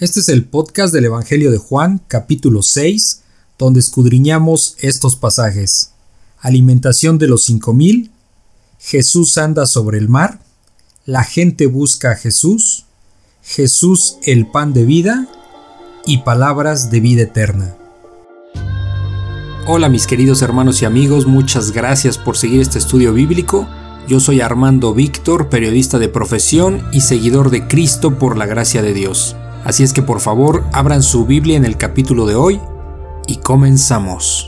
Este es el podcast del Evangelio de Juan, capítulo 6, donde escudriñamos estos pasajes. Alimentación de los 5,000, Jesús anda sobre el mar, la gente busca a Jesús, Jesús el pan de vida y palabras de vida eterna. Hola mis queridos hermanos y amigos, muchas gracias por seguir este estudio bíblico. Yo soy Armando Víctor, periodista de profesión y seguidor de Cristo por la gracia de Dios. Así es que por favor abran su Biblia en el capítulo de hoy y comenzamos.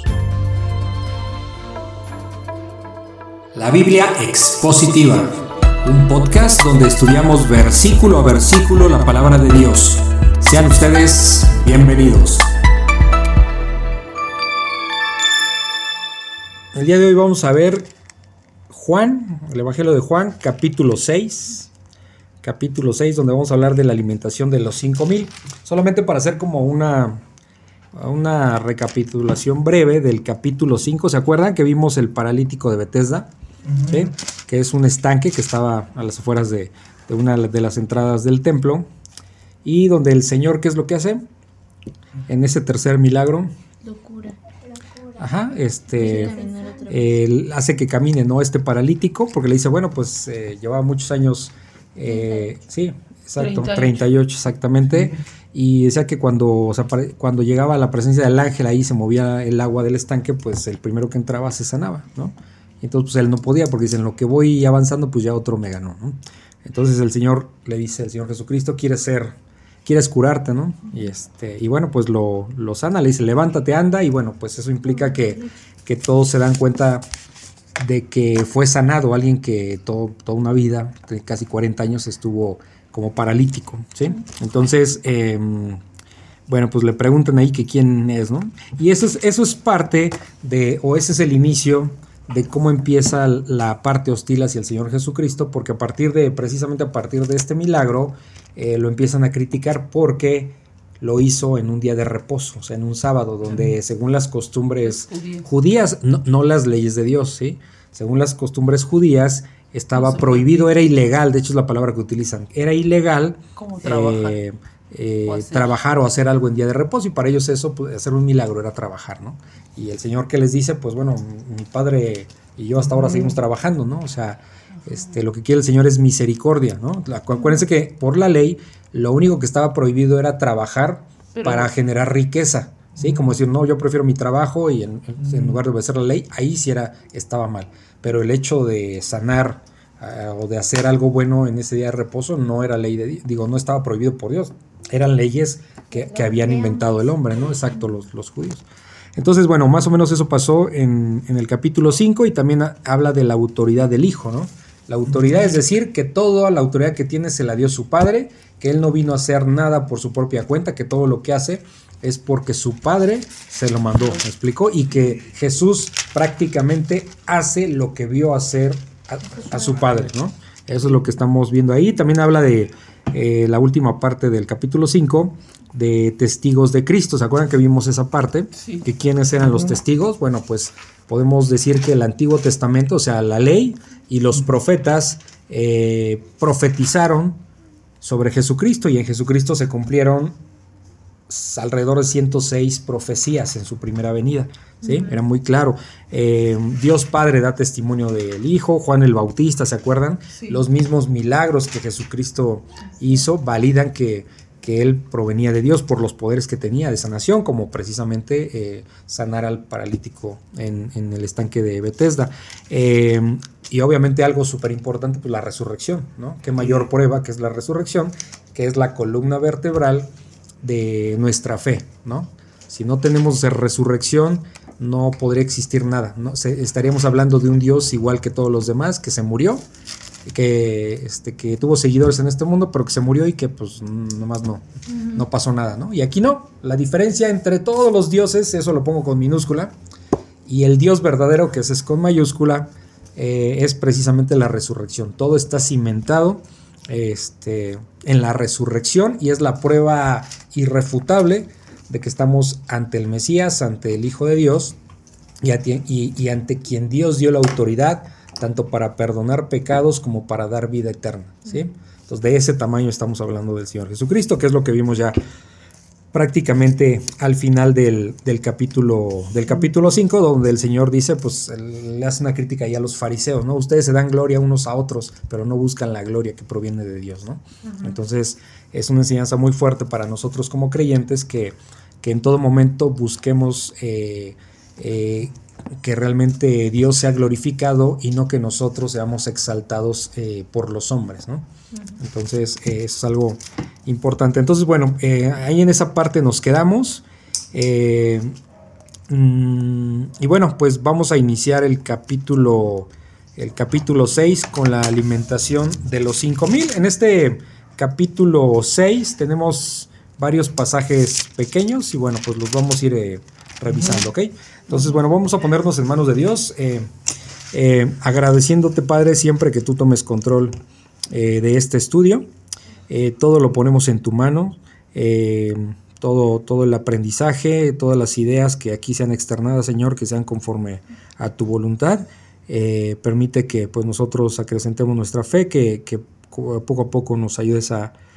La Biblia Expositiva, un podcast donde estudiamos versículo a versículo la palabra de Dios. Sean ustedes bienvenidos. El día de hoy vamos a ver Juan, el Evangelio de Juan, capítulo 6, donde vamos a hablar de la alimentación de los 5,000. Solamente para hacer como una recapitulación breve del capítulo 5. ¿Se acuerdan que vimos el paralítico de Betesda? Uh-huh. ¿Sí? Que es un estanque que estaba a las afueras de una de las entradas del templo. Y donde el Señor, ¿qué es lo que hace? En ese tercer milagro. Locura. Ajá, él hace que camine, ¿no? Este paralítico, porque le dice, bueno, pues llevaba muchos años, sí, exacto, 38 exactamente, y decía que cuando llegaba a la presencia del ángel, ahí se movía el agua del estanque, pues el primero que entraba se sanaba, ¿no? Entonces pues él no podía, porque dice, en lo que voy avanzando, pues ya otro me ganó, ¿no? Entonces el Señor le dice, el Señor Jesucristo, quieres curarte, ¿no? Y bueno, pues lo sana, le dice, levántate, anda, y bueno, pues eso implica que todos se dan cuenta de que fue sanado alguien que toda una vida, casi 40 años, estuvo como paralítico, ¿sí? Entonces, bueno, pues le preguntan ahí que quién es, ¿no? Y eso es parte ese es el inicio de cómo empieza la parte hostil hacia el Señor Jesucristo, porque precisamente a partir de este milagro, lo empiezan a criticar porque lo hizo en un día de reposo, o sea, en un sábado, donde según las costumbres judías, no las leyes de Dios, ¿sí? Según las costumbres judías, estaba prohibido, era ilegal, de hecho es la palabra que utilizan, era ilegal trabajar o hacer algo en día de reposo, y para ellos eso, pues, hacer un milagro era trabajar, ¿no? Y el Señor que les dice, pues bueno, mi padre y yo hasta ahora seguimos trabajando, ¿no? O sea, lo que quiere el Señor es misericordia, ¿no? Acuérdense que por la ley lo único que estaba prohibido era trabajar para generar riqueza, ¿sí? Como decir, no, yo prefiero mi trabajo y en lugar de obedecer la ley, ahí sí estaba mal. Pero el hecho de sanar o de hacer algo bueno en ese día de reposo no era ley de Dios, no estaba prohibido por Dios, eran leyes que habían inventado el hombre, ¿no? Exacto, los judíos. Entonces, bueno, más o menos eso pasó en el capítulo 5 y también habla de la autoridad del Hijo, ¿no? La autoridad, es decir, que toda la autoridad que tiene se la dio su Padre, que Él no vino a hacer nada por su propia cuenta, que todo lo que hace es porque su Padre se lo mandó, ¿me explicó? Y que Jesús prácticamente hace lo que vio hacer a su Padre, ¿no? Eso es lo que estamos viendo ahí. También habla de la última parte del capítulo 5, de testigos de Cristo. ¿Se acuerdan que vimos esa parte? Sí. ¿Que quiénes eran los testigos? Bueno, pues podemos decir que el Antiguo Testamento, o sea, la ley y los profetas profetizaron sobre Jesucristo, y en Jesucristo se cumplieron alrededor de 106 profecías en su primera venida, ¿sí? Era muy claro. Dios Padre da testimonio del Hijo, Juan el Bautista, ¿se acuerdan? Sí. Los mismos milagros que Jesucristo hizo validan que Él provenía de Dios por los poderes que tenía de sanación, como precisamente sanar al paralítico en el estanque de Betesda. Y obviamente algo súper importante, pues la resurrección, ¿no? Qué mayor prueba que es la resurrección, que es la columna vertebral de nuestra fe, ¿no? Si no tenemos resurrección, no podría existir nada, ¿no? Estaríamos hablando de un Dios igual que todos los demás, que se murió, que tuvo seguidores en este mundo, pero que se murió y que pues nomás no pasó nada, ¿no? Y aquí no, la diferencia entre todos los dioses, eso lo pongo con minúscula, y el Dios verdadero, que es con mayúscula, es precisamente la resurrección. Todo está cimentado en la resurrección, y es la prueba irrefutable de que estamos ante el Mesías, ante el Hijo de Dios, y ante quien Dios dio la autoridad tanto para perdonar pecados como para dar vida eterna, ¿sí? Entonces, de ese tamaño estamos hablando del Señor Jesucristo, que es lo que vimos ya prácticamente al final del capítulo 5, donde el Señor dice, pues le hace una crítica ahí a los fariseos, ¿no? Ustedes se dan gloria unos a otros, pero no buscan la gloria que proviene de Dios, ¿no? Entonces es una enseñanza muy fuerte para nosotros como creyentes que en todo momento busquemos que realmente Dios sea glorificado y no que nosotros seamos exaltados por los hombres, ¿no? Entonces eso es algo importante. Entonces, bueno, ahí en esa parte nos quedamos. Y bueno, pues vamos a iniciar el capítulo 6 con la alimentación de los 5,000. En este capítulo 6 tenemos varios pasajes pequeños y bueno, pues los vamos a ir revisando, ¿ok? Entonces, bueno, vamos a ponernos en manos de Dios, agradeciéndote, Padre, siempre que tú tomes control de este estudio. Todo lo ponemos en tu mano, todo el aprendizaje, todas las ideas que aquí sean externadas, Señor, que sean conforme a tu voluntad. Permite que pues nosotros acrecentemos nuestra fe, que poco a poco nos ayudes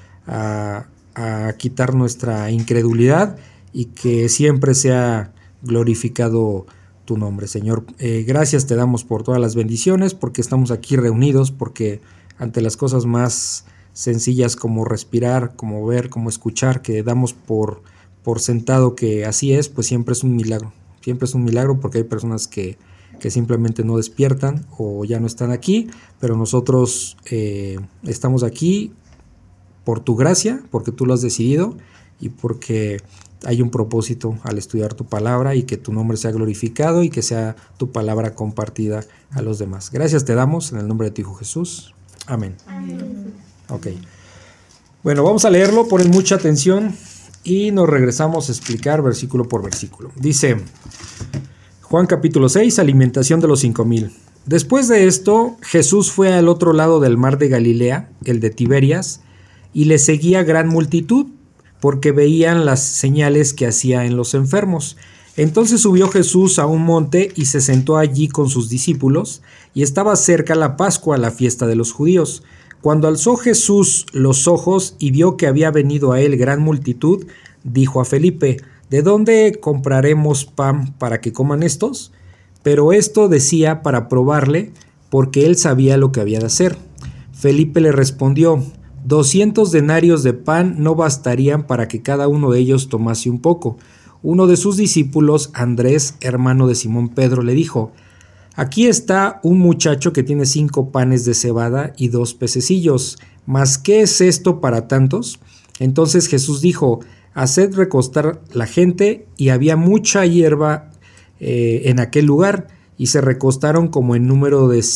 a quitar nuestra incredulidad y que siempre sea glorificado tu nombre, Señor. Gracias te damos por todas las bendiciones, porque estamos aquí reunidos, porque ante las cosas más sencillas como respirar, como ver, como escuchar, que damos por sentado que así es, pues siempre es un milagro. Siempre es un milagro porque hay personas que simplemente no despiertan o ya no están aquí, pero nosotros estamos aquí por tu gracia, porque tú lo has decidido y porque hay un propósito al estudiar tu palabra y que tu nombre sea glorificado y que sea tu palabra compartida a los demás. Gracias te damos en el nombre de tu Hijo Jesús. Amén. Amén. Ok. Bueno, vamos a leerlo, ponen mucha atención y nos regresamos a explicar versículo por versículo. Dice Juan capítulo 6, alimentación de los 5,000. Después de esto, Jesús fue al otro lado del mar de Galilea, el de Tiberias, y le seguía gran multitud, porque veían las señales que hacía en los enfermos. Entonces subió Jesús a un monte y se sentó allí con sus discípulos, y estaba cerca la Pascua, la fiesta de los judíos. Cuando alzó Jesús los ojos y vio que había venido a él gran multitud, dijo a Felipe: ¿De dónde compraremos pan para que coman estos? Pero esto decía para probarle, porque él sabía lo que había de hacer. Felipe le respondió: 200 denarios de pan no bastarían para que cada uno de ellos tomase un poco. Uno de sus discípulos, Andrés, hermano de Simón Pedro, le dijo: Aquí está un muchacho que tiene 5 panes de cebada y 2 pececillos. ¿Mas qué es esto para tantos? Entonces Jesús dijo: Haced recostar la gente, y había mucha hierba en aquel lugar, y se recostaron como en número de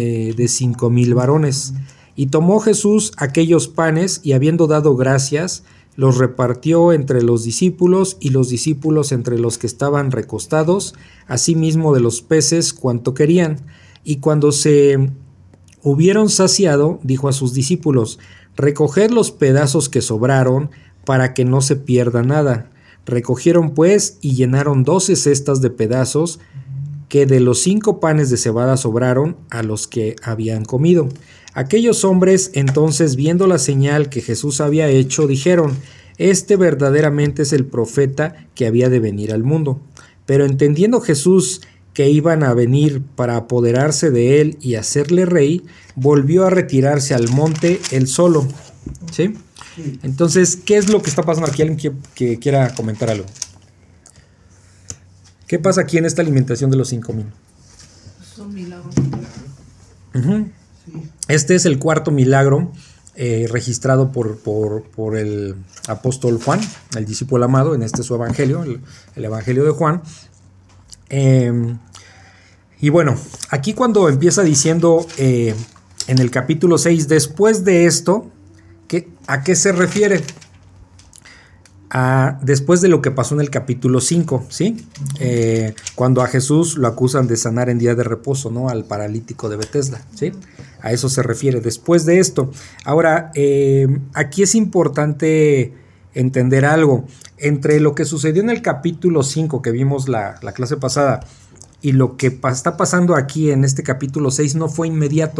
5,000 varones. Y tomó Jesús aquellos panes, y habiendo dado gracias, los repartió entre los discípulos, y los discípulos entre los que estaban recostados, asimismo de los peces cuanto querían. Y cuando se hubieron saciado, dijo a sus discípulos: Recoged los pedazos que sobraron, para que no se pierda nada. Recogieron pues y llenaron 12 cestas de pedazos que de los 5 panes de cebada sobraron a los que habían comido. Aquellos hombres entonces, viendo la señal que Jesús había hecho, dijeron: Este verdaderamente es el profeta que había de venir al mundo. Pero entendiendo Jesús que iban a venir para apoderarse de él y hacerle rey, volvió a retirarse al monte él solo. ¿Sí? Entonces, ¿qué es lo que está pasando aquí? ¿Alguien que quiera comentar algo? ¿Qué pasa aquí en esta alimentación de los 5,000? Es un milagro. Este es el cuarto milagro registrado por el apóstol Juan, el discípulo amado, en este su evangelio, el evangelio de Juan. Y bueno, aquí cuando empieza diciendo en el capítulo 6, después de esto, ¿a qué se refiere? Después de lo que pasó en el capítulo 5, ¿sí? Cuando a Jesús lo acusan de sanar en día de reposo, ¿no? Al paralítico de Betesda, ¿sí? A eso se refiere, después de esto. Ahora, aquí es importante entender algo. Entre lo que sucedió en el capítulo 5, que vimos la clase pasada, y lo que está pasando aquí en este capítulo 6 no fue inmediato,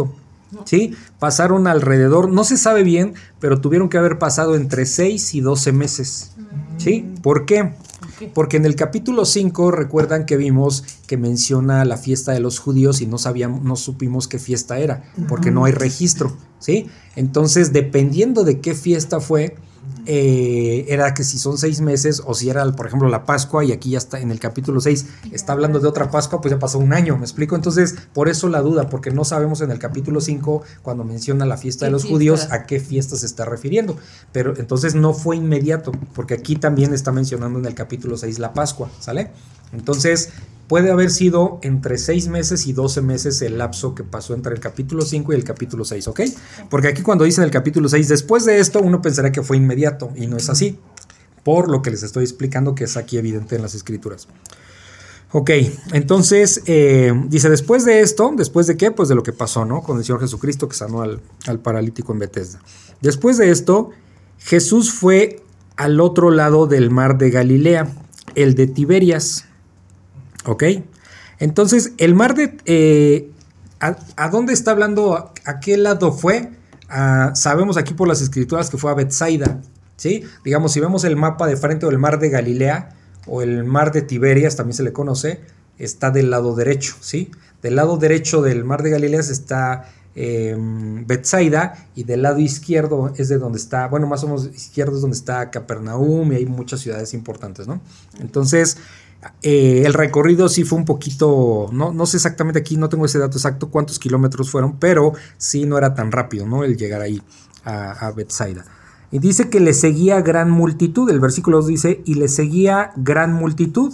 ¿sí? Pasaron alrededor, no se sabe bien, pero tuvieron que haber pasado entre 6 y 12 meses, ¿sí? ¿Por qué? Porque en el capítulo 5 recuerdan que vimos que menciona la fiesta de los judíos y no supimos qué fiesta era, porque no hay registro, ¿sí? Entonces, dependiendo de qué fiesta fue, era que si son 6 meses o si era, por ejemplo, la Pascua, y aquí ya está en el capítulo 6 está hablando de otra Pascua, pues ya pasó un año, ¿me explico? Entonces, por eso la duda, porque no sabemos en el capítulo 5 cuando menciona la fiesta de los judíos a qué fiesta se está refiriendo, pero entonces no fue inmediato, porque aquí también está mencionando en el capítulo 6 la Pascua, ¿sale? Entonces, puede haber sido entre 6 meses y 12 meses el lapso que pasó entre el capítulo 5 y el capítulo 6, ¿ok? Porque aquí cuando dice en el capítulo 6, después de esto, uno pensará que fue inmediato, y no es así, por lo que les estoy explicando, que es aquí evidente en las escrituras. Ok, entonces, dice, después de esto, ¿después de qué? Pues de lo que pasó, ¿no? Con el Señor Jesucristo que sanó al paralítico en Betesda. Después de esto, Jesús fue al otro lado del mar de Galilea, el de Tiberias. ¿Ok? Entonces, el mar de... ¿a dónde está hablando? ¿A qué lado fue? Sabemos aquí por las escrituras que fue a Betsaida, ¿sí? Digamos, si vemos el mapa de frente, o el mar de Galilea, o el mar de Tiberias, también se le conoce, está del lado derecho, ¿sí? Del lado derecho del mar de Galilea está Betsaida, y del lado izquierdo es de donde está, bueno, más o menos izquierdo es donde está Capernaum, y hay muchas ciudades importantes, ¿no? Entonces... el recorrido sí fue un poquito, no sé exactamente, aquí no tengo ese dato exacto cuántos kilómetros fueron, pero sí no era tan rápido, ¿no? El llegar ahí a Betsaida. Y dice que le seguía gran multitud, el versículo 2 dice, y le seguía gran multitud.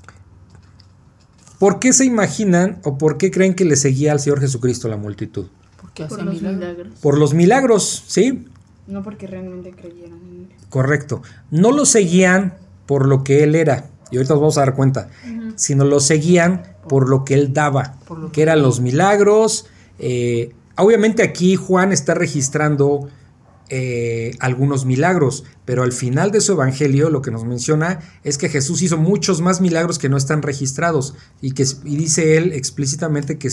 ¿Por qué se imaginan o por qué creen que le seguía al Señor Jesucristo la multitud? Porque hacía milagros. Por los milagros, ¿sí? No porque realmente creyeran en él. Correcto. No lo seguían por lo que él era, y ahorita nos vamos a dar cuenta, sino lo seguían por lo que él daba, que eran los milagros. Obviamente aquí Juan está registrando algunos milagros, pero al final de su evangelio lo que nos menciona es que Jesús hizo muchos más milagros que no están registrados, y dice él explícitamente que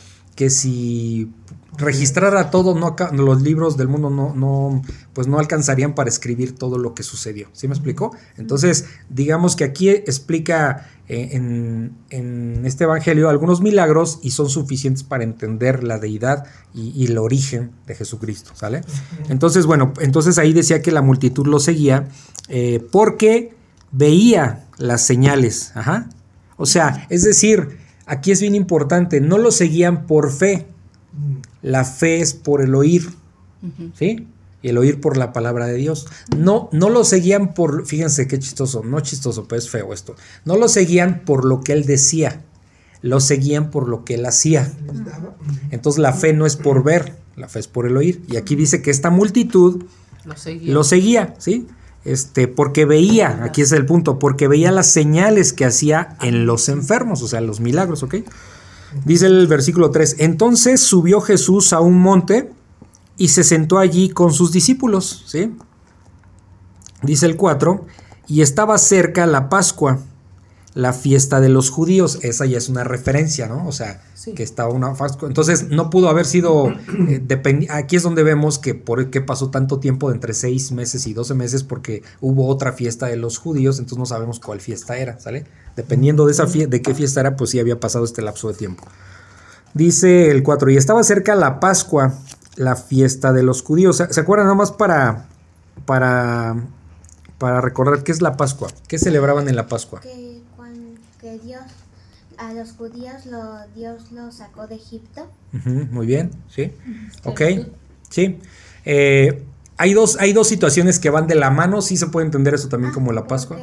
si registrara todo, los libros del mundo pues no alcanzarían para escribir todo lo que sucedió. ¿Sí me explicó? Entonces, digamos que aquí explica en este evangelio algunos milagros, y son suficientes para entender la deidad y el origen de Jesucristo, ¿sale? Entonces, bueno, ahí decía que la multitud lo seguía porque veía las señales. Ajá. O sea, es decir, aquí es bien importante, no lo seguían por fe. La fe es por el oír, ¿sí? Y el oír por la palabra de Dios. No lo seguían por, fíjense qué chistoso, no chistoso, pero es feo esto. No lo seguían por lo que él decía, lo seguían por lo que él hacía. Entonces la fe no es por ver, la fe es por el oír. Y aquí dice que esta multitud lo seguía, ¿sí? Porque veía, aquí es el punto, porque veía las señales que hacía en los enfermos, o sea, los milagros, ¿ok? Dice el versículo 3, entonces subió Jesús a un monte y se sentó allí con sus discípulos, ¿sí? Dice el 4, y estaba cerca la Pascua, la fiesta de los judíos. Esa ya es una referencia, ¿no? O sea, sí, que estaba una Pascua. Entonces no pudo haber sido, aquí es donde vemos que por qué pasó tanto tiempo, de entre 6 meses y 12 meses, porque hubo otra fiesta de los judíos, entonces no sabemos cuál fiesta era, ¿sale? Dependiendo de qué fiesta era, pues sí había pasado este lapso de tiempo. Dice el 4, y estaba cerca la Pascua, la fiesta de los judíos. ¿Se acuerdan? Nada más para recordar qué es la Pascua. ¿Qué celebraban en la Pascua? Que Dios, a los judíos, Dios los sacó de Egipto. Muy bien, sí. Ok, sí. Hay dos situaciones que van de la mano, sí se puede entender eso también como la Pascua.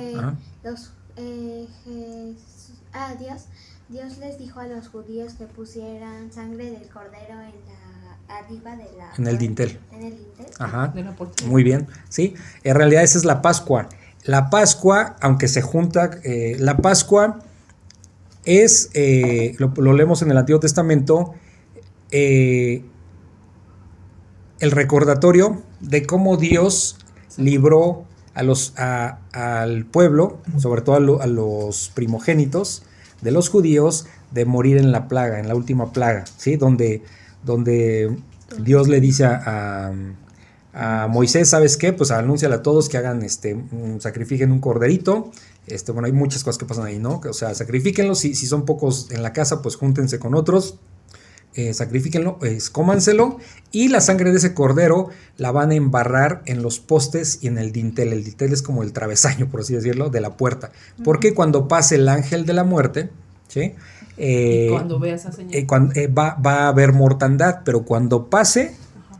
Dios les dijo a los judíos que pusieran sangre del cordero arriba de la... En el dintel. En el dintel. Ajá, muy bien, sí. En realidad esa es la Pascua. La Pascua, aunque se junta, la Pascua es, lo leemos en el Antiguo Testamento, el recordatorio de cómo Dios libró al pueblo, sobre todo a los primogénitos de los judíos, de morir en la plaga, en la última plaga, ¿sí? Donde Dios le dice a Moisés, ¿sabes qué? Pues anúnciale a todos que hagan, sacrifiquen un corderito. Bueno, hay muchas cosas que pasan ahí, ¿no? O sea, sacrifíquenlo. Si son pocos en la casa, pues júntense con otros. Sacrifíquenlo, cómanselo, y la sangre de ese cordero la van a embarrar en los postes y en el dintel. El dintel es como el travesaño, por así decirlo, de la puerta. Porque cuando pase el ángel de la muerte, ¿sí? Y cuando vea esa señal, va a haber mortandad, pero cuando pase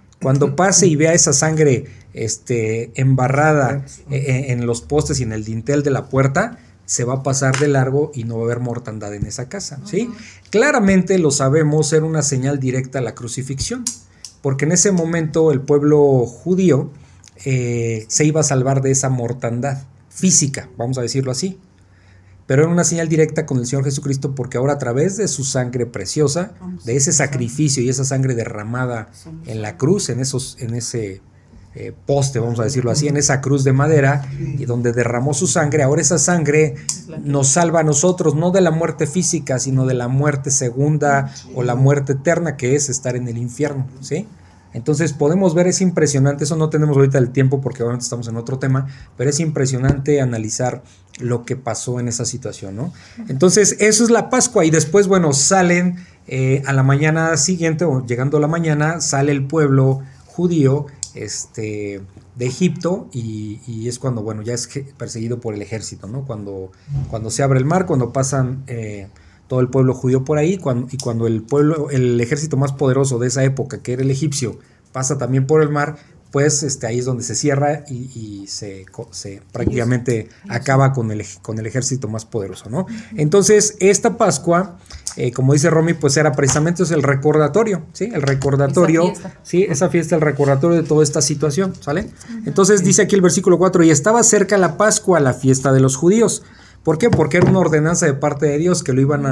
y vea esa sangre embarrada en los postes y en el dintel de la puerta, se va a pasar de largo y no va a haber mortandad en esa casa, ¿sí? Claramente lo sabemos, era una señal directa a la crucifixión, porque en ese momento el pueblo judío se iba a salvar de esa mortandad física, vamos a decirlo así. Pero era una señal directa con el Señor Jesucristo, porque ahora a través de su sangre preciosa, de ese sacrificio y esa sangre derramada en la cruz, en ese poste, vamos a decirlo así, en esa cruz de madera, y donde derramó su sangre, ahora esa sangre nos salva a nosotros, no de la muerte física, sino de la muerte segunda o la muerte eterna, que es estar en el infierno, ¿sí? Entonces podemos ver, es impresionante, eso no tenemos ahorita el tiempo porque ahora estamos en otro tema, pero es impresionante analizar lo que pasó en esa situación, ¿no? Entonces eso es la Pascua, y después, bueno, salen a la mañana siguiente, o llegando a la mañana, sale el pueblo judío de Egipto, y es cuando, bueno, ya es perseguido por el ejército, ¿no? Cuando se abre el mar, cuando pasan todo el pueblo judío por ahí, y cuando el ejército más poderoso de esa época, que era el egipcio, pasa también por el mar, pues ahí es donde se cierra y se prácticamente acaba con el ejército más poderoso, ¿no? Entonces esta Pascua, como dice Romy, pues era precisamente el recordatorio, ¿sí? El recordatorio, esa fiesta, el recordatorio de toda esta situación, ¿sale? Entonces dice aquí el versículo 4, y estaba cerca la Pascua, la fiesta de los judíos. ¿Por qué? Porque era una ordenanza de parte de Dios que lo iban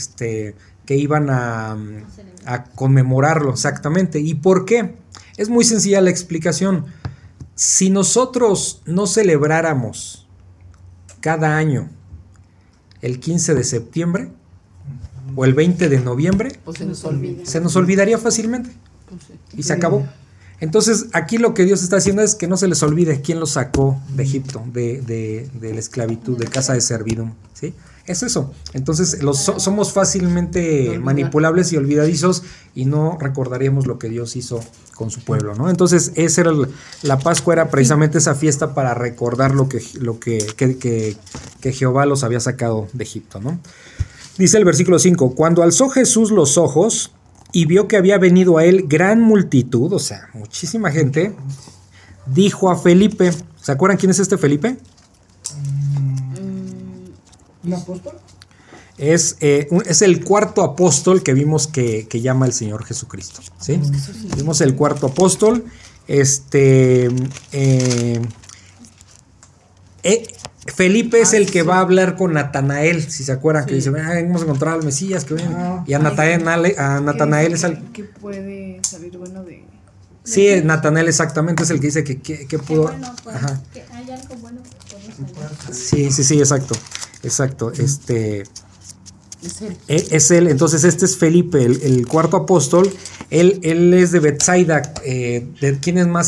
a conmemorarlo, exactamente. ¿Y por qué? Es muy sencilla la explicación. Si nosotros no celebráramos cada año el 15 de septiembre o el 20 de noviembre, pues se nos olvidaría fácilmente, y se acabó. Entonces aquí lo que Dios está haciendo es que no se les olvide quién los sacó de Egipto, de la esclavitud, de casa de servidumbre, ¿sí? Es eso. Entonces somos fácilmente manipulables y olvidadizos, y no recordaríamos lo que Dios hizo con su pueblo, ¿no? Entonces esa era la Pascua, era precisamente esa fiesta para recordar lo que Jehová los había sacado de Egipto, ¿no? Dice el versículo 5, cuando alzó Jesús los ojos y vio que había venido a él gran multitud, o sea, muchísima gente, dijo a Felipe, ¿se acuerdan quién es este Felipe? ¿Un apóstol? Es el cuarto apóstol que vimos que llama el Señor Jesucristo, ¿sí? Vimos el cuarto apóstol, Felipe es el que va a hablar con Natanael, si se acuerdan, que dice, hemos encontrado al Mesías, que viene. Y a Natanael es el que puede salir bueno de... Sí, Natanael exactamente es el que dice que pudo... Bueno, pues, Ajá. que hay algo bueno que podemos salir. Sí, exacto. Es él, entonces este es Felipe, el cuarto apóstol. Él es de Betsaida. ¿Quién más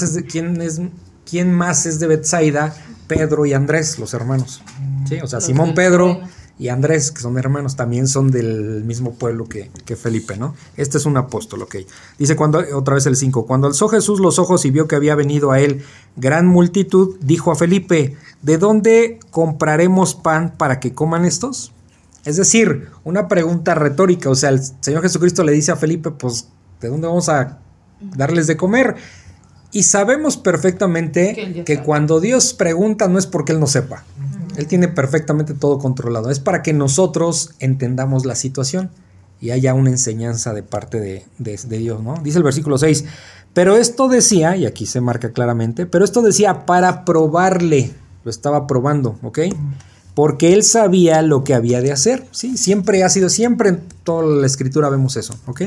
es de Betsaida? Pedro y Andrés, los hermanos, ¿sí? O sea, Simón, Pedro y Andrés, que son hermanos, también son del mismo pueblo que Felipe, ¿no? Este es un apóstol, ok. Dice, otra vez el 5, cuando alzó Jesús los ojos y vio que había venido a él gran multitud, dijo a Felipe, ¿de dónde compraremos pan para que coman estos? Es decir, una pregunta retórica, o sea, el Señor Jesucristo le dice a Felipe, pues, ¿de dónde vamos a darles de comer? Y sabemos perfectamente que cuando Dios pregunta no es porque Él no sepa. Él tiene perfectamente todo controlado. Es para que nosotros entendamos la situación y haya una enseñanza de parte de Dios, ¿no? Dice el versículo 6, pero esto decía, y aquí se marca claramente, pero esto decía para probarle, lo estaba probando, ¿ok? Porque Él sabía lo que había de hacer, ¿sí? Siempre en toda la escritura vemos eso, ¿ok?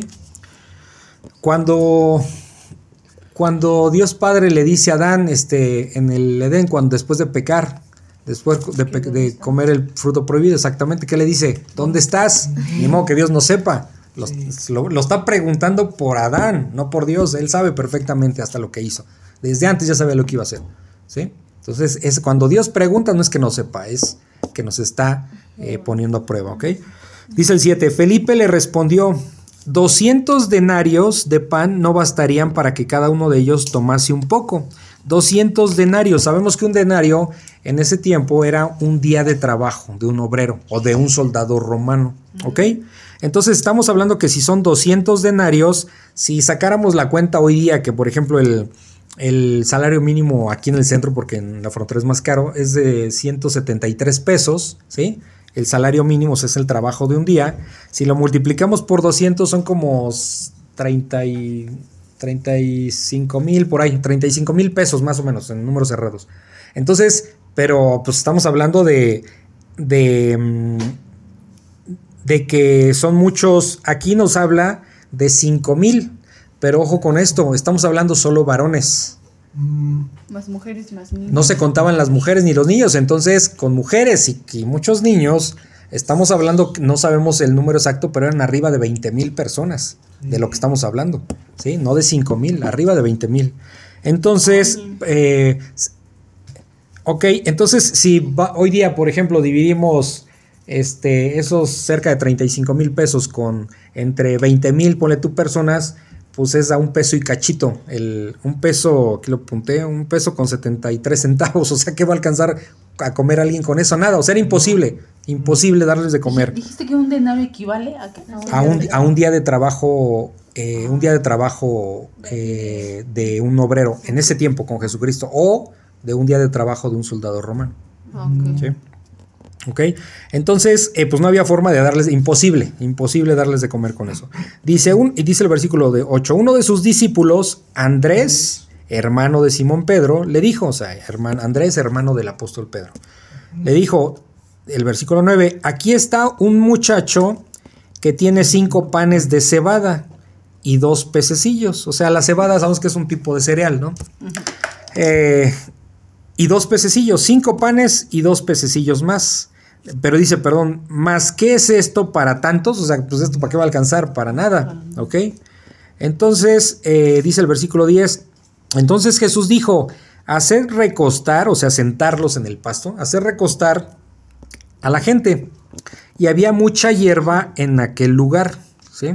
Cuando Dios Padre le dice a Adán en el Edén, después de pecar, después de comer el fruto prohibido, exactamente, ¿qué le dice? ¿Dónde estás? Ni modo que Dios no sepa. Lo está preguntando por Adán, no por Dios. Él sabe perfectamente hasta lo que hizo. Desde antes ya sabía lo que iba a hacer, ¿sí? Entonces, cuando Dios pregunta, no es que no sepa, es que nos está poniendo a prueba, ¿ok? Dice el 7, Felipe le respondió, 200 denarios de pan no bastarían para que cada uno de ellos tomase un poco. 200 denarios. Sabemos que un denario en ese tiempo era un día de trabajo de un obrero o de un soldado romano, ¿ok? Entonces estamos hablando que si son 200 denarios, si sacáramos la cuenta hoy día, que por ejemplo el salario mínimo aquí en el centro, porque en la frontera es más caro, es de 173 pesos, ¿sí? El salario mínimo es el trabajo de un día. Si lo multiplicamos por 200 son como 35 mil por ahí, 35 mil pesos más o menos en números cerrados. Entonces, pero pues estamos hablando de que son muchos. Aquí nos habla de 5,000, pero ojo con esto, estamos hablando solo varones. Más mujeres, más niños. No se contaban las mujeres ni los niños, entonces con mujeres y muchos niños, estamos hablando, no sabemos el número exacto, pero eran arriba de 20,000 personas, de lo que estamos hablando, ¿sí? No de 5,000, arriba de 20,000. Entonces, ok, entonces si hoy día, por ejemplo, dividimos esos cerca de 35,000 pesos con entre 20,000, ponle tú personas, pues es a $1 y cachito, un peso, aquí lo apunté, $1 con 73 centavos, o sea, ¿qué va a alcanzar a comer alguien con eso? Nada, o sea, era imposible darles de comer. ¿Dijiste que un denario equivale a qué? A un día de trabajo, de un obrero, en ese tiempo con Jesucristo, o de un día de trabajo de un soldado romano. Okay. ¿Sí? ¿Ok? Entonces, pues no había forma de darles, imposible darles de comer con eso. Dice el versículo 8, uno de sus discípulos, Andrés, hermano de Simón Pedro, le dijo, o sea, Andrés, hermano del apóstol Pedro, le dijo, el versículo 9, aquí está un muchacho que tiene 5 panes de cebada y 2 pececillos. O sea, la cebada sabemos que es un tipo de cereal, ¿no? Y 2 pececillos, 5 panes y 2 pececillos más. Pero dice, perdón, ¿más qué es esto para tantos? O sea, pues esto ¿para qué va a alcanzar? Para nada, ¿ok? Entonces, dice el versículo 10, entonces Jesús dijo, hacer recostar, o sea, sentarlos en el pasto, hacer recostar a la gente. Y había mucha hierba en aquel lugar, ¿sí?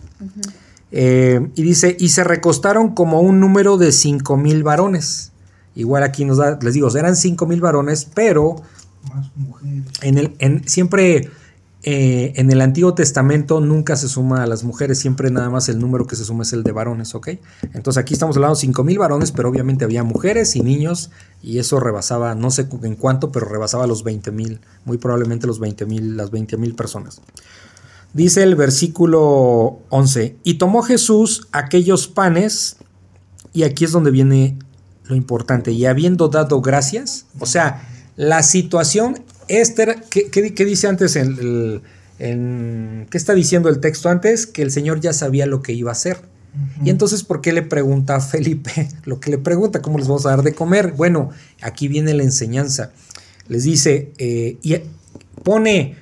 Y dice, y se recostaron como un número de 5,000 varones. Igual aquí les digo, eran 5,000 varones, pero más mujeres. Siempre en el Antiguo Testamento nunca se suma a las mujeres, siempre nada más el número que se suma es el de varones, ¿ok? Entonces aquí estamos hablando de 5,000 varones, pero obviamente había mujeres y niños, y eso rebasaba, no sé en cuánto, pero rebasaba los 20,000, muy probablemente las 20,000 personas. Dice el versículo 11, y tomó Jesús aquellos panes, y aquí es donde viene lo importante, y habiendo dado gracias, o sea, la situación, ¿qué dice antes? ¿Qué está diciendo el texto antes? Que el Señor ya sabía lo que iba a hacer. Y entonces, ¿por qué le pregunta a Felipe lo que le pregunta? ¿Cómo les vamos a dar de comer? Bueno, aquí viene la enseñanza. Les dice, y pone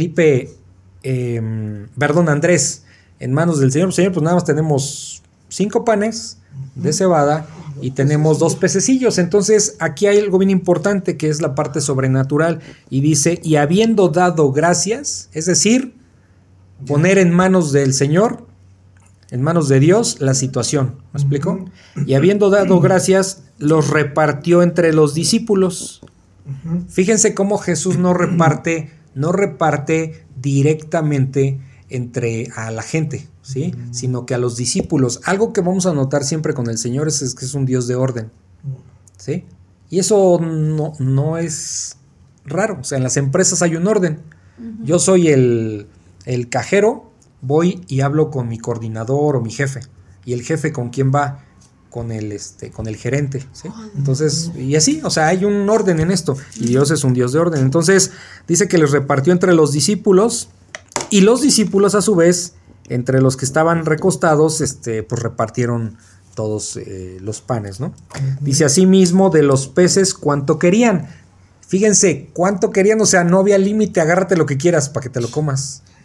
Andrés en manos del Señor. Señor, pues nada más tenemos 5 panes de cebada y tenemos 2 pececillos. Entonces aquí hay algo bien importante que es la parte sobrenatural, y dice, y habiendo dado gracias, es decir, poner en manos del Señor, en manos de Dios, la situación. ¿Me explico? Y habiendo dado gracias, los repartió entre los discípulos. Fíjense cómo Jesús no reparte directamente a la gente, ¿sí? Sino que a los discípulos. Algo que vamos a notar siempre con el Señor es que es un Dios de orden, ¿sí? Y eso no es raro. O sea, en las empresas hay un orden. Yo soy el cajero, voy y hablo con mi coordinador o mi jefe. ¿Y el jefe con quién va? Con el gerente, ¿sí? Entonces, y así, o sea, hay un orden en esto. Y Dios es un Dios de orden. Entonces, dice que les repartió entre los discípulos, y los discípulos a su vez, entre los que estaban recostados, pues repartieron todos los panes, ¿no? Dice asimismo de los peces cuánto querían. Fíjense, cuánto querían, o sea, no había límite, agárrate lo que quieras para que te lo comas.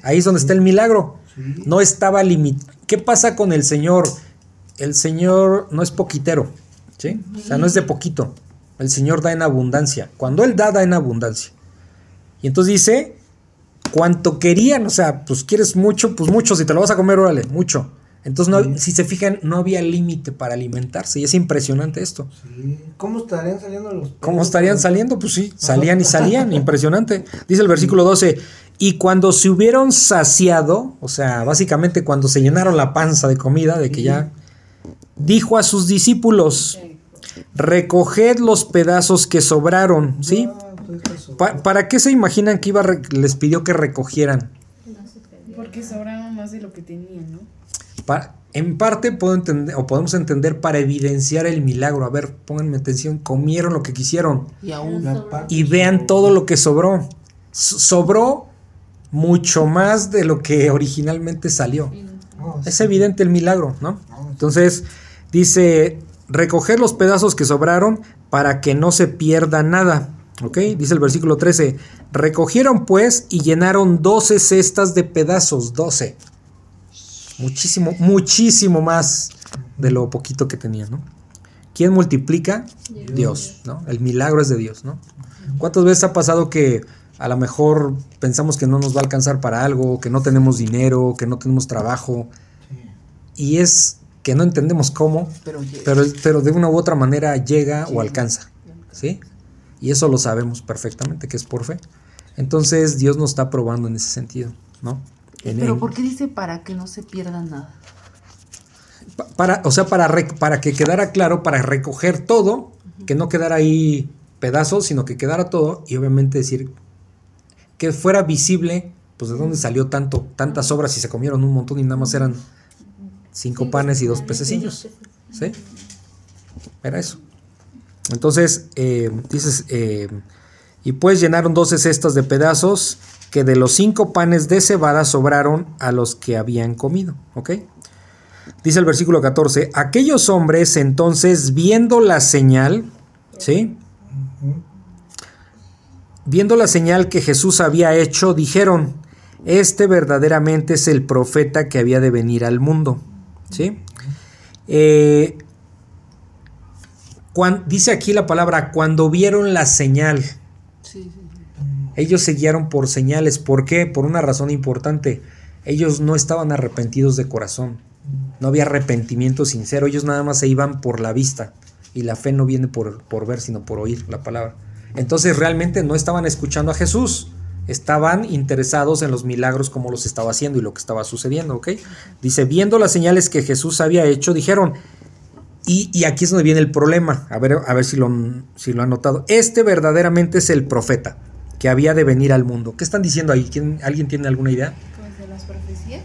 Ahí es donde está el milagro. Sí. No estaba limitado. ¿Qué pasa con el Señor? El Señor no es poquitero, ¿sí? O sea, no es de poquito. El Señor da en abundancia. Cuando Él da en abundancia. Y entonces dice, cuanto querían, o sea, pues quieres mucho, pues mucho, si te lo vas a comer, órale, mucho. Entonces, no, si se fijan, no había límite para alimentarse. Y es impresionante esto. Sí. ¿Cómo estarían saliendo los peces? ¿Cómo estarían saliendo? Pues sí, salían y salían. Impresionante. Dice el versículo 12. Y cuando se hubieron saciado, o sea, básicamente cuando se llenaron la panza de comida, de que ya, dijo a sus discípulos, recoged los pedazos que sobraron, ¿sí? ¿Para qué se imaginan que les pidió que recogieran? Porque sobraba más de lo que tenían, ¿no? En parte puedo entender, o podemos entender para evidenciar el milagro. A ver, pónganme atención, comieron lo que quisieron. Y aún Y vean todo lo que sobró. Sobró mucho más de lo que originalmente salió. Es evidente el milagro, ¿no? Entonces, dice, recoger los pedazos que sobraron para que no se pierda nada. ¿Ok? Dice el versículo 13. Recogieron pues y llenaron 12 cestas de pedazos. 12. Muchísimo más de lo poquito que tenían, ¿no? ¿Quién multiplica? Dios, ¿no? El milagro es de Dios, ¿no? ¿Cuántas veces ha pasado que a lo mejor pensamos que no nos va a alcanzar para algo, que no tenemos dinero, que no tenemos trabajo? Y es que no entendemos cómo, pero de una u otra manera llega o alcanza, ¿sí? Y eso lo sabemos perfectamente, que es por fe. Entonces Dios nos está probando en ese sentido, ¿no? Pero ¿por qué dice para que no se pierda nada? Para que quedara claro, para recoger todo, que no quedara ahí pedazos, sino que quedara todo, y obviamente decir que fuera visible, pues de dónde salió tantas sobras, y se comieron un montón y nada más eran 5 panes y 2 pececillos, ¿sí? Era eso. Entonces, dices, y pues llenaron 12 cestas de pedazos, que de los 5 panes de cebada sobraron a los que habían comido, ¿ok? Dice el versículo 14, aquellos hombres entonces viendo la señal, ¿sí? Viendo la señal que Jesús había hecho, dijeron, este verdaderamente es el profeta que había de venir al mundo, ¿sí? Dice aquí la palabra, cuando vieron la señal. Ellos se guiaron por señales. ¿Por qué? Por una razón importante. Ellos no estaban arrepentidos de corazón. No había arrepentimiento sincero. Ellos nada más se iban por la vista. Y la fe no viene por ver, sino por oír la palabra. Entonces realmente no estaban escuchando a Jesús. Estaban interesados en los milagros como los estaba haciendo y lo que estaba sucediendo, ¿ok? Dice, viendo las señales que Jesús había hecho, dijeron, y aquí es donde viene el problema. A ver si lo han notado. Este verdaderamente es el profeta que había de venir al mundo. ¿Qué están diciendo ahí? ¿Alguien tiene alguna idea? Pues de las profecías.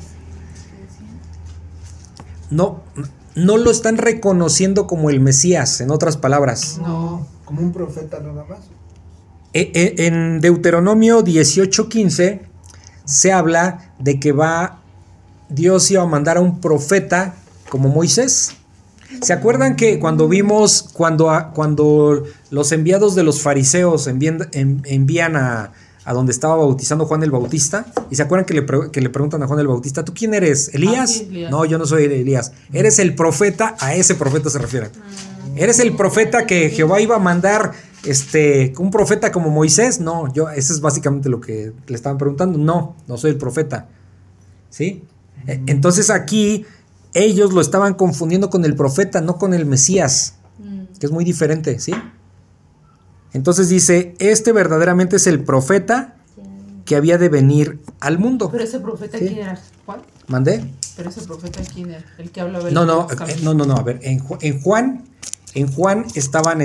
No lo están reconociendo como el Mesías, en otras palabras. No, como un profeta nada más. En Deuteronomio 18:15 se habla de que Dios iba a mandar a un profeta como Moisés. ¿Se acuerdan que cuando vimos, cuando los enviados de los fariseos envían a donde estaba bautizando Juan el Bautista? ¿Y se acuerdan que le preguntan a Juan el Bautista, ¿tú quién eres? ¿Elías? Sí, Elías. No, yo no soy Elías. ¿Eres el profeta? A ese profeta se refieren. ¿Eres el profeta que Jehová iba a mandar, un profeta como Moisés? No, eso es básicamente lo que le estaban preguntando. No soy el profeta. ¿Sí? Entonces aquí ellos lo estaban confundiendo con el profeta, no con el Mesías, que es muy diferente, ¿sí? Entonces dice, este verdaderamente es el profeta que había de venir al mundo. ¿Pero ese profeta ¿Sí? quién era? ¿Juan? ¿Mandé? ¿Pero ese profeta quién era? El que hablaba No, a ver, en Juan estaban,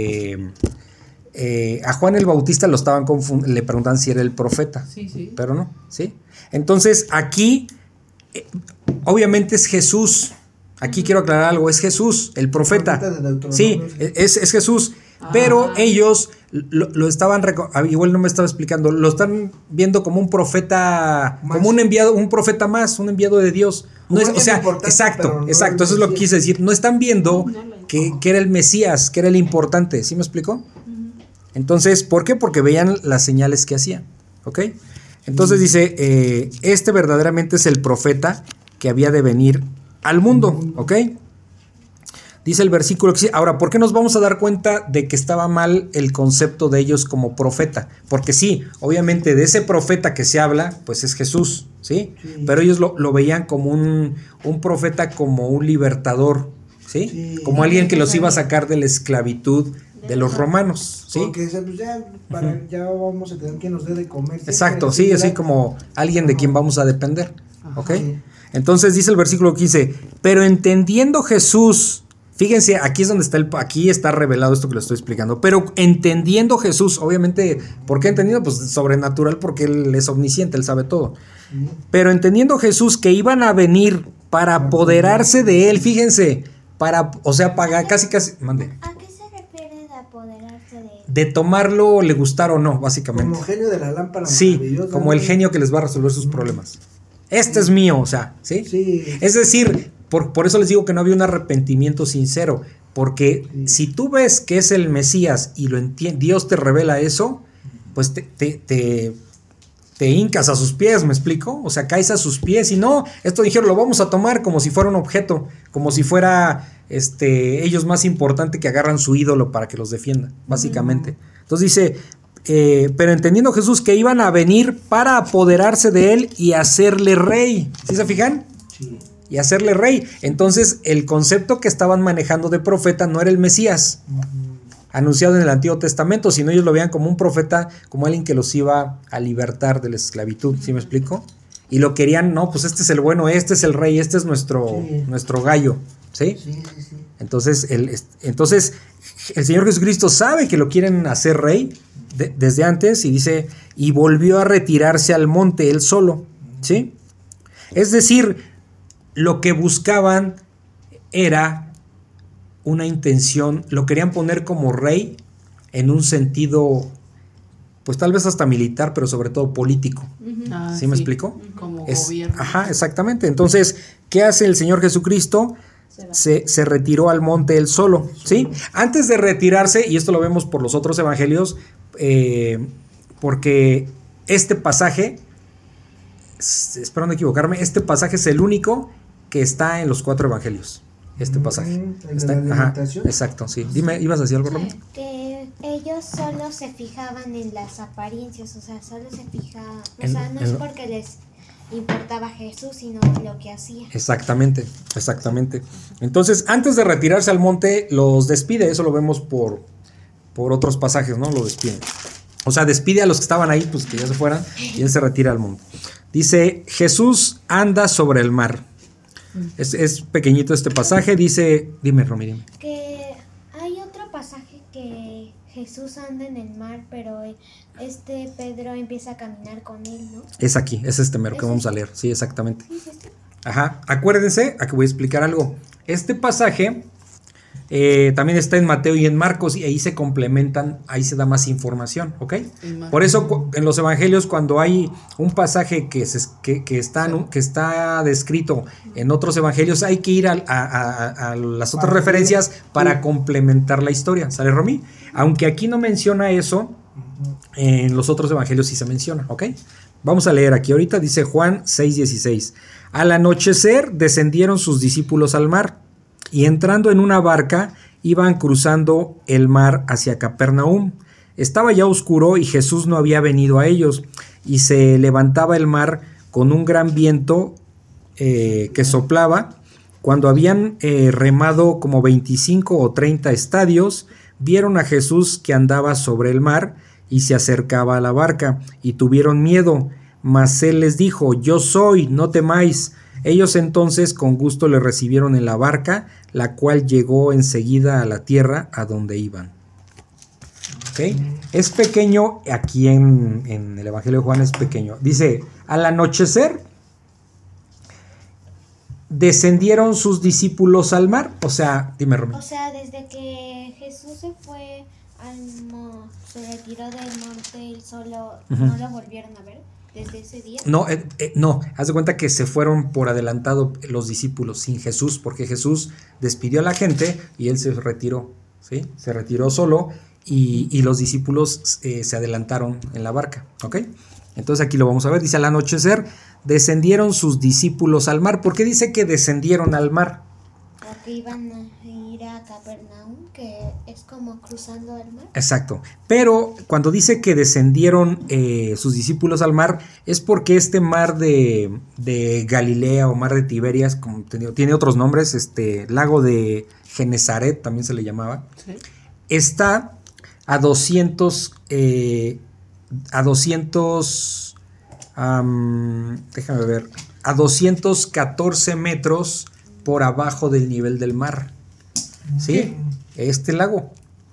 a Juan el Bautista lo estaban confundiendo, le preguntan si era el profeta, Sí. pero no, ¿sí? Entonces aquí, obviamente es Jesús. Aquí quiero aclarar algo, es Jesús, el profeta. Sí, es Jesús. Pero ellos lo estaban, igual no me estaba explicando, lo están viendo como un profeta, más. Como un enviado, un profeta más, un enviado de Dios. No es, o sea, exacto, eso es lo que quise decir. No están viendo que era el Mesías, que era el importante. ¿Sí me explicó? Entonces, ¿por qué? Porque veían las señales que hacía, ¿ok? Entonces dice, este verdaderamente es el profeta que había de venir al mundo, ¿ok? Dice el versículo que sí. Ahora, ¿por qué nos vamos a dar cuenta de que estaba mal el concepto de ellos como profeta? Porque sí, obviamente de ese profeta que se habla, pues es Jesús, ¿sí? Sí. Pero ellos lo veían como un profeta, como un libertador, ¿sí? Sí. Como alguien que los iba a sacar de la esclavitud de los romanos, ¿sí? Porque pues ya vamos a tener quien nos dé de comer. Exacto, sí, así como alguien de quien vamos a depender, ¿ok? Sí. Entonces dice el versículo 15, pero entendiendo Jesús... Fíjense, aquí es donde aquí está revelado esto que lo estoy explicando. Pero entendiendo Jesús, obviamente, ¿por qué entendiendo? Pues sobrenatural, porque Él es omnisciente, Él sabe todo. Pero entendiendo Jesús que iban a venir para apoderarse de Él, fíjense, pagar, casi, mande. ¿A qué se refiere de apoderarse de Él? De tomarlo, le gustar o no, básicamente. Como genio de la lámpara. Sí, como el genio que les va a resolver sus problemas. Este es mío, o sea, ¿sí? Sí. Es decir... Por eso les digo que no había un arrepentimiento sincero, porque si tú ves que es el Mesías y lo Dios te revela eso, pues te hincas a sus pies, ¿me explico? O sea, caes a sus pies y no, esto dijeron, lo vamos a tomar como si fuera un objeto, como si fuera ellos más importante que agarran su ídolo para que los defienda, básicamente. Entonces dice, pero entendiendo Jesús que iban a venir para apoderarse de él y hacerle rey, ¿sí se fijan? Sí. Y hacerle rey. Entonces el concepto que estaban manejando de profeta no era el Mesías anunciado en el Antiguo Testamento, sino ellos lo veían como un profeta, como alguien que los iba a libertar de la esclavitud, ¿sí me explico? Y lo querían, no, pues este es el bueno, este es el rey, este es nuestro gallo, ¿sí? Sí. Entonces el Señor Jesucristo sabe que lo quieren hacer rey desde antes y dice, y volvió a retirarse al monte él solo, ¿sí? Es decir, lo que buscaban era una intención, lo querían poner como rey en un sentido, pues tal vez hasta militar, pero sobre todo político. ¿Sí me explico? Como gobierno. Ajá, exactamente. Entonces, ¿qué hace el Señor Jesucristo? Se retiró al monte él solo, ¿sí? Antes de retirarse, y esto lo vemos por los otros evangelios, porque este pasaje, espero no equivocarme, este pasaje es el único que está en los 4 evangelios. Este pasaje. Exacto, sí. Dime, ¿ibas a decir algo, Román? Que ellos solo se fijaban en las apariencias, o sea, solo se fijaban, o sea, no es porque les importaba Jesús, sino lo que hacía. Exactamente. Entonces, antes de retirarse al monte, los despide, eso lo vemos por otros pasajes, ¿no? Lo despide. O sea, despide a los que estaban ahí, pues que ya se fueran, y él se retira al monte. Dice, Jesús anda sobre el mar. Es pequeñito este pasaje, dice, dime, Romy. Que hay otro pasaje que Jesús anda en el mar, pero Pedro empieza a caminar con él, ¿no? Es aquí, es este mero que vamos a leer, sí, exactamente. Ajá, acuérdense, aquí voy a explicar algo. Este pasaje también está en Mateo y en Marcos, y ahí se complementan, ahí se da más información, ¿ok? Por eso en los evangelios, cuando hay un pasaje que está descrito en otros evangelios, hay que ir a las otras referencias para complementar la historia, ¿sale, Romy? Aunque aquí no menciona eso, en los otros evangelios sí se menciona, ¿ok? Vamos a leer aquí ahorita, dice Juan 6:16. Al anochecer descendieron sus discípulos al mar, y entrando en una barca, iban cruzando el mar hacia Capernaum. Estaba ya oscuro y Jesús no había venido a ellos, y se levantaba el mar con un gran viento que soplaba. Cuando habían remado como 25 o 30 estadios, vieron a Jesús que andaba sobre el mar y se acercaba a la barca, y tuvieron miedo, mas él les dijo, yo soy, no temáis. Ellos entonces con gusto le recibieron en la barca, la cual llegó enseguida a la tierra a donde iban. ¿Okay? Es pequeño, aquí en el Evangelio de Juan es pequeño. Dice, al anochecer descendieron sus discípulos al mar. O sea, dime, Romero. O sea, desde que Jesús se fue se retiró del monte y solo no lo volvieron a ver. ¿Desde ese día? No, haz de cuenta que se fueron por adelantado los discípulos sin Jesús, porque Jesús despidió a la gente y él se retiró, ¿sí? Se retiró solo y los discípulos se adelantaron en la barca, ¿ok? Entonces aquí lo vamos a ver, dice: al anochecer descendieron sus discípulos al mar. ¿Por qué dice que descendieron al mar? Porque iban a ir a Capernaum, que es como cruzando el mar. Exacto, pero cuando dice que descendieron sus discípulos al mar, es porque este mar de Galilea o mar de Tiberias, como tiene otros nombres, lago de Genesaret también se le llamaba, ¿sí? Está a 200, déjame ver, a 214 metros por abajo del nivel del mar, ¿sí? Este lago,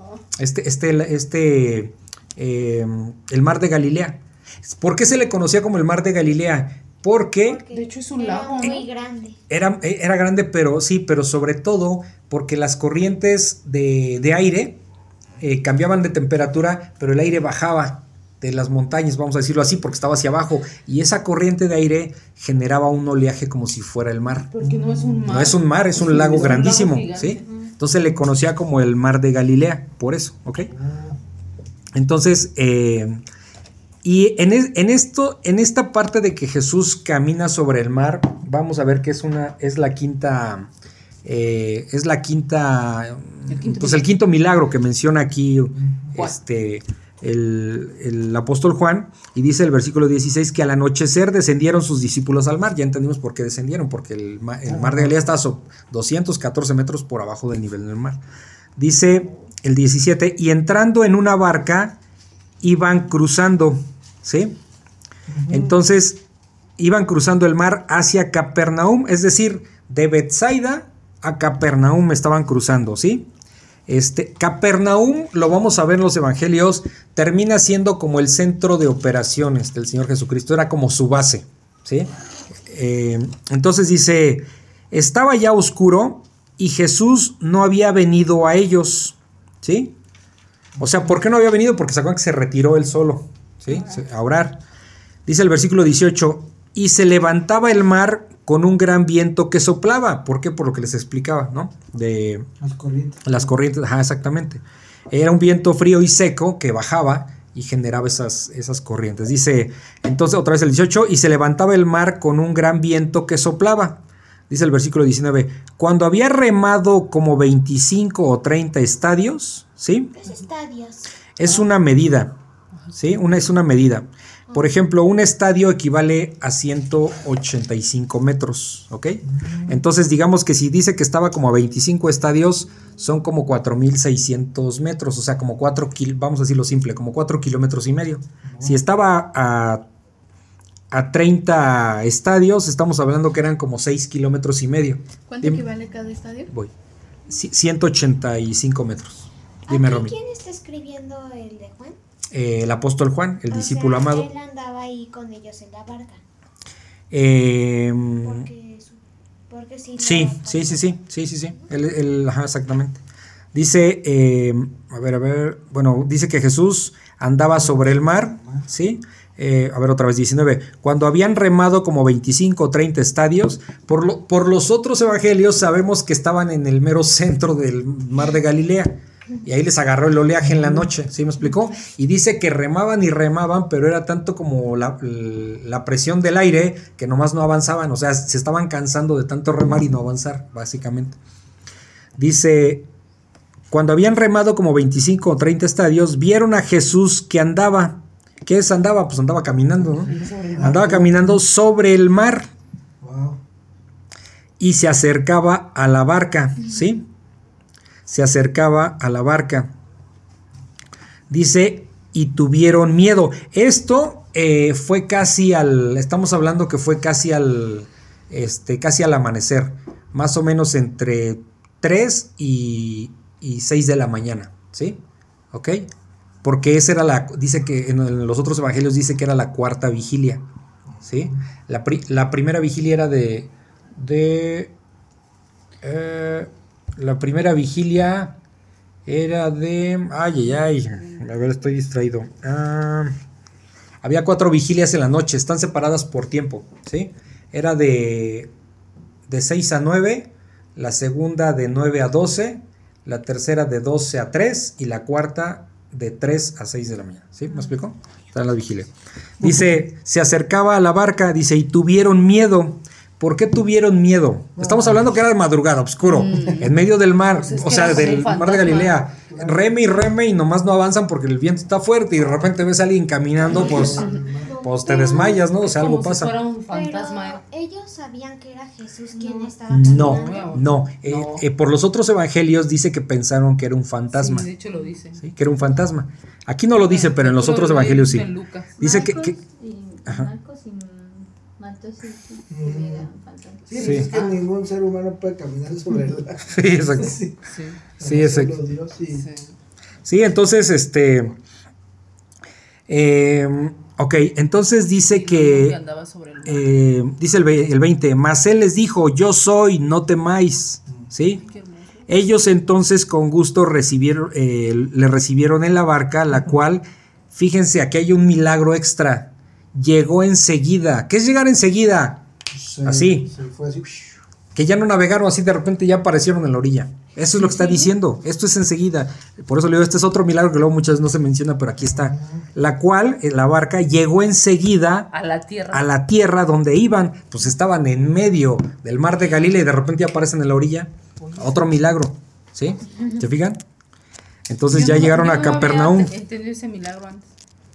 el mar de Galilea. ¿Por qué se le conocía como el mar de Galilea? Porque de hecho es un lago, era muy grande. Era grande, pero sí, pero sobre todo porque las corrientes de aire cambiaban de temperatura, pero el aire bajaba de las montañas, vamos a decirlo así, porque estaba hacia abajo, y esa corriente de aire generaba un oleaje como si fuera el mar. Porque no es un mar. No es un mar, es un lago grandísimo, lago ¿sí? Entonces le conocía como el mar de Galilea, por eso, ¿ok? Entonces, y en esta parte de que Jesús camina sobre el mar, vamos a ver que es la quinta, el quinto milagro que menciona aquí el apóstol Juan, y dice el versículo 16 que al anochecer descendieron sus discípulos al mar. Ya entendimos por qué descendieron, porque el mar de Galilea está a 214 metros por abajo del nivel del mar. Dice el 17, y entrando en una barca iban cruzando, ¿sí? Entonces iban cruzando el mar hacia Capernaum, es decir, de Betsaida a Capernaum estaban cruzando, ¿sí? Capernaum, lo vamos a ver en los evangelios, termina siendo como el centro de operaciones del Señor Jesucristo, era como su base, ¿sí? Entonces dice, estaba ya oscuro y Jesús no había venido a ellos, ¿sí? O sea, ¿por qué no había venido? Porque se acuerdan que se retiró él solo, ¿sí? A orar. Dice el versículo 18, y se levantaba el mar con un gran viento que soplaba. ¿Por qué? Por lo que les explicaba, ¿no? De las corrientes, ajá, exactamente. Era un viento frío y seco que bajaba y generaba esas corrientes. Dice, entonces otra vez el 18, y se levantaba el mar con un gran viento que soplaba. Dice el versículo 19, cuando había remado como 25 o 30 estadios, ¿sí? ¿Qué es estadios? Es una medida, ¿sí? Es una medida. Por ejemplo, un estadio equivale a 185 metros, ¿ok? Entonces, digamos que si dice que estaba como a 25 estadios, son como 4,600 metros, o sea, como 4 vamos a decirlo simple, como 4 kilómetros y medio. Si estaba a 30 estadios, estamos hablando que eran como 6 kilómetros y medio. ¿Cuánto equivale cada estadio? Voy. 185 metros. Dime, Romy. ¿Quién está escribiendo el de Juan? El apóstol Juan, el discípulo amado. Él andaba ahí con ellos en la barca. Porque sí. Él, ajá, exactamente. Dice, bueno, dice que Jesús andaba sobre el mar, ¿sí? A ver, otra vez, 19. Cuando habían remado como 25 o 30 estadios, por los otros evangelios sabemos que estaban en el mero centro del mar de Galilea. Y ahí les agarró el oleaje en la noche, ¿sí me explicó? Y dice que remaban y remaban, pero era tanto como la presión del aire que nomás no avanzaban, o sea, se estaban cansando de tanto remar y no avanzar, básicamente. Dice, cuando habían remado como 25 o 30 estadios, vieron a Jesús que andaba. ¿Qué es andaba? Pues andaba caminando, ¿no? Andaba caminando sobre el mar. Y se acercaba a la barca, ¿sí? Se acercaba a la barca. Dice, y tuvieron miedo. Esto fue casi estamos hablando que fue casi al amanecer, más o menos entre 3 y 6 de la mañana, ¿sí? ¿Ok? Porque esa era dice que en los otros evangelios dice que era la cuarta vigilia, ¿sí? La primera vigilia era la primera vigilia era de... Ay, a ver, estoy distraído. Había 4 vigilias en la noche, están separadas por tiempo, ¿sí? Era de 6 a 9, la segunda de 9 a 12, la tercera de 12 a 3 y la cuarta de 3 a 6 de la mañana. ¿Sí? ¿Me explico? Está en la vigilia. Dice, se acercaba a la barca, dice, y tuvieron miedo. ¿Por qué tuvieron miedo? Estamos hablando que era de madrugada, oscuro, en medio del mar, Pues es o que sea, era del un mar de fantasma. Galilea. Reme y reme y nomás no avanzan porque el viento está fuerte y de repente ves a alguien caminando, pues te desmayas, ¿no? O sea, algo Como pasa. si fuera un fantasma. Pero ellos sabían que era Jesús quien estaba No, caminando. no. Por los otros evangelios dice que pensaron que era un fantasma. Sí, de hecho lo dice. ¿Sí? Que era un fantasma. Aquí no lo dice, pero en los otros evangelios sí. En Lucas. Dice Marcos y Mateo sí que eran fantasmas. Sí, Sí. pues es que ningún ser humano puede caminar sobre el agua. Sí, exacto. Sí, Sí. Sí, exacto. Solo Dios, sí. Sí. Sí, entonces, ok, entonces dice Sí, que, que andaba sobre el mar. dice el 20, mas él les dijo, yo soy, no temáis, ¿sí? Qué hermoso. Ellos entonces con gusto le recibieron en la barca, la cual, fíjense, aquí hay un milagro extra, llegó enseguida. ¿Qué es llegar enseguida? Así. Se fue así. Que ya no navegaron así, de repente ya aparecieron en la orilla. Eso es lo que está diciendo. Esto es enseguida. Por eso le digo, este es otro milagro que luego muchas veces no se menciona, pero aquí está. La cual, la barca llegó enseguida A la tierra. a la tierra donde iban. Pues estaban en medio del mar de Galilea y de repente ya aparecen en la orilla. Otro milagro. ¿Sí? ¿Se fijan? Entonces Yo ya no- llegaron yo a no Capernaum. había entendido ese milagro antes.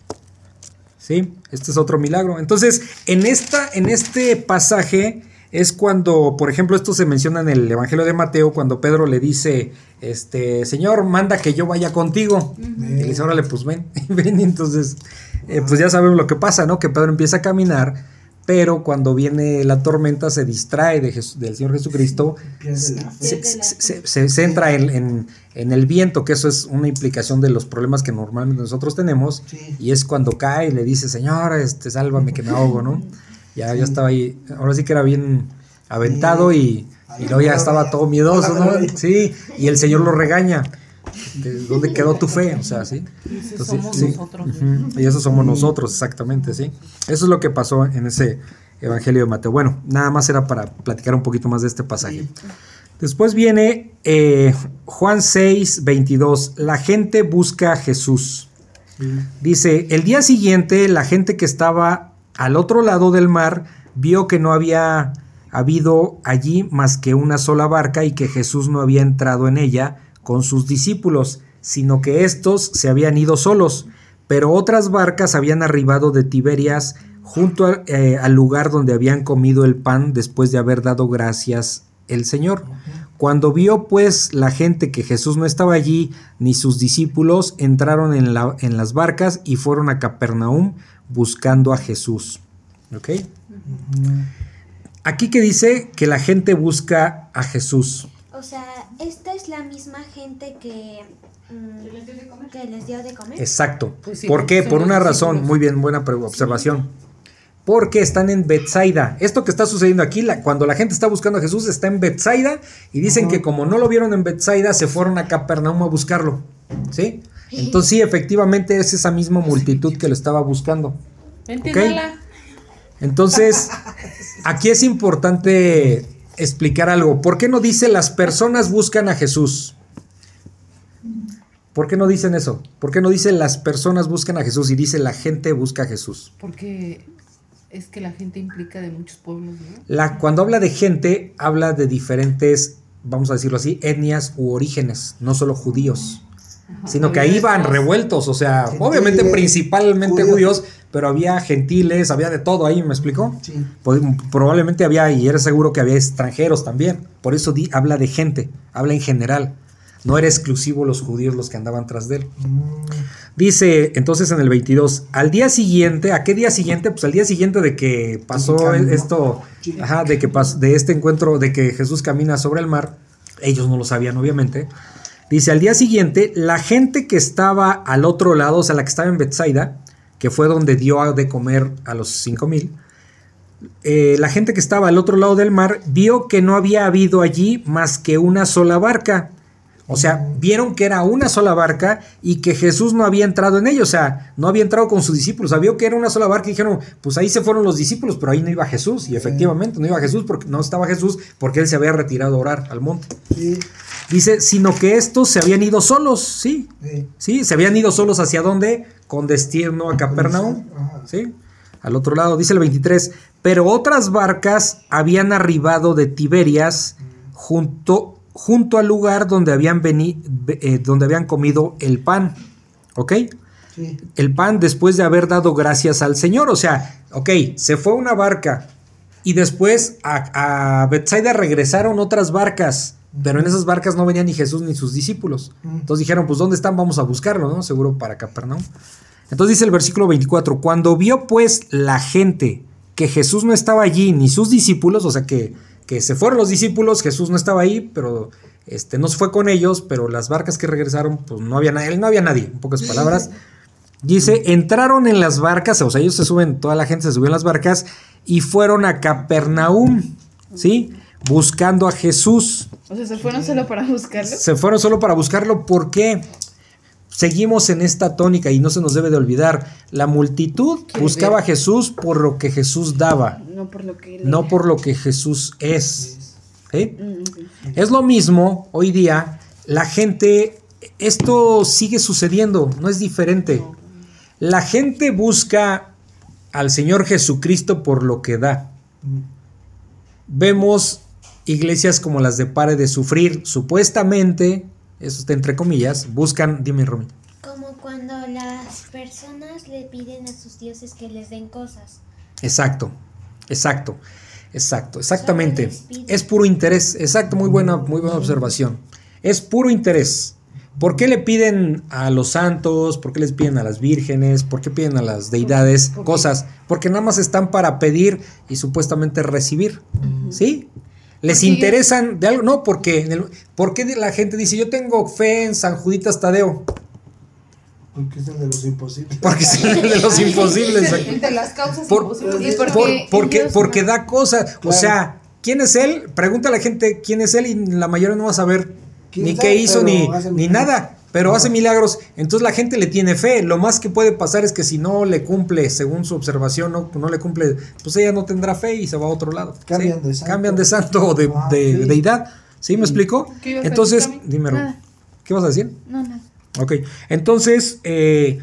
Sí, este es otro milagro. Entonces, en este pasaje es cuando, por ejemplo, esto se menciona en el Evangelio de Mateo, cuando Pedro le dice, Señor, manda que yo vaya contigo. Y le dice, órale, pues ven, ven. Y entonces, pues ya sabemos lo que pasa, ¿no? Que Pedro empieza a caminar, pero cuando viene la tormenta se distrae del Señor Jesucristo, Pierde la fe. se centra en el viento, que eso es una implicación de los problemas que normalmente nosotros tenemos, Sí. y es cuando cae y le dice, Señor, sálvame que me ahogo, ¿no? Ya estaba ahí, ahora sí que era bien aventado y luego ya estaba todo miedoso, ¿no? Sí, y el Señor lo regaña. ¿De dónde quedó tu fe? O sea, sí. Ese somos sí. nosotros. Ujú. Y eso somos nosotros, exactamente, sí. Eso es lo que pasó en ese Evangelio de Mateo. Bueno, nada más era para platicar un poquito más de este pasaje. Después viene Juan 6, 22. La gente busca a Jesús. Dice, el día siguiente la gente que estaba al otro lado del mar vio que no había habido allí más que una sola barca y que Jesús no había entrado en ella con sus discípulos, sino que éstos se habían ido solos, pero otras barcas habían arribado de Tiberias junto al lugar donde habían comido el pan después de haber dado gracias el Señor. Cuando vio pues la gente que Jesús no estaba allí, ni sus discípulos, entraron en las barcas y fueron a Capernaum buscando a Jesús. ¿Ok? Aquí que dice que la gente busca a Jesús. O sea, esta es la misma gente que les dio de comer. Exacto. Pues sí, ¿Por qué? son Por los una razón. discípulos. Muy bien, buena observación. Porque están en Betsaida. Esto que está sucediendo aquí, cuando la gente está buscando a Jesús, está en Betsaida y dicen que como no lo vieron en Betsaida, se fueron a Capernaum a buscarlo. ¿Sí? Entonces sí, efectivamente es esa misma multitud que lo estaba buscando. Vente, ¿Ok? Nala. Entonces, aquí es importante explicar algo. ¿Por qué no dice las personas buscan a Jesús? ¿Por qué no dicen eso? ¿Por qué no dice las personas buscan a Jesús y dice la gente busca a Jesús? Porque es que la gente implica de muchos pueblos, ¿no? Cuando habla de gente, habla de diferentes, vamos a decirlo así, etnias u orígenes, no solo judíos. Sino que ahí van revueltos, o sea, Gentiles, obviamente principalmente judíos. judíos, pero había gentiles, había de todo ahí, ¿me explicó? Sí. Probablemente había, y era seguro que había extranjeros también, por eso habla de gente, habla en general, no era exclusivo los judíos los que andaban tras de él. Dice entonces en el 22, al día siguiente, ¿a qué día siguiente? Pues al día siguiente de que pasó esto, de este encuentro, de que Jesús camina sobre el mar, ellos no lo sabían obviamente. Dice, al día siguiente, la gente que estaba al otro lado, o sea, la que estaba en Betsaida, que fue donde dio de comer a los 5,000, la gente que estaba al otro lado del mar vio que no había habido allí más que una sola barca, O sea, vieron que era una sola barca y que Jesús no había entrado en ella, o sea, no había entrado con sus discípulos, vio que era una sola barca y dijeron, pues ahí se fueron los discípulos, pero ahí no iba Jesús, y efectivamente no iba Jesús porque no estaba Jesús porque él se había retirado a orar al monte. Sí. Dice, sino que estos se habían ido solos, sí, se habían ido solos ¿hacia dónde? Con destino a Capernaum, ¿sí? Al otro lado, dice el 23, pero otras barcas habían arribado de Tiberias junto al lugar donde habían comido el pan, ¿ok? Sí. El pan después de haber dado gracias al Señor, o sea, ok, se fue una barca y después a Betsaida regresaron otras barcas, pero en esas barcas no venían ni Jesús ni sus discípulos. Entonces dijeron, pues ¿dónde están? Vamos a buscarlo, ¿no? Seguro para Capernaum. Entonces dice el versículo 24, cuando vio pues la gente que Jesús no estaba allí ni sus discípulos, o sea que se fueron los discípulos, Jesús no estaba ahí, pero no se fue con ellos, pero las barcas que regresaron, pues no había nadie, en pocas palabras. Dice, entraron en las barcas, o sea, ellos se suben, toda la gente se subió en las barcas y fueron a Capernaum, ¿sí? Buscando a Jesús. O sea, ¿se fueron solo para buscarlo? Se fueron solo para buscarlo, ¿por qué? Seguimos en esta tónica y no se nos debe de olvidar, la multitud buscaba a Jesús por lo que Jesús daba, no por lo que Jesús es. ¿Sí? Es lo mismo hoy día, la gente, esto sigue sucediendo, no es diferente. La gente busca al Señor Jesucristo por lo que da. Vemos iglesias como las de Pare de Sufrir, supuestamente, eso está entre comillas, buscan, dime Romy. Como cuando las personas le piden a sus dioses que les den cosas. Exactamente. Es puro interés, exacto, muy buena observación. Es puro interés. ¿Por qué le piden a los santos? ¿Por qué les piden a las vírgenes? ¿Por qué piden a las deidades cosas? Porque nada más están para pedir y supuestamente recibir, ¿sí? ¿Les interesan de algo? No, porque la gente dice, yo tengo fe en San Juditas Tadeo. Porque es el de los imposibles. Porque es el de los imposibles. De las causas imposibles. Porque da cosas. Claro. O sea, ¿quién es él? Pregunta a la gente quién es él y la mayoría no va a saber ni qué hizo ni nada. Pero hace milagros. Entonces la gente le tiene fe. Lo más que puede pasar es que si no le cumple, según su observación, no le cumple, pues ella no tendrá fe y se va a otro lado. Cambian de santo o de deidad. ¿Sí me explico? Entonces, dime, ¿qué vas a decir? No, nada. Ok, entonces, eso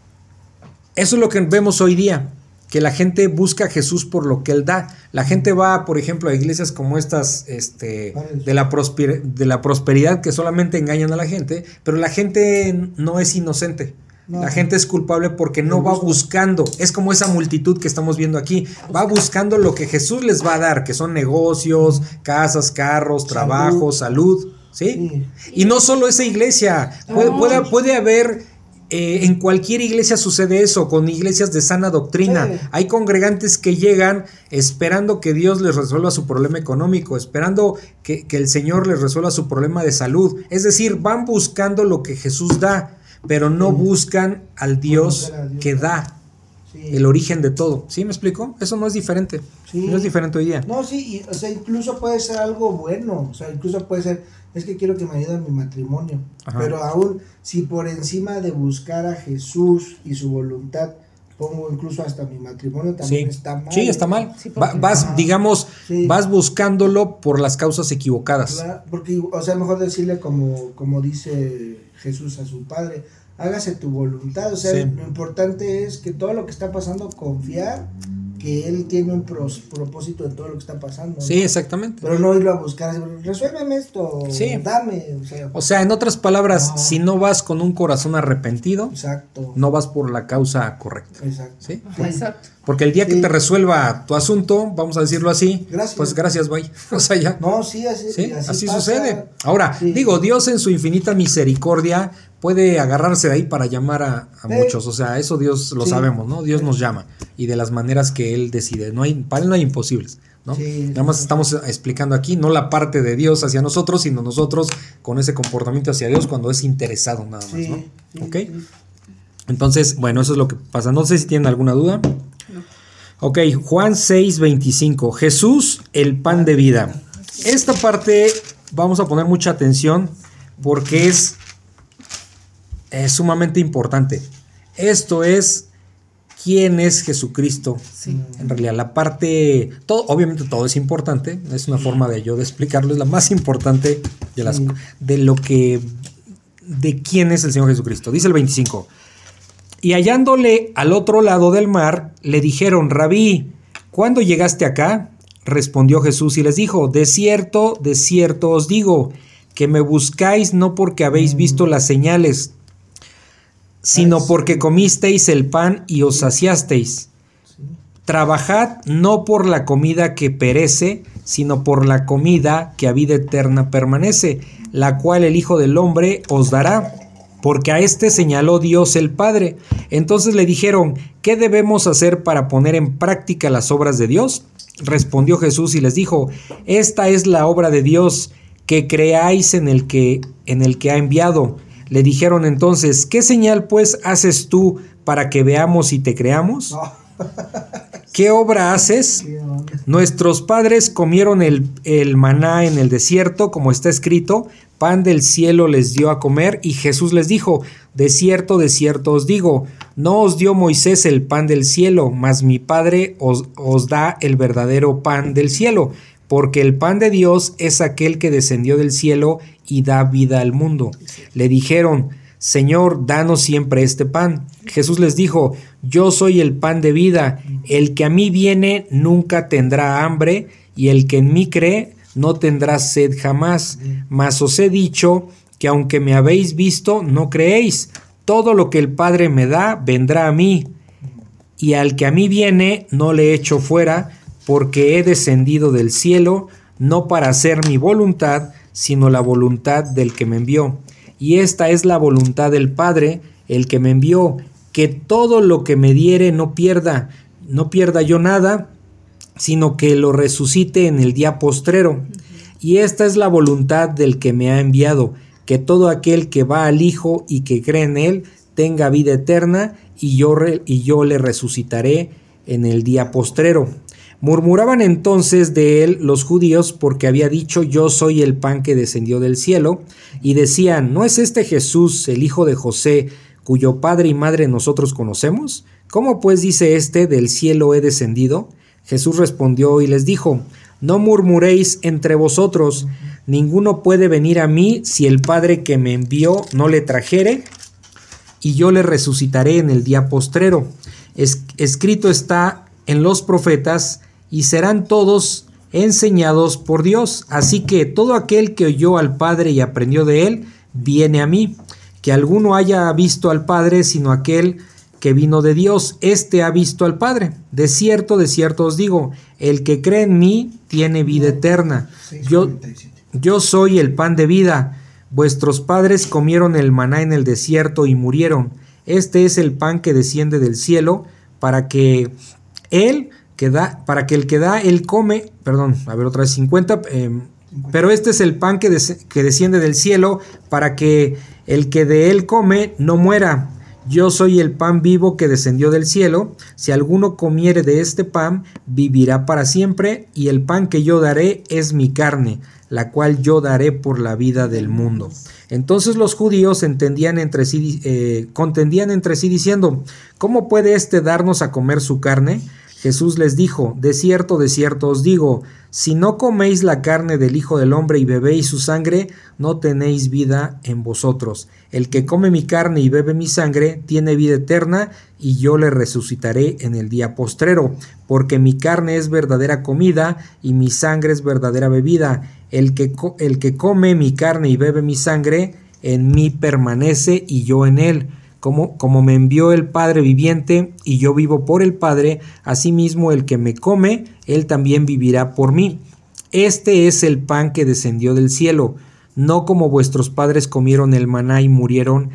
es lo que vemos hoy día, que la gente busca a Jesús por lo que Él da. La gente va, por ejemplo, a iglesias como estas de la prosperidad que solamente engañan a la gente, pero la gente no es inocente. La gente es culpable porque no va buscando, es como esa multitud que estamos viendo aquí, va buscando lo que Jesús les va a dar, que son negocios, casas, carros, trabajo, salud. ¿Sí? Y no solo esa iglesia, puede haber, en cualquier iglesia sucede eso, con iglesias de sana doctrina. Sí. Hay congregantes que llegan esperando que Dios les resuelva su problema económico, esperando que el Señor les resuelva su problema de salud. Es decir, van buscando lo que Jesús da, pero no buscan al Dios que da. Sí. El origen de todo. ¿Sí me explico? Eso no es diferente. Sí. No es diferente hoy día. No, sí, o sea, incluso puede ser algo bueno. O sea, incluso puede ser, es que quiero que me ayude a mi matrimonio. Ajá. Pero aún, si por encima de buscar a Jesús y su voluntad, pongo incluso hasta mi matrimonio, también está mal. Sí, está mal. Sí, vas buscándolo por las causas equivocadas. Claro, porque, o sea, mejor decirle como dice Jesús a su Padre, hágase tu voluntad, o sea, lo importante es que todo lo que está pasando, confiar que Él tiene un propósito en todo lo que está pasando, ¿no? Sí, exactamente. Pero no irlo a buscar, resuélveme esto, dame. O sea, en otras palabras, si no vas con un corazón arrepentido, no vas por la causa correcta. Exacto. ¿Sí? Exacto. Porque el día que te resuelva tu asunto, vamos a decirlo así, pues gracias, bye. O sea, ya. No, sí, así sucede. Ahora, digo, Dios en su infinita misericordia puede agarrarse de ahí para llamar a muchos. O sea, eso Dios lo sabemos, ¿no? Dios nos llama y de las maneras que Él decide. Para Él no hay imposibles, ¿no? Nada más estamos explicando aquí, no la parte de Dios hacia nosotros, sino nosotros con ese comportamiento hacia Dios cuando es interesado nada más, ¿no? ¿Ok? Entonces, bueno, eso es lo que pasa. No sé si tienen alguna duda. Ok, Juan 6:25, Jesús, el pan de vida. Esta parte vamos a poner mucha atención porque es sumamente importante. Esto es quién es Jesucristo. Sí. En realidad, la parte, obviamente todo es importante, es una forma de yo de explicarlo, es la más importante de quién es el Señor Jesucristo. Dice el 25. Y hallándole al otro lado del mar, le dijeron: Rabí, ¿cuándo llegaste acá? Respondió Jesús y les dijo: de cierto os digo, que me buscáis no porque habéis visto las señales, sino porque comisteis el pan y os saciasteis. Trabajad no por la comida que perece, sino por la comida que a vida eterna permanece, la cual el Hijo del Hombre os dará, porque a éste señaló Dios el Padre. Entonces le dijeron: ¿qué debemos hacer para poner en práctica las obras de Dios? Respondió Jesús y les dijo: esta es la obra de Dios, que creáis en el que ha enviado. Le dijeron entonces: ¿qué señal pues haces tú para que veamos y te creamos? ¿Qué obra haces? Nuestros padres comieron el maná en el desierto, como está escrito: pan del cielo les dio a comer. Y Jesús les dijo: de cierto os digo, no os dio Moisés el pan del cielo, mas mi Padre os da el verdadero pan del cielo, porque el pan de Dios es aquel que descendió del cielo y da vida al mundo. Le dijeron: Señor, danos siempre este pan. Jesús les dijo: yo soy el pan de vida, el que a mí viene nunca tendrá hambre, y el que en mí cree no tendrá sed jamás. Mas os he dicho que aunque me habéis visto, no creéis. Todo lo que el Padre me da vendrá a mí, y al que a mí viene no le echo fuera, porque he descendido del cielo, no para hacer mi voluntad, sino la voluntad del que me envió. Y esta es la voluntad del Padre, el que me envió, que todo lo que me diere no pierda yo nada, sino que lo resucite en el día postrero. Y esta es la voluntad del que me ha enviado, que todo aquel que va al Hijo y que cree en él tenga vida eterna, y yo le resucitaré en el día postrero. Murmuraban entonces de él los judíos, porque había dicho: yo soy el pan que descendió del cielo, y decían: ¿no es este Jesús, el hijo de José, cuyo padre y madre nosotros conocemos? ¿Cómo pues dice este: del cielo he descendido? Jesús respondió y les dijo: no murmuréis entre vosotros, ninguno puede venir a mí si el Padre que me envió no le trajere, y yo le resucitaré en el día postrero. Escrito está en los profetas: y serán todos enseñados por Dios. Así que todo aquel que oyó al Padre y aprendió de él, viene a mí. Que alguno haya visto al Padre, sino aquel que vino de Dios, éste ha visto al Padre. De cierto os digo, el que cree en mí tiene vida eterna. Yo soy el pan de vida. Vuestros padres comieron el maná en el desierto y murieron. Este es el pan que desciende del cielo, para que el que da, él come. Perdón, a ver, otra vez 50. Pero este es el pan que desciende del cielo, para que el que de él come no muera. Yo soy el pan vivo que descendió del cielo. Si alguno comiere de este pan, vivirá para siempre, y el pan que yo daré es mi carne, la cual yo daré por la vida del mundo. Entonces los judíos contendían entre sí diciendo: ¿cómo puede éste darnos a comer su carne? Jesús les dijo: de cierto os digo, si no coméis la carne del Hijo del Hombre y bebéis su sangre, no tenéis vida en vosotros. El que come mi carne y bebe mi sangre tiene vida eterna, y yo le resucitaré en el día postrero, porque mi carne es verdadera comida y mi sangre es verdadera bebida. El que come mi carne y bebe mi sangre, en mí permanece y yo en él. Como me envió el Padre viviente y yo vivo por el Padre, asimismo el que me come, él también vivirá por mí. Este es el pan que descendió del cielo, no como vuestros padres comieron el maná y murieron.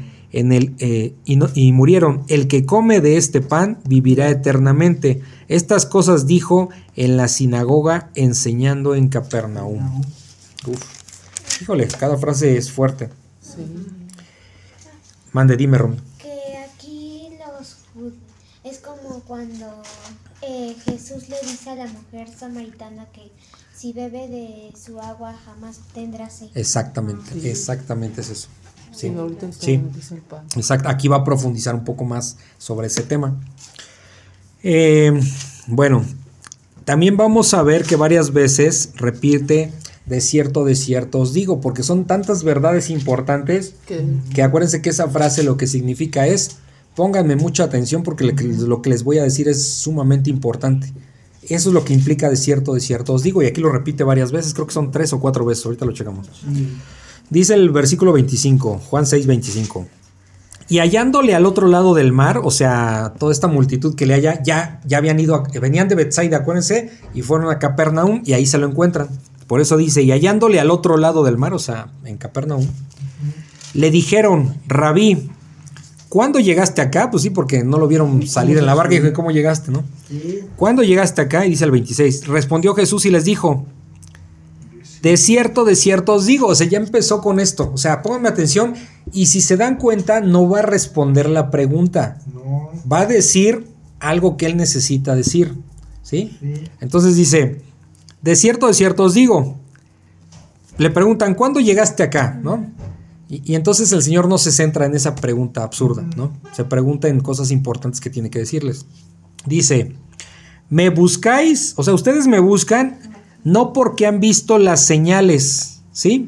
Murieron. El que come de este pan vivirá eternamente. Estas cosas dijo en la sinagoga, enseñando en Capernaum. Híjole, cada frase es fuerte. Sí. Mande, dime, Romy. Que aquí es como cuando Jesús le dice a la mujer samaritana si bebe de su agua jamás tendrá sed. Exactamente, exactamente es eso. Sí, ahorita sí. dice el pan. Exacto. Aquí va a profundizar un poco más sobre ese tema. Bueno, también vamos a ver que varias veces repite de cierto os digo, porque son tantas verdades importantes que acuérdense que esa frase lo que significa es, pónganme mucha atención porque lo que les voy a decir es sumamente importante. Eso es lo que implica de cierto os digo, y aquí lo repite varias veces, creo que son 3 o 4 veces, ahorita lo checamos. Dice el versículo 25, Juan 6:25. Y hallándole al otro lado del mar, o sea, toda esta multitud que le haya, ya habían ido, venían de Betsaida, acuérdense, y fueron a Capernaum y ahí se lo encuentran. Por eso dice, y hallándole al otro lado del mar, o sea, en Capernaum, le dijeron, Rabí, ¿cuándo llegaste acá? Pues sí, porque no lo vieron salir en la barca y dijo, ¿cómo llegaste, no? ¿Cuándo llegaste acá? Y dice el 26, respondió Jesús y les dijo, de cierto os digo, o sea, ya empezó con esto, o sea, pónganme atención, y si se dan cuenta, no va a responder la pregunta, no. Va a decir algo que él necesita decir, ¿sí? Entonces dice, de cierto os digo, le preguntan, ¿cuándo llegaste acá? ¿No? Y entonces el Señor no se centra en esa pregunta absurda, ¿no? Se pregunta en cosas importantes que tiene que decirles. Dice, ¿me buscáis? O sea, ustedes me buscan no porque han visto las señales, ¿sí?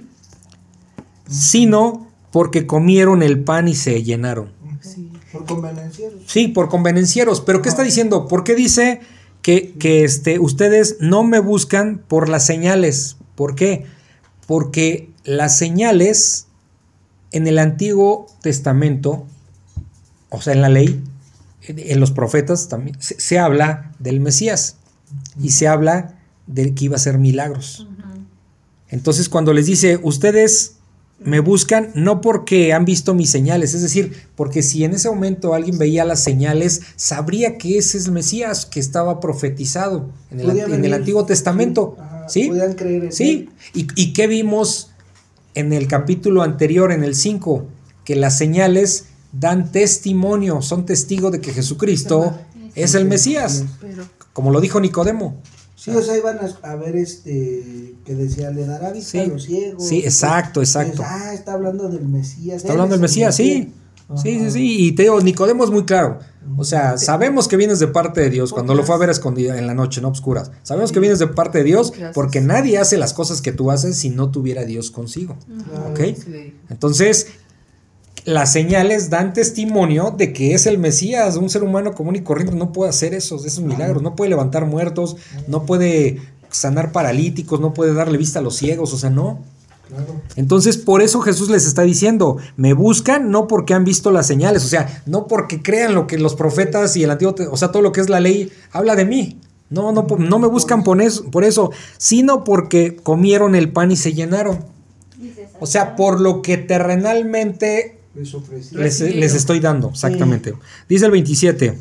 Sino porque comieron el pan y se llenaron. Sí, por convenencieros. Sí, por convenencieros. ¿Pero qué está diciendo? ¿Por qué dice que ustedes no me buscan por las señales? ¿Por qué? Porque las señales en el Antiguo Testamento, o sea, en la ley, en los profetas también, se habla del Mesías y se habla de que iba a hacer milagros. Entonces cuando les dice, ustedes me buscan no porque han visto mis señales, es decir, porque si en ese momento alguien veía las señales, sabría que ese es el Mesías que estaba profetizado en el Antiguo Testamento. ¿Sí? Podían creer en él. ¿Y qué vimos en el capítulo anterior, en el 5? Que las señales dan testimonio, son testigos de que Jesucristo es el Mesías, como lo dijo Nicodemo. Sí, o sea, iban a ver que decía, le dará vista a los ciegos. Sí, exacto. Está hablando del Mesías. Está hablando del Mesías, sí. Sí. Y te digo, Nicodemo es muy claro. O sea, sabemos que vienes de parte de Dios. Cuando lo fue a ver escondida en la noche, no obscuras. Sabemos que vienes de parte de Dios porque nadie hace las cosas que tú haces si no tuviera Dios consigo. ¿Ok? Entonces, las señales dan testimonio de que es el Mesías. Un ser humano común y corriente no puede hacer esos milagros. No puede levantar muertos, no puede sanar paralíticos, no puede darle vista a los ciegos. O sea, no. Claro. Entonces, por eso Jesús les está diciendo, me buscan no porque han visto las señales, o sea, no porque crean lo que los profetas y el Antiguo, o sea, todo lo que es la ley habla de mí. No me buscan por eso, sino porque comieron el pan y se llenaron. O sea, por lo que terrenalmente les estoy dando, exactamente. Dice el 27,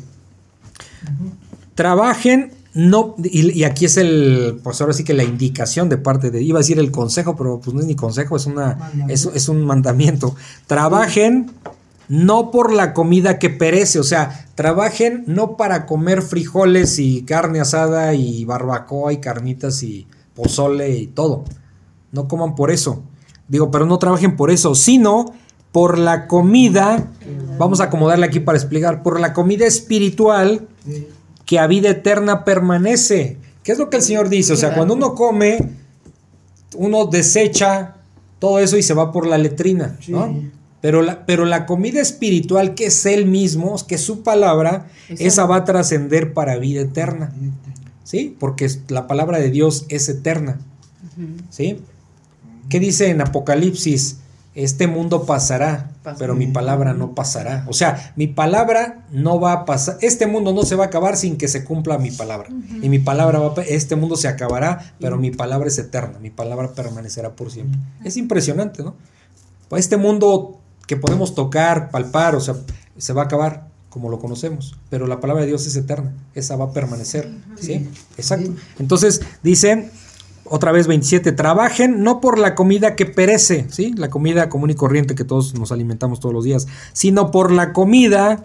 trabajen. No, y aquí es pues ahora sí que la indicación de parte de, iba a decir el consejo, pero pues no es ni consejo, es un mandamiento. Trabajen no por la comida que perece, o sea, trabajen no para comer frijoles y carne asada y barbacoa y carnitas y pozole y todo. No coman por eso. Pero no trabajen por eso, sino por la comida, vamos a acomodarle aquí para explicar, por la comida espiritual que a vida eterna permanece. ¿Qué es lo que el Señor dice? O sea, cuando uno come, uno desecha todo eso y se va por la letrina, ¿no? Pero la comida espiritual, que es Él mismo, que es su palabra, esa va a trascender para vida eterna, ¿sí? Porque la palabra de Dios es eterna, ¿sí? ¿Qué dice en Apocalipsis? Este mundo pasará, pero mi palabra no pasará. O sea, mi palabra no va a pasar. Este mundo no se va a acabar sin que se cumpla mi palabra. Y mi palabra este mundo se acabará, pero mi palabra es eterna. Mi palabra permanecerá por siempre. Es impresionante, ¿no? Este mundo que podemos tocar, palpar, o sea, se va a acabar como lo conocemos. Pero la palabra de Dios es eterna. Esa va a permanecer. ¿Sí? Exacto. Entonces, dice... Otra vez 27, trabajen no por la comida que perece, ¿sí? La comida común y corriente que todos nos alimentamos todos los días, sino por la comida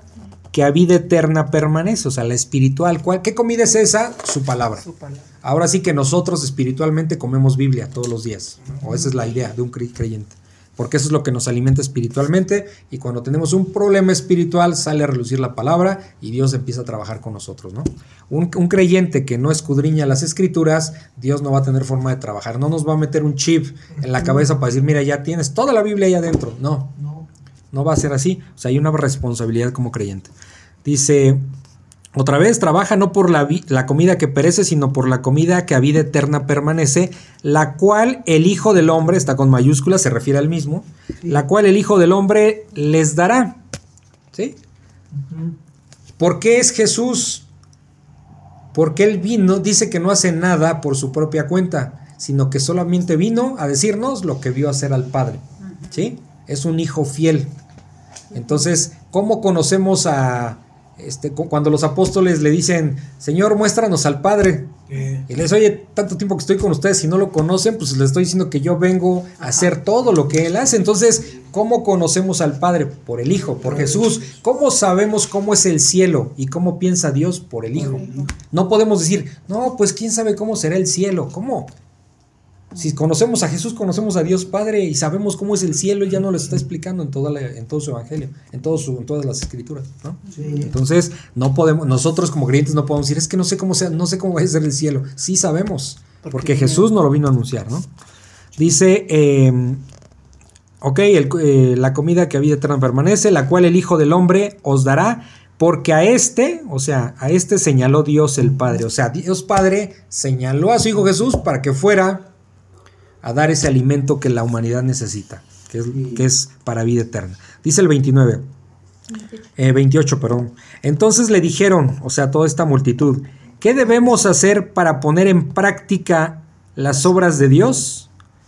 que a vida eterna permanece, o sea, la espiritual. ¿Qué comida es esa? Su palabra. Ahora sí que nosotros espiritualmente comemos Biblia todos los días, ¿no? O esa es la idea de un creyente, porque eso es lo que nos alimenta espiritualmente, y cuando tenemos un problema espiritual sale a relucir la palabra y Dios empieza a trabajar con nosotros, ¿no? Un creyente que no escudriña las escrituras, Dios no va a tener forma de trabajar, no nos va a meter un chip en la cabeza para decir, mira, ya tienes toda la Biblia ahí adentro. No va a ser así. O sea, hay una responsabilidad como creyente. Dice, otra vez, trabaja no por la comida que perece, sino por la comida que a vida eterna permanece, la cual el Hijo del Hombre, está con mayúsculas, se refiere al mismo, la cual el Hijo del Hombre les dará. ¿Sí? ¿Por qué es Jesús? Porque Él vino, dice que no hace nada por su propia cuenta, sino que solamente vino a decirnos lo que vio hacer al Padre. ¿Sí? Es un hijo fiel. Entonces, ¿cómo conocemos cuando los apóstoles le dicen, Señor, muéstranos al Padre? Y les oye, tanto tiempo que estoy con ustedes, si no lo conocen, pues les estoy diciendo que yo vengo a hacer todo lo que Él hace. Entonces, ¿cómo conocemos al Padre? Por el Hijo, por Jesús. ¿Cómo sabemos cómo es el cielo y cómo piensa Dios? Por el Hijo. No podemos decir, no, pues quién sabe cómo será el cielo. ¿Cómo? Si conocemos a Jesús, conocemos a Dios Padre y sabemos cómo es el cielo, y ya nos lo está explicando en todo su evangelio, en todas las escrituras, ¿no? Sí. Entonces, no podemos, nosotros como creyentes no podemos decir, es que no sé cómo va a ser el cielo. Sí sabemos, porque Jesús nos lo vino a anunciar, ¿no? Dice, la comida que a vida eterna permanece, la cual el Hijo del Hombre os dará, porque a este señaló Dios el Padre. O sea, Dios Padre señaló a su Hijo Jesús para que fuera a dar ese alimento que la humanidad necesita, que es para vida eterna. Dice el 28, perdón. Entonces le dijeron, o sea, toda esta multitud, ¿qué debemos hacer para poner en práctica las obras de Dios?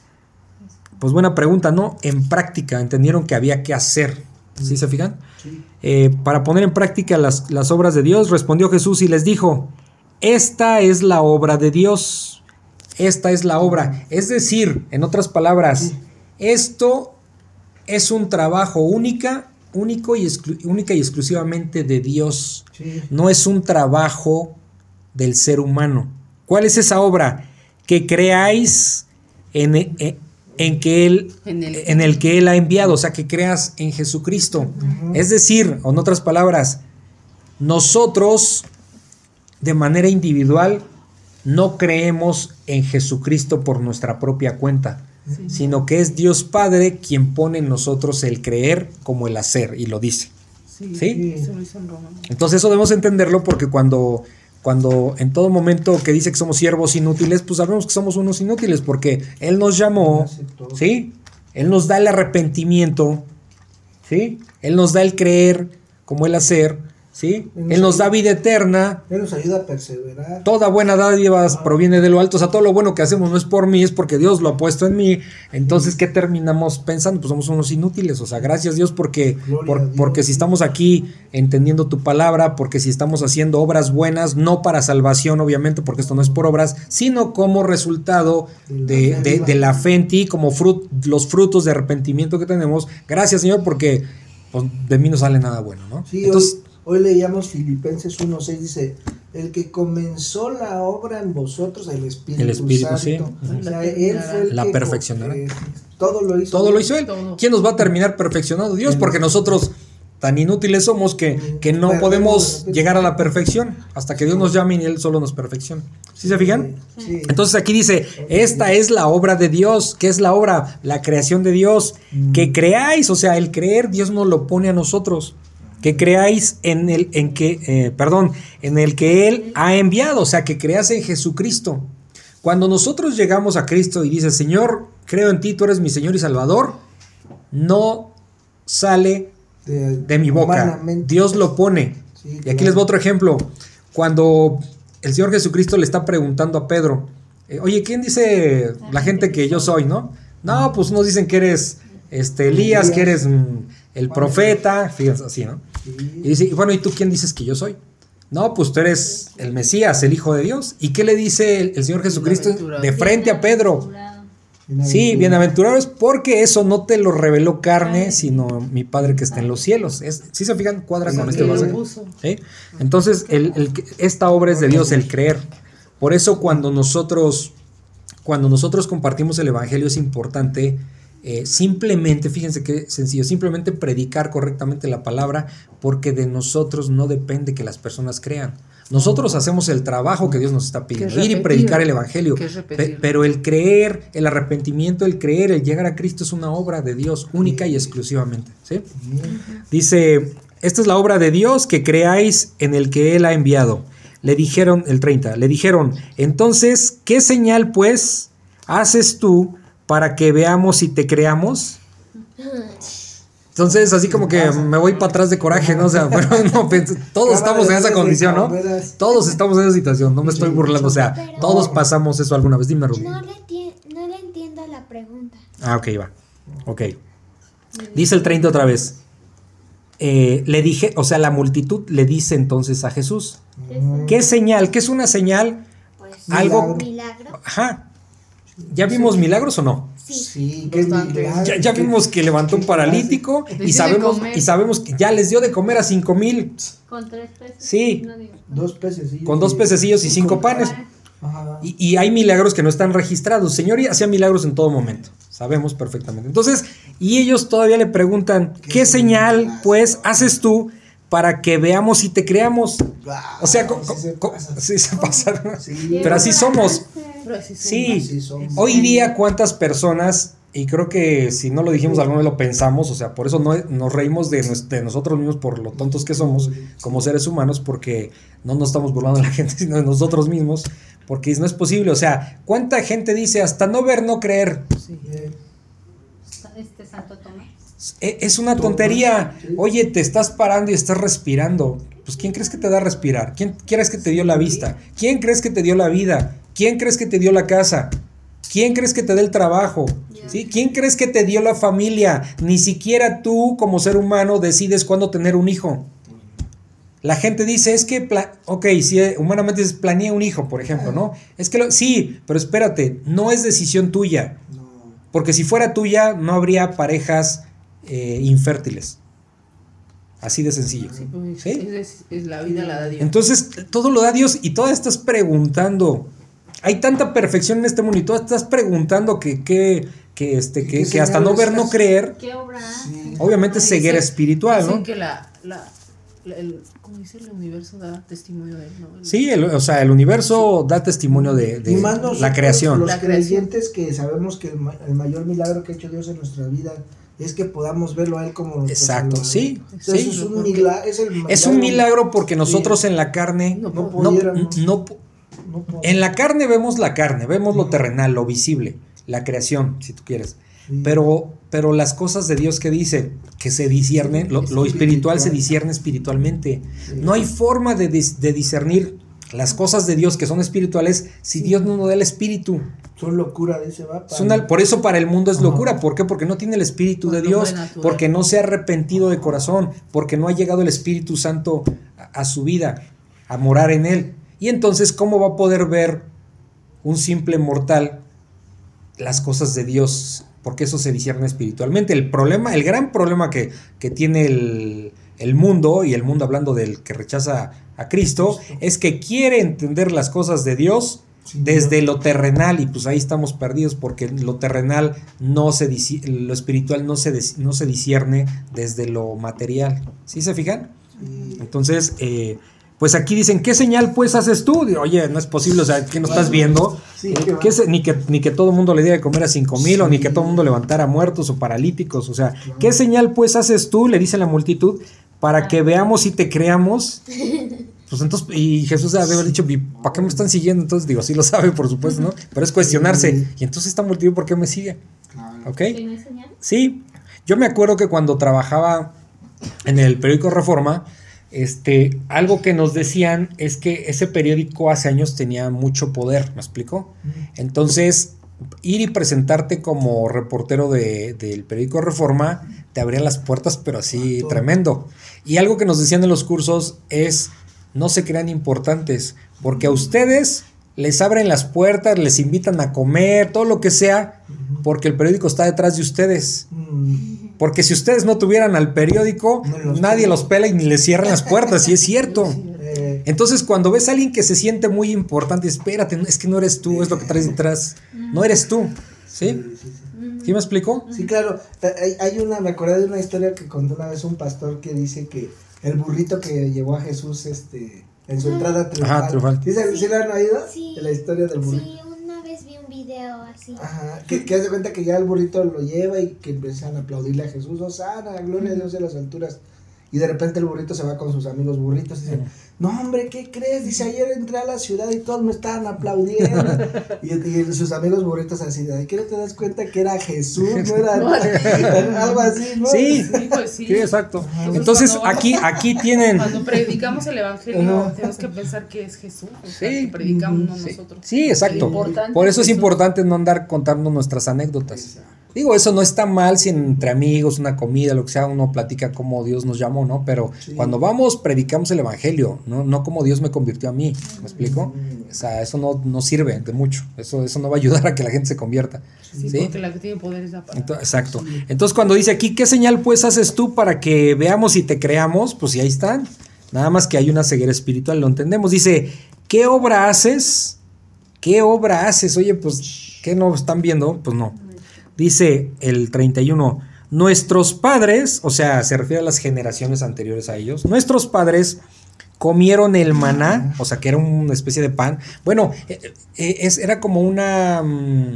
Pues buena pregunta, ¿no? En práctica, entendieron que había que hacer. ¿Sí se fijan? Sí. Para poner en práctica las obras de Dios, respondió Jesús y les dijo, esta es la obra de Dios. Esta es la obra. Es decir, en otras palabras, esto es un trabajo única y exclusivamente de Dios. Sí. No es un trabajo del ser humano. ¿Cuál es esa obra? Que creáis en el que Él ha enviado, o sea, que creas en Jesucristo. Es decir, en otras palabras, nosotros de manera individual no creemos en Jesucristo por nuestra propia cuenta, sino que es Dios Padre quien pone en nosotros el creer como el hacer, y lo dice. ¿Sí? Entonces eso debemos entenderlo, porque cuando en todo momento que dice que somos siervos inútiles, pues sabemos que somos unos inútiles, porque Él nos llamó, ¿sí? Él nos da el arrepentimiento, ¿sí? Él nos da el creer como el hacer, ¿sí? Él nos da vida eterna. Él nos ayuda a perseverar. Toda buena dádiva proviene de lo alto. O sea, todo lo bueno que hacemos no es por mí, es porque Dios lo ha puesto en mí. Entonces, ¿qué terminamos pensando? Pues somos unos inútiles. O sea, gracias Dios porque si estamos aquí entendiendo tu palabra, porque si estamos haciendo obras buenas, no para salvación, obviamente, porque esto no es por obras, sino como resultado de la fe en ti, como los frutos de arrepentimiento que tenemos. Gracias, Señor, porque pues, de mí no sale nada bueno, ¿no? Sí, entonces, hoy leíamos Filipenses 1:6, dice, el que comenzó la obra en vosotros, el Espíritu Santo. Sí. O sea, Él fue el la perfeccionará. Todo lo hizo Él. Todo. ¿Quién nos va a terminar perfeccionando? Dios, porque nosotros tan inútiles somos que no podemos llegar a la perfección hasta que Dios nos llame y Él solo nos perfecciona. ¿Sí se fijan? Sí. Entonces aquí dice, esta es la obra de Dios. ¿Qué es la obra? La creación de Dios. Que creáis, o sea, el creer Dios nos lo pone a nosotros. Que creáis en el que Él ha enviado, o sea, que creas en Jesucristo. Cuando nosotros llegamos a Cristo y dices, Señor, creo en ti, tú eres mi Señor y Salvador, no sale de mi boca, Dios lo pone. Sí, y aquí les voy otro ejemplo. Cuando el Señor Jesucristo le está preguntando a Pedro, oye, ¿quién dice la gente que yo soy, no? No, pues unos dicen que eres Elías, que eres el profeta, fíjense así, ¿no? Sí. Y dice, bueno, ¿y tú quién dices que yo soy? No, pues tú eres el Mesías, el Hijo de Dios. ¿Y qué le dice el Señor Jesucristo de frente a Pedro? Sí, bienaventurados porque eso no te lo reveló carne, sino mi Padre que está en los cielos. ¿Sí se fijan? Cuadra con este pasaje. ¿Sí? Entonces, esta obra es de Dios, el creer. Por eso cuando nosotros compartimos el Evangelio es importante simplemente, fíjense qué sencillo, simplemente predicar correctamente la palabra, porque de nosotros no depende que las personas crean. Nosotros hacemos el trabajo que Dios nos está pidiendo, ir y predicar el Evangelio, pero el creer, el arrepentimiento, el creer, el llegar a Cristo es una obra de Dios única y exclusivamente, ¿sí? Dice, esta es la obra de Dios, que creáis en el que Él ha enviado. Le dijeron, el 30, le dijeron, entonces, ¿qué señal pues haces tú para que veamos y te creamos? Entonces, así como que me voy para atrás de coraje, ¿no? O sea, pero no, todos estamos en esa condición, ¿no? Todos estamos en esa situación, no me estoy burlando, o sea, todos pasamos eso alguna vez. Dime, Rubí. No le entiendo la pregunta. Ah, ok, va. Ok. Dice el 30 otra vez. Le dije, o sea, la multitud le dice entonces a Jesús, ¿qué señal? ¿Qué es una señal? Pues, algo. Milagro. Ajá. ¿Ya vimos milagros o no? Sí, ya vimos que levantó un paralítico y sabemos que ya les dio de comer a 5,000. Con 3 peces. Sí. No digo. 2 pececillos. Con 2 pececillos y 5 panes. Y hay milagros que no están registrados. Señor hacía milagros en todo momento. Sabemos perfectamente. Entonces, y ellos todavía le preguntan, ¿qué señal pues haces tú para que veamos y te creamos? O sea, sí se pasaron. Sí. Pero así somos. Sí, hoy día cuántas personas, y creo que si no lo dijimos alguna vez lo pensamos, o sea, por eso no nos reímos de nosotros mismos por lo tontos que somos como seres humanos, porque no nos estamos burlando de la gente, sino de nosotros mismos, porque no es posible, o sea, ¿cuánta gente dice hasta no ver, no creer? Sí. Santo Tomás. Es una tontería. Oye, te estás parando y estás respirando. Pues ¿quién crees que te da a respirar? ¿Quién crees que te dio la vista? ¿Quién crees que te dio la vida? ¿Quién crees que te dio la casa? ¿Quién crees que te da el trabajo? ¿Sí? ¿Quién crees que te dio la familia? Ni siquiera tú como ser humano decides cuándo tener un hijo. La gente dice, es que, si humanamente planeé un hijo, por ejemplo, ¿no? Es que sí, pero espérate, no es decisión tuya. Porque si fuera tuya, no habría parejas infértiles. Así de sencillo. Sí, pues, ¿sí? Es la vida la da Dios. Entonces, todo lo da Dios y todavía estás preguntando. Hay tanta perfección en este mundo y todavía estás preguntando que hasta no ver, no creer. ¿Qué obra? Sí. Obviamente es ceguera espiritual, ¿no? Que como dice, el universo da testimonio de él, ¿no? Sí, el universo da testimonio de la creación. Los creyentes que sabemos que el mayor milagro que ha hecho Dios en nuestra vida es que podamos verlo a él como exacto, Salvador. Sí. Entonces, sí. Es un milagro, es un milagro porque nosotros en la carne no en la carne vemos lo terrenal, lo visible, la creación, si tú quieres. Sí. Pero las cosas de Dios que dice que se disciernen, lo espiritual se discierne espiritualmente. Sí. No hay forma de discernir las cosas de Dios que son espirituales si Dios no nos da el espíritu. Son locura, dice, por eso para el mundo es locura. ¿Por qué? Porque no tiene el espíritu de Dios, porque no se ha arrepentido de corazón, porque no ha llegado el Espíritu Santo a su vida, a morar en él. Y entonces, ¿cómo va a poder ver un simple mortal las cosas de Dios? Porque eso se discierne espiritualmente. El gran problema que tiene el mundo, y el mundo hablando del que rechaza a Cristo, es que quiere entender las cosas de Dios desde lo terrenal, y pues ahí estamos perdidos porque lo terrenal lo espiritual no se discierne desde lo material. ¿Sí se fijan? Sí. Entonces, pues aquí dicen, ¿qué señal pues haces tú? Oye, no es posible, o sea, ¿qué no estás viendo? Sí, ni que todo el mundo le diera de comer a 5,000, o ni que todo el mundo levantara muertos o paralíticos, o sea, ¿qué señal pues haces tú? Le dice la multitud, para que veamos y te creamos. Pues entonces, y Jesús debe haber dicho, ¿para qué me están siguiendo? Entonces digo, sí lo sabe, por supuesto, ¿no? Pero es cuestionarse, y entonces esta multitud, ¿por qué me sigue? ¿Ok? ¿Tiene señal? Sí, yo me acuerdo que cuando trabajaba en el periódico Reforma, algo que nos decían es que ese periódico hace años tenía mucho poder, ¿me explico? Entonces, ir y presentarte como reportero del periódico Reforma te abrían las puertas, pero así tremendo. Y algo que nos decían en los cursos es, no se crean importantes, porque a ustedes les abren las puertas, les invitan a comer, todo lo que sea, porque el periódico está detrás de ustedes. Porque si ustedes no tuvieran al periódico, nadie los pela y ni les cierran las puertas, y es cierto. Entonces, cuando ves a alguien que se siente muy importante, espérate, es que no eres tú, es lo que traes detrás. No eres tú, ¿sí? ¿Sí me explico? Sí, claro. Me acordé de una historia que contó una vez un pastor que dice que el burrito que llevó a Jesús en su entrada triunfal. ¿Sí lo han oído? Sí. De la historia del burrito. Sí, una vez vi un video así. Ajá, que hace cuenta que ya el burrito lo lleva y que empiezan a aplaudirle a Jesús, Hosana, gloria a Dios en las alturas. Y de repente el burrito se va con sus amigos burritos y dicen, no hombre, ¿qué crees? Dice, ayer entré a la ciudad y todos me estaban aplaudiendo. y sus amigos burritos así, ¿de qué no te das cuenta que era Jesús? No era algo así, ¿no? Sí, pues sí. Sí, exacto. Entonces aquí tienen... Cuando predicamos el evangelio, tenemos que pensar que es Jesús, o sea, que predicamos nosotros. Sí, exacto. Por eso es importante no andar contando nuestras anécdotas. Digo, eso no está mal si entre amigos, una comida, lo que sea, uno platica cómo Dios nos llamó, ¿no? Pero cuando vamos, predicamos el evangelio, no cómo Dios me convirtió a mí, ¿me explico? O sea, eso no sirve de mucho, eso no va a ayudar a que la gente se convierta. Sí, porque la que tiene poder es la palabra. Exacto. Entonces, cuando dice aquí, ¿qué señal pues haces tú para que veamos y te creamos? Pues sí, ahí están. Nada más que hay una ceguera espiritual, lo entendemos. Dice, ¿qué obra haces? ¿Qué obra haces? Oye, pues, ¿qué no están viendo? Pues no. Dice el 31, nuestros padres, o sea, se refiere a las generaciones anteriores a ellos, nuestros padres comieron el maná, o sea, que era una especie de pan. Bueno, era como una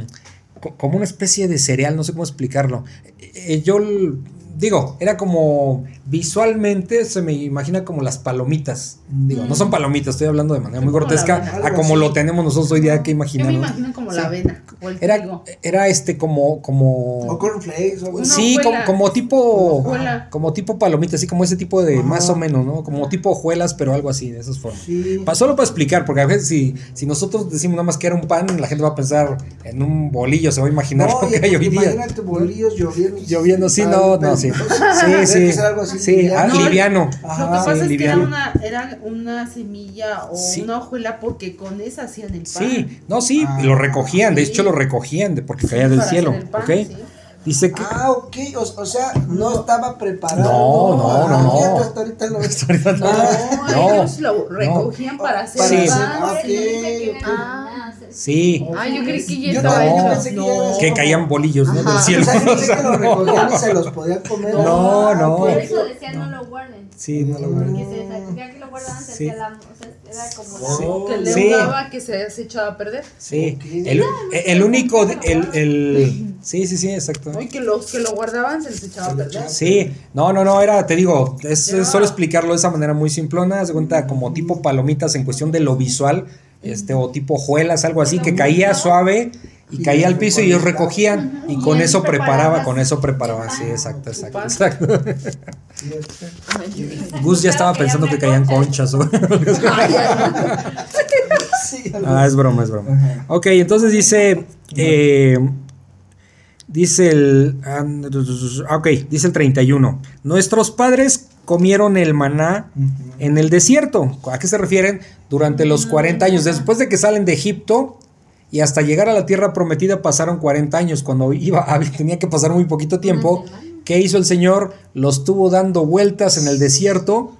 especie de cereal, no sé cómo explicarlo. Yo digo, era como visualmente se me imagina como las palomitas. Digo, no son palomitas, estoy hablando de manera muy grotesca a como lo tenemos nosotros hoy día que imaginar. Yo me imagino como la avena o el trigo. Era como o cornflakes o sí, como tipo palomitas, así como ese tipo de más o menos, ¿no? Como tipo hojuelas, pero algo así, de esas formas. Sí. Solo para explicar, porque a veces si nosotros decimos nada más que era un pan, la gente va a pensar en un bolillo, se va a imaginar lo que hay hoy día. Imagínate bolillos lloviendo, sí, sí. Sí, liviano. Lo que pasa es que era una semilla o una hojuela porque con esa hacían el pan. Sí, lo recogían, de hecho lo recogían porque caía del cielo, pan, ¿ok? Sí. Dice que... ok, o sea, no estaba preparado. No. Hasta ahorita lo ves. Ellos lo recogían para hacer pan. Sí. Yo creí que ya estaba hecho. Que caían bolillos, ¿no? Del cielo. O sea, que lo recogían y se los podían comer. No. Por eso decían no lo guarden. Sí, no lo guarden. Porque se sabía que lo guardaban, se hacía la... O sea, era como... que le daba que se has echado a perder. Sí. El único... Sí, exacto. Y que los que lo guardaban se les echaba a perder. Sí. No, era, te digo, es solo explicarlo de esa manera muy simplona. Haz de cuenta como tipo palomitas en cuestión de lo visual. O tipo hojuelas, algo así, que caía suave y caía al piso y ellos recogían y con eso preparaban, sí, exacto. Gus ya estaba pensando que caían conchas. Es broma. Ok, entonces dice el 31. Nuestros padres comieron el maná en el desierto. ¿A qué se refieren? Durante los 40 años. Después de que salen de Egipto y hasta llegar a la tierra prometida pasaron 40 años. Cuando tenía que pasar muy poquito tiempo. ¿Qué hizo el Señor? Los tuvo dando vueltas en el desierto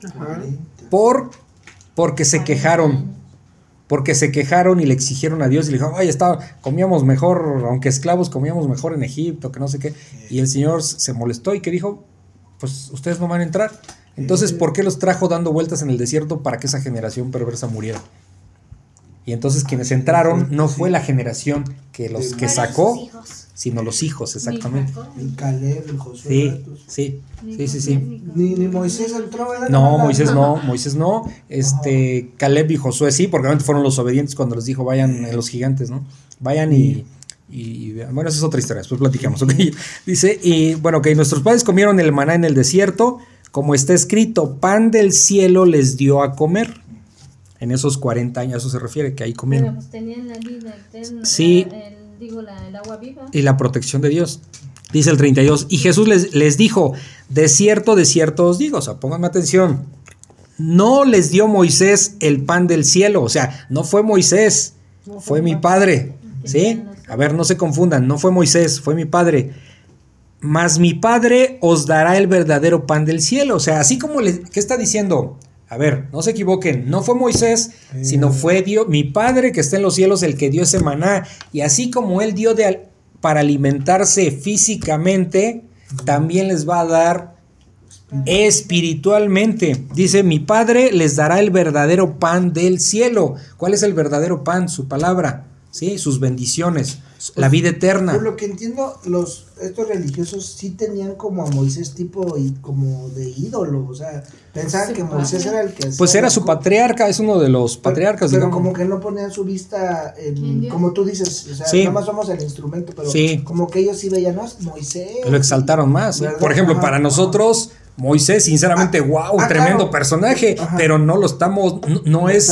porque se quejaron. Porque se quejaron y le exigieron a Dios y le dijeron, comíamos mejor, aunque esclavos, comíamos mejor en Egipto, que no sé qué. Y el Señor se molestó y que dijo, pues ustedes no van a entrar. Entonces, ¿por qué los trajo dando vueltas en el desierto para que esa generación perversa muriera? Y entonces quienes entraron no fue la generación que los que sacó, sino los hijos, exactamente. El Caleb, el Josué. Sí. Ni Moisés entró, ¿verdad? No, Moisés no. Caleb y Josué sí, porque realmente fueron los obedientes cuando les dijo, vayan en los gigantes, ¿no? Vayan y bueno, esa es otra historia, después platicamos, ¿ok? Dice, nuestros padres comieron el maná en el desierto, como está escrito, pan del cielo les dio a comer. En esos 40 años, a eso se refiere, que ahí comieron. Pero pues tenían la vida eterna, sí, el agua viva. Y la protección de Dios. Dice el 32, y Jesús les dijo, de cierto os digo, o sea, pónganme atención, no les dio Moisés el pan del cielo, o sea, no fue Moisés fue mi padre, ¿sí? A ver, no se confundan, no fue Moisés, fue mi padre. Mas mi padre os dará el verdadero pan del cielo. O sea, así como ¿qué está diciendo? A ver, no se equivoquen, no fue Moisés, sino fue Dios, mi padre que está en los cielos, el que dio ese maná. Y así como él dio para alimentarse físicamente, también les va a dar espiritualmente. Dice, mi padre les dará el verdadero pan del cielo. ¿Cuál es el verdadero pan? Su palabra, ¿sí? Sus bendiciones, la vida eterna. Por lo que entiendo, estos religiosos sí tenían como a Moisés tipo y como de ídolo, o sea, pensaban que Moisés era el que hacía. Pues era su patriarca, es uno de los patriarcas, pero digamos. como que no ponían su vista en, como tú dices, o sea, sí. nada más somos el instrumento, pero como que ellos sí veían, no, Moisés. Lo exaltaron más, ¿verdad? Por ejemplo, para nosotros Moisés, sinceramente, tremendo personaje, pero no lo estamos, no es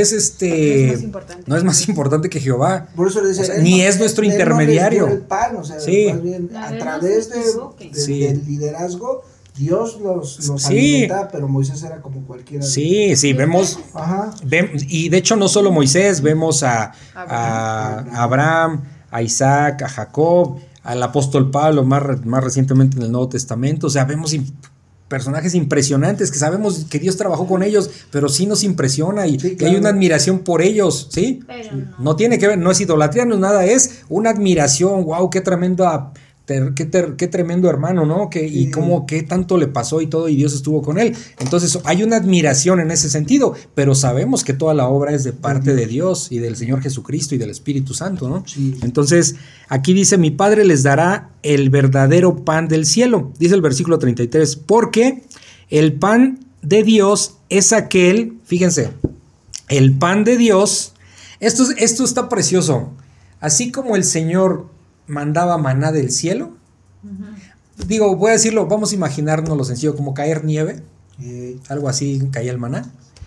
más importante que Jehová. Por eso le decía, o sea, ni es nuestro intermediario. No el pan, o sea, más bien, a través del liderazgo, Dios los alimentaba, pero Moisés era como cualquiera. Sí, vemos, y de hecho no solo Moisés, vemos a Abraham, a Isaac, a Jacob, al apóstol Pablo, más recientemente en el Nuevo Testamento. O sea, vemos personajes impresionantes que sabemos que Dios trabajó con ellos, pero sí nos impresiona y que hay una admiración por ellos, ¿sí? Pero no tiene que ver, no es idolatría, no es nada, es una admiración. Wow, qué tremendo hermano, ¿no? Y cómo, qué tanto le pasó y todo, y Dios estuvo con él. Entonces hay una admiración en ese sentido, pero sabemos que toda la obra es de parte de Dios y del Señor Jesucristo y del Espíritu Santo, ¿no? Sí. Entonces aquí dice, mi Padre les dará el verdadero pan del cielo, dice el versículo 33, porque el pan de Dios es aquel, fíjense, el pan de Dios, esto está precioso, así como el Señor mandaba maná del cielo. Digo, voy a decirlo, vamos a imaginarnos lo sencillo, como caer nieve, algo así, caía el maná.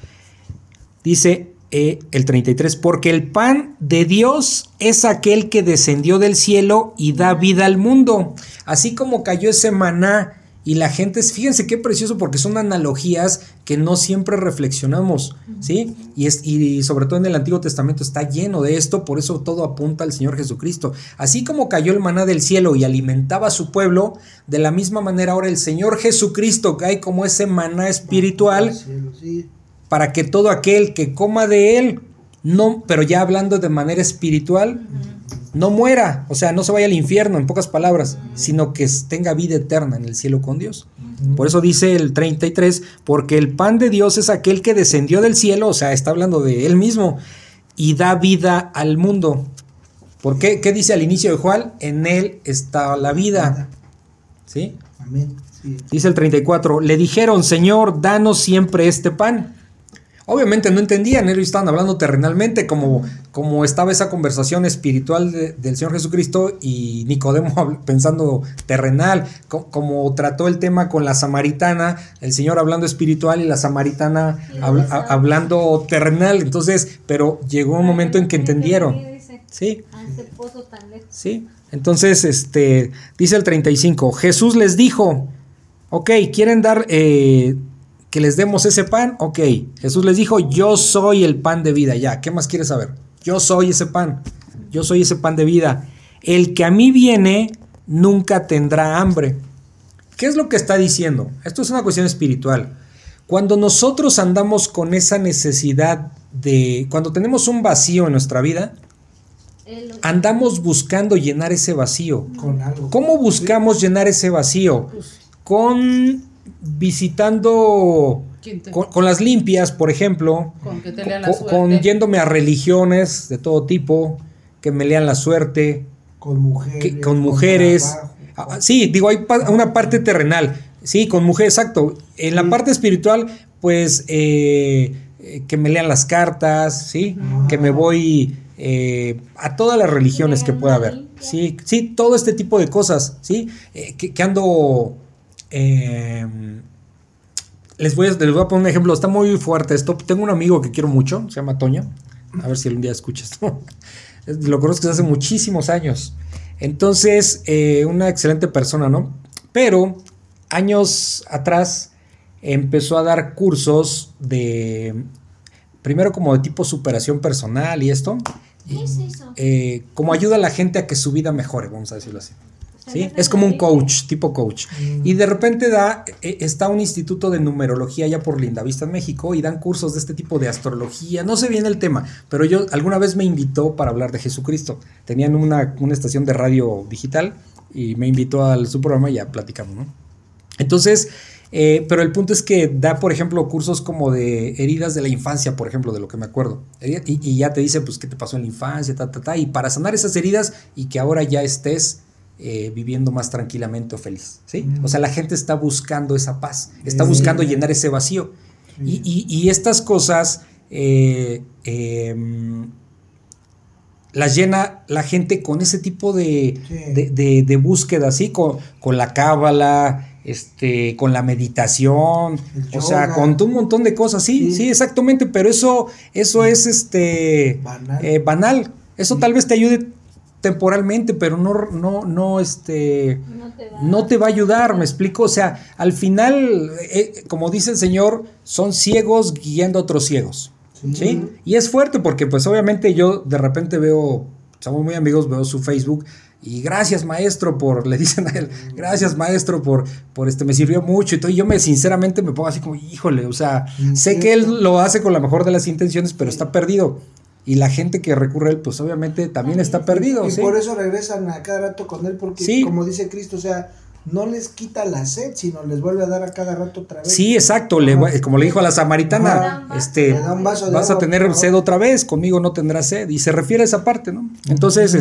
Dice el 33, porque el pan de Dios es aquel que descendió del cielo y da vida al mundo. Así como cayó ese maná y la gente, fíjense qué precioso, porque son analogías que no siempre reflexionamos, ¿sí? Y sobre todo en el Antiguo Testamento está lleno de esto, por eso todo apunta al Señor Jesucristo. Así como cayó el maná del cielo y alimentaba a su pueblo, de la misma manera ahora el Señor Jesucristo cae como ese maná espiritual para que todo aquel que coma de él, no, pero ya hablando de manera espiritual, no muera, o sea, no se vaya al infierno, en pocas palabras, sino que tenga vida eterna en el cielo con Dios. Por eso dice el 33, porque el pan de Dios es aquel que descendió del cielo, o sea, está hablando de él mismo, y da vida al mundo. ¿Por qué? ¿Qué dice al inicio de Juan? En él está la vida. ¿Sí? Amén. Sí. Dice el 34, le dijeron, Señor, danos siempre este pan. Obviamente no entendían, ellos estaban hablando terrenalmente, como estaba esa conversación espiritual del Señor Jesucristo y Nicodemo pensando terrenal, como trató el tema con la samaritana, el Señor hablando espiritual y la samaritana hablando terrenal. Entonces, pero llegó un momento en que entendieron. Sí. Sí. Entonces, dice el 35, Jesús les dijo, ok, ¿quieren dar que les demos ese pan? Ok, Jesús les dijo, yo soy el pan de vida. Ya, ¿qué más quieres saber? Yo soy ese pan de vida. El que a mí viene nunca tendrá hambre. ¿Qué es lo que está diciendo? Esto es una cuestión espiritual. Cuando nosotros andamos con esa necesidad cuando tenemos un vacío en nuestra vida, andamos buscando llenar ese vacío. Con algo. ¿Cómo buscamos llenar ese vacío? Visitando con las limpias, por ejemplo, con yéndome a religiones de todo tipo, que me lean la suerte, con mujeres. Sí, digo, hay una parte terrenal, sí, con mujeres, exacto. En la parte espiritual, pues, que me lean las cartas, sí, que me voy a todas las religiones que pueda haber, sí, todo este tipo de cosas, sí, que ando. Les voy a poner un ejemplo, está muy fuerte esto. Tengo un amigo que quiero mucho, se llama Toño, a ver si algún día escuchas. Lo conozco desde hace muchísimos años. Entonces, una excelente persona, ¿no? Pero años atrás empezó a dar cursos primero como de tipo superación personal y esto, como ayuda a la gente a que su vida mejore, vamos a decirlo así. ¿Sí? Es como un coach, tipo coach. Y de repente está un instituto de numerología allá por Lindavista en México y dan cursos de este tipo de astrología. No sé bien el tema, pero yo alguna vez me invitó para hablar de Jesucristo. Tenían una estación de radio digital y me invitó a su programa y ya platicamos, ¿no? Entonces, pero el punto es que da, por ejemplo, cursos como de heridas de la infancia, por ejemplo, de lo que me acuerdo. Y ya te dice, pues, qué te pasó en la infancia, y para sanar esas heridas y que ahora ya estés viviendo más tranquilamente o feliz, ¿sí? O sea, la gente está buscando esa paz, está buscando llenar ese vacío. Y estas cosas las llena la gente con ese tipo de búsqueda, ¿sí? Con la cábala, con la meditación, o sea, con un montón de cosas, sí, exactamente, pero eso es banal. Eso tal vez te ayude temporalmente, pero no te va a ayudar, me explico, o sea, al final, como dice el Señor, son ciegos guiando a otros ciegos, ¿sí? Y es fuerte porque pues obviamente yo de repente somos muy amigos, veo su Facebook y gracias maestro le dicen a él, gracias maestro por me sirvió mucho y todo, y yo sinceramente me pongo así como, híjole, o sea, sé que él lo hace con la mejor de las intenciones, pero está perdido. Y la gente que recurre a él, pues obviamente también está perdido. Y por eso regresan a cada rato con él, porque como dice Cristo, o sea, no les quita la sed, sino les vuelve a dar a cada rato otra vez. Sí, exacto, como le dijo a la samaritana, vas a tener sed otra vez, conmigo no tendrás sed, y se refiere a esa parte, ¿no? Entonces,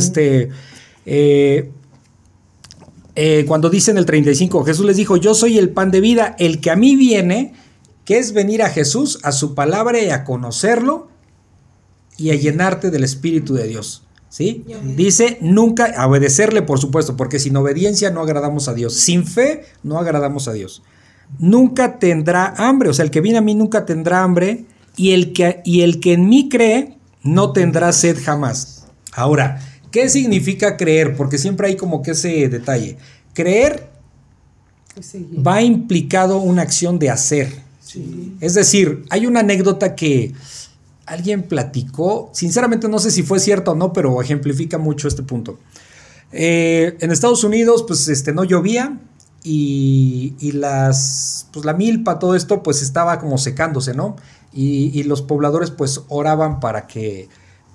cuando dice en el 35, Jesús les dijo, yo soy el pan de vida, el que a mí viene, que es venir a Jesús, a su palabra y a conocerlo, y a llenarte del Espíritu de Dios, ¿sí? Dice, nunca, a obedecerle, por supuesto, porque sin obediencia no agradamos a Dios, sin fe no agradamos a Dios. Nunca tendrá hambre, o sea, el que viene a mí nunca tendrá hambre, y el que en mí cree no tendrá sed jamás. Ahora, ¿qué significa creer? Porque siempre hay como que ese detalle. Creer va implicado una acción de hacer. Sí. Es decir, hay una anécdota que alguien platicó, sinceramente no sé si fue cierto o no, pero ejemplifica mucho este punto. En Estados Unidos, pues no llovía y la milpa, todo esto, pues estaba como secándose, ¿no? Y los pobladores, pues, oraban para que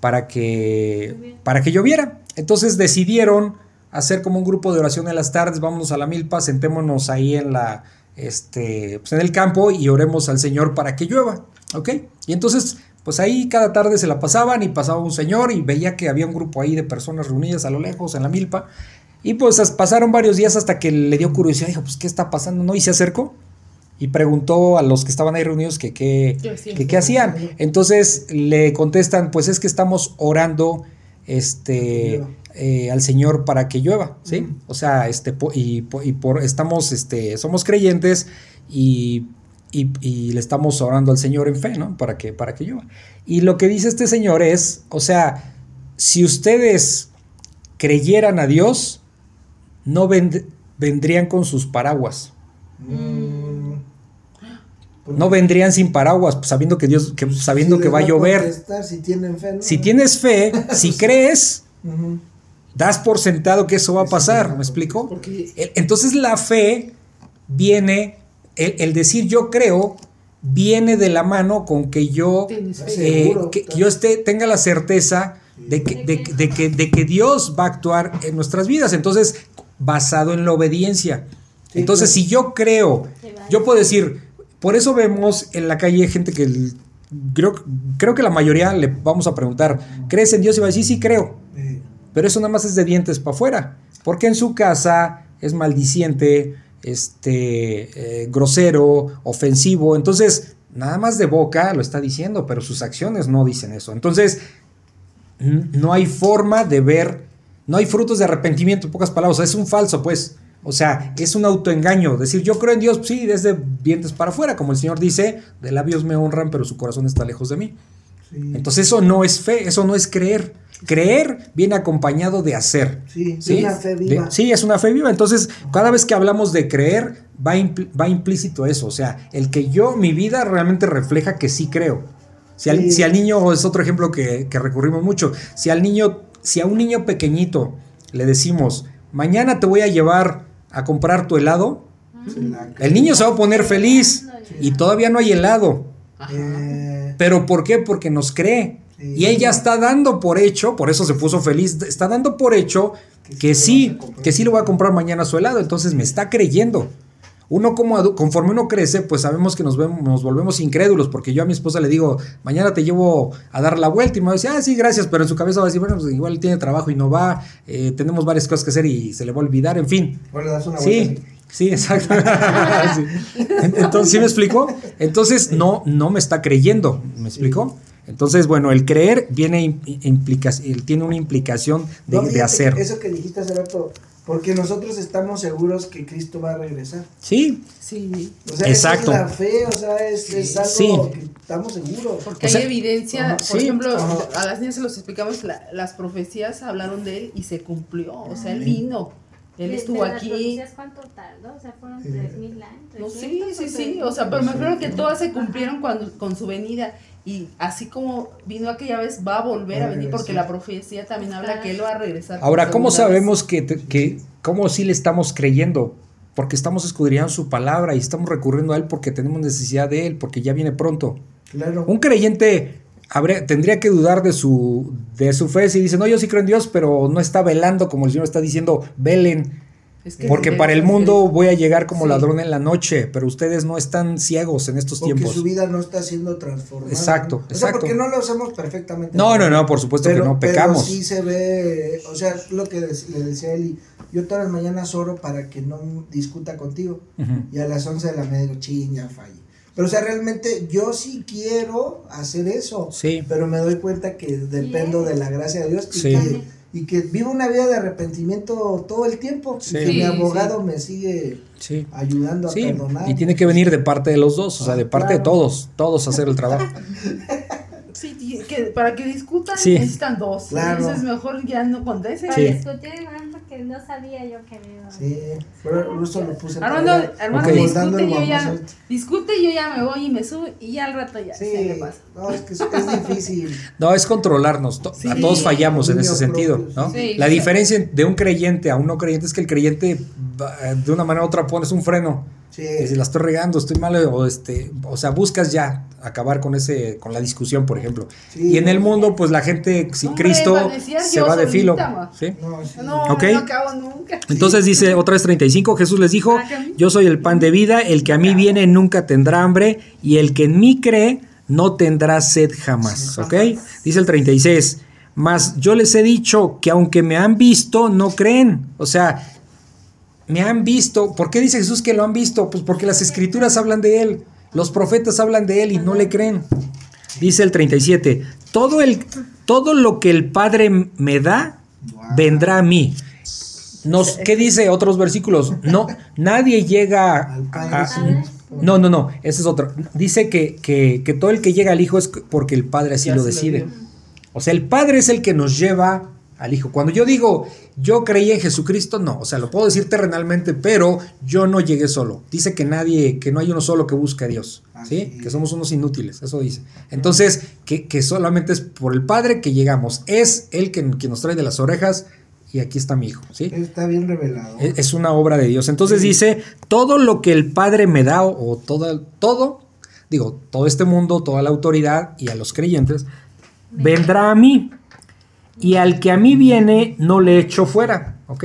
lloviera. Entonces decidieron hacer como un grupo de oración en las tardes, vámonos a la milpa, sentémonos ahí en el campo y oremos al Señor para que llueva, ¿ok? Y entonces, pues ahí cada tarde se la pasaban y pasaba un señor y veía que había un grupo ahí de personas reunidas a lo lejos en la milpa y pues pasaron varios días hasta que le dio curiosidad, dijo, pues ¿qué está pasando? ¿No? Y se acercó y preguntó a los que estaban ahí reunidos que qué hacían. Entonces le contestan, pues es que estamos orando al Señor para que llueva, ¿sí? O sea, somos creyentes y le estamos orando al Señor en fe, ¿no? Para que llueva. Y lo que dice este señor es, o sea, si ustedes creyeran a Dios, no vendrían con sus paraguas. No vendrían sin paraguas, pues, sabiendo que va a llover. Si tienen fe, ¿no? Si tienes fe, si crees, das por sentado que eso va a pasar, ¿me explico? Entonces la fe viene, el decir yo creo, viene de la mano con que yo tenga la certeza de que Dios va a actuar en nuestras vidas. Entonces, basado en la obediencia. Entonces, si yo creo, yo puedo decir, por eso vemos en la calle gente que creo que la mayoría le vamos a preguntar, ¿crees en Dios? Y va a decir, sí creo. Pero eso nada más es de dientes para afuera, porque en su casa es maldiciente, grosero, ofensivo. Entonces, nada más de boca lo está diciendo, pero sus acciones no dicen eso. Entonces, no hay forma de ver, no hay frutos de arrepentimiento, en pocas palabras. Es un falso, pues. O sea, es un autoengaño. Decir, yo creo en Dios, sí, desde dientes para afuera. Como el Señor dice, de labios me honran, pero su corazón está lejos de mí. Sí. Entonces, eso no es fe, eso no es creer. Creer viene acompañado de hacer. Sí, ¿sí? Es una fe viva. Sí, es una fe viva. Entonces, cada vez que hablamos de creer, va implícito eso. O sea, el que mi vida realmente refleja que sí creo. Si al niño, es otro ejemplo que recurrimos mucho, si a un niño pequeñito le decimos, mañana te voy a llevar a comprar tu helado, el niño se va a poner feliz y todavía no hay helado. ¿Pero por qué? Porque nos cree. Y él ya está dando por hecho, por eso se puso feliz, está dando por hecho que sí le voy a comprar mañana su helado, entonces me está creyendo. Uno conforme uno crece, pues sabemos que nos volvemos incrédulos, porque yo a mi esposa le digo, mañana te llevo a dar la vuelta, y me va a decir, sí, gracias, pero en su cabeza va a decir, bueno, pues igual tiene trabajo y no va, tenemos varias cosas que hacer y se le va a olvidar, en fin. Bueno, das una vuelta. Sí, exacto. Sí. Entonces, ¿sí me explico? Entonces, no me está creyendo, ¿me explico? Entonces, bueno, el creer tiene una implicación de hacer. Eso que dijiste hace rato, porque nosotros estamos seguros que Cristo va a regresar. Sí. O sea, exacto. Es la fe, o sea, es algo que estamos seguros. Porque hay evidencia, por ejemplo, a las niñas se los explicamos, las profecías hablaron de él y se cumplió, o sea, él vino. Él estuvo aquí. ¿Cuánto tardó? O sea, fueron 3,000 años. No, sí. O sea, pero me acuerdo que todas se cumplieron con su venida. Y así como vino aquella vez, va a volver a venir, porque la profecía también habla que él va a regresar. Ahora, ¿cómo sabemos que cómo sí le estamos creyendo? Porque estamos escudriñando su palabra y estamos recurriendo a él porque tenemos necesidad de él, porque ya viene pronto. Claro. Un creyente tendría que dudar de su fe si dice, no, yo sí creo en Dios, pero no está velando como el Señor está diciendo, velen. Porque para el mundo voy a llegar como ladrón en la noche, pero ustedes no están ciegos en estos tiempos. Porque su vida no está siendo transformada. Exacto. O sea, porque no lo hacemos perfectamente. No, por supuesto que no, pecamos. Pero sí se ve, o sea, lo que le decía Eli, yo todas las mañanas oro para que no discuta contigo. Y a las 11 de la medianoche, ya falle. Pero o sea, realmente yo sí quiero hacer eso. Sí. Pero me doy cuenta que dependo de la gracia de Dios y que vivo una vida de arrepentimiento todo el tiempo. Sí. Y que mi abogado me sigue ayudando a perdonar. Y tiene que venir de parte de los dos, o sea, de parte de todos hacer el trabajo. Sí, que para que discutan necesitan dos. Claro. Entonces mejor ya no conteste. Para discutir, porque no sabía yo que me iba a... Sí, pero eso lo puse. Armando discute y yo ya me voy y me subo y ya al rato ya se me pasa. No, es que es difícil. No, es controlarnos. A todos fallamos en ese sentido, ¿no? Sí, la diferencia de un creyente a un no creyente es que el creyente de una manera u otra pones un freno. Sí. Si la estoy regando, estoy mal, o sea, buscas ya acabar con la discusión, por ejemplo. Sí, y en el mundo, pues la gente sin Cristo se va de filo. ¿Sí? No acabo nunca. Entonces dice otra vez 35, Jesús les dijo, yo soy el pan de vida, el que a mí viene nunca tendrá hambre, y el que en mí cree no tendrá sed jamás. ¿Ok? Dice el 36, mas yo les he dicho que aunque me han visto, no creen. O sea, me han visto. ¿Por qué dice Jesús que lo han visto? Pues porque las escrituras hablan de él, los profetas hablan de él y no le creen. Dice el 37, todo lo que el Padre me da vendrá a mí. ¿Qué dice otros versículos? No, nadie llega No, ese es otro. Dice que todo el que llega al Hijo es porque el Padre así lo decide. O sea, el Padre es el que nos lleva al Hijo. Cuando yo digo, yo creí en Jesucristo, no, o sea, lo puedo decir terrenalmente, pero yo no llegué solo. Dice que no hay uno solo que busque a Dios, ¿sí? Que somos unos inútiles, eso dice. Entonces, que solamente es por el Padre que llegamos. Es Él quien nos trae de las orejas, y aquí está mi Hijo, ¿sí? Está bien revelado. Es una obra de Dios. Entonces dice, todo lo que el Padre me da, todo este mundo, toda la autoridad, y a los creyentes, vendrá a mí. Y al que a mí viene, no le echo fuera. ¿Ok?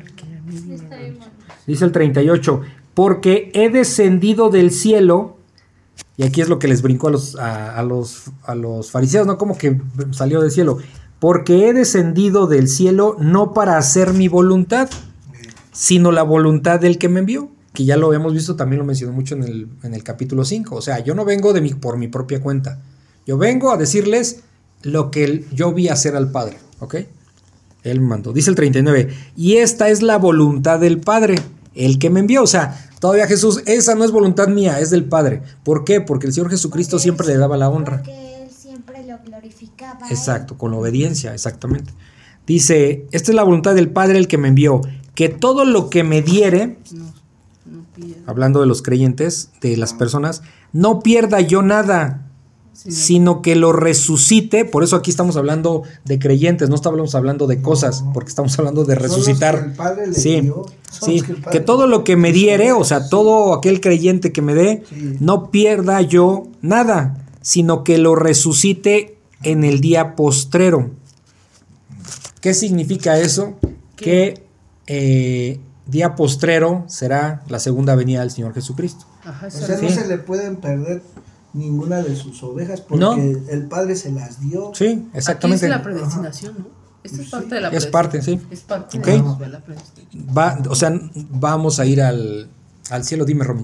Dice el 38. Porque he descendido del cielo. Y aquí es lo que les brincó a los fariseos, ¿no? Como que salió del cielo. Porque he descendido del cielo no para hacer mi voluntad, sino la voluntad del que me envió. Que ya lo hemos visto, también lo mencionó mucho en el capítulo 5. O sea, yo no vengo por mi propia cuenta. Yo vengo a decirles lo que yo vi hacer al Padre, ¿ok? Él mandó. Dice el 39, y esta es la voluntad del Padre, el que me envió. O sea, todavía Jesús, esa no es voluntad mía, es del Padre. ¿Por qué? Porque el Señor Jesucristo siempre le daba la honra. Porque Él siempre lo glorificaba. Exacto, con la obediencia, exactamente. Dice, esta es la voluntad del Padre, el que me envió, que todo lo que me diere, hablando de los creyentes, de las personas, no pierda yo nada, sino que lo resucite. Por eso aquí estamos hablando de creyentes, no estamos hablando de cosas, porque estamos hablando de resucitar. Son los que el Padre le Sí, dio, sí, que todo lo que me diere, o sea, todo aquel creyente que me dé, no pierda yo nada, sino que lo resucite en el día postrero. ¿Qué significa eso? Que día postrero será la segunda venida del Señor Jesucristo. Ajá, o sea, no se le pueden perder ninguna de sus ovejas porque el Padre se las dio. Sí, exactamente. Aquí es la predestinación, ¿no? Esto es parte de la predestinación. Es parte, okay. de la predestinación. O sea, vamos a ir al cielo. Dime, Romy.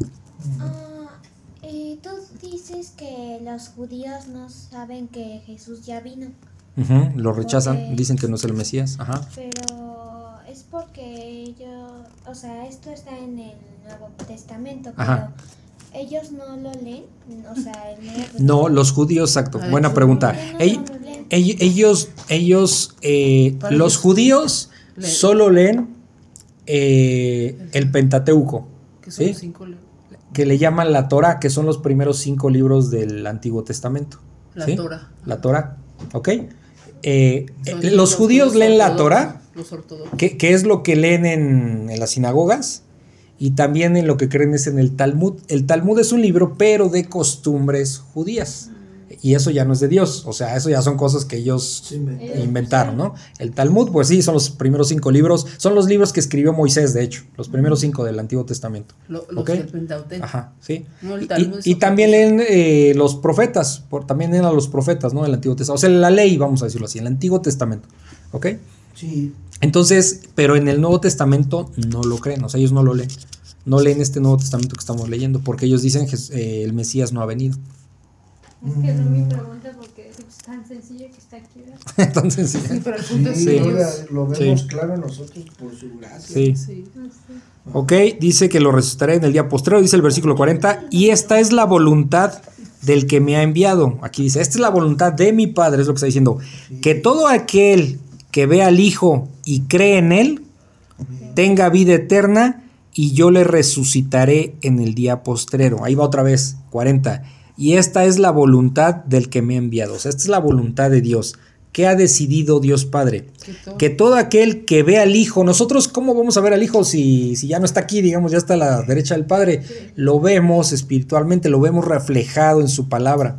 Tú dices que los judíos no saben que Jesús ya vino. Lo rechazan, dicen que no es el Mesías. Ajá. Pero es porque ellos, o sea, esto está en el Nuevo Testamento, Ajá. pero ellos no lo leen, o sea, el Nuevo Testamento. No, los judíos, exacto. Buena pregunta. Los judíos solo leen el Pentateuco, que son ¿sí? 5 libros. Que le llaman la Torá, que son los primeros 5 libros del Antiguo Testamento. La Torá. La Torá, ¿ok? Los judíos leen la Torá, que es lo que leen en las sinagogas, y también en lo que creen es en el Talmud. El Talmud es un libro, pero de costumbres judías. Y eso ya no es de Dios, o sea, eso ya son cosas que ellos inventaron, ¿no? El Talmud, pues sí, son los primeros 5 libros, son los libros que escribió Moisés, de hecho, los primeros 5 del Antiguo Testamento. Los del Pentateuco. Ajá, sí. No, y también leen los profetas, también leen a los profetas, ¿no? El Antiguo Testamento, o sea, la ley, vamos a decirlo así, el Antiguo Testamento, ¿ok? Sí. Entonces, pero en el Nuevo Testamento no lo creen, o sea, ellos no lo leen. No leen este Nuevo Testamento que estamos leyendo, porque ellos dicen que el Mesías no ha venido. Es que no me pregunta porque es tan sencillo que está aquí, ¿verdad? Tan sencillo. Sí, pero el punto es que lo vemos claro nosotros por su gracia. Sí. Ok, dice que lo resucitaré en el día postrero, dice el versículo 40, y esta es la voluntad del que me ha enviado. Aquí dice, esta es la voluntad de mi Padre, es lo que está diciendo, que todo aquel que ve al Hijo y cree en Él, tenga vida eterna, y yo le resucitaré en el día postrero. Ahí va otra vez, 40. Y esta es la voluntad del que me ha enviado. O sea, esta es la voluntad de Dios. ¿Qué ha decidido Dios Padre? Que todo aquel que ve al Hijo, nosotros, ¿cómo vamos a ver al Hijo si ya no está aquí, digamos, ya está a la derecha del Padre? Lo vemos espiritualmente, lo vemos reflejado en su palabra.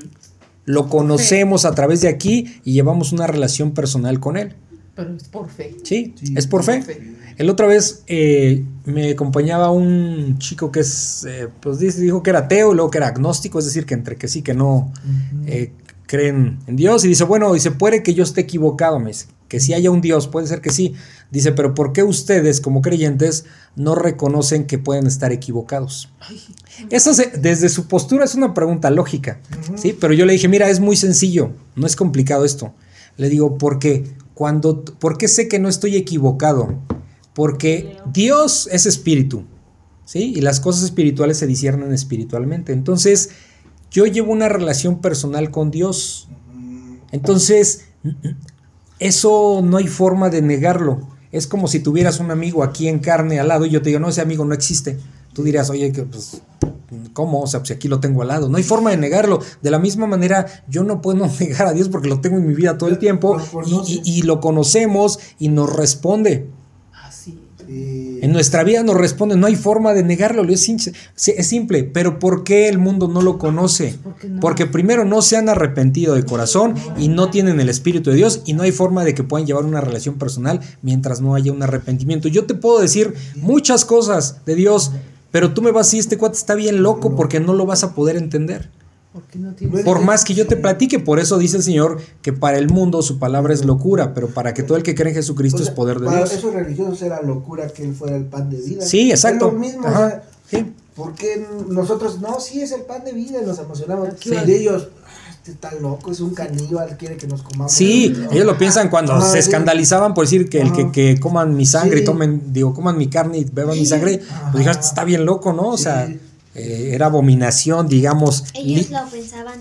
Lo conocemos a través de aquí y llevamos una relación personal con Él. Pero es por fe. Sí, es por fe. El otra vez me acompañaba un chico que pues dijo que era ateo y luego que era agnóstico, es decir, que entre que sí, que no creen en Dios. Y dice, bueno, puede que yo esté equivocado, me dice, que sí haya un Dios, puede ser que sí. Dice, pero ¿por qué ustedes como creyentes no reconocen que pueden estar equivocados? Eso desde su postura es una pregunta lógica, ¿sí? Pero yo le dije, mira, es muy sencillo, no es complicado esto. Le digo, ¿por qué sé que no estoy equivocado? Porque Dios es espíritu, ¿sí? Y las cosas espirituales se disciernen espiritualmente. Entonces, yo llevo una relación personal con Dios. Entonces, eso no hay forma de negarlo. Es como si tuvieras un amigo aquí en carne al lado y yo te digo, no, ese amigo no existe. Tú dirías, oye, pues, ¿cómo? O sea, pues aquí lo tengo al lado. No hay forma de negarlo. De la misma manera, yo no puedo negar a Dios porque lo tengo en mi vida todo el tiempo y lo conocemos y nos responde. En nuestra vida nos responde, no hay forma de negarlo, es simple, pero ¿por qué el mundo no lo conoce? Porque primero no se han arrepentido de corazón y no tienen el Espíritu de Dios y no hay forma de que puedan llevar una relación personal mientras no haya un arrepentimiento. Yo te puedo decir muchas cosas de Dios, pero tú me vas a decir, este cuate está bien loco porque no lo vas a poder entender. Por más que yo te platique, por eso dice el Señor que para el mundo su palabra es locura, pero para que todo el que cree en Jesucristo es poder de Dios. Para esos religiosos era locura que Él fuera el pan de vida. Sí, exacto. Es lo mismo, ajá, o sea, sí. Porque nosotros, no, sí es el pan de vida, nos emocionamos. Sí. De ellos, este está loco, es un caníbal, quiere que nos comamos. Sí, ellos lo piensan cuando se escandalizaban por decir que el que coman mi sangre y coman mi carne y beban mi sangre, pues dijeron, está bien loco, ¿no? O sea, era abominación, digamos. Ellos lo pensaban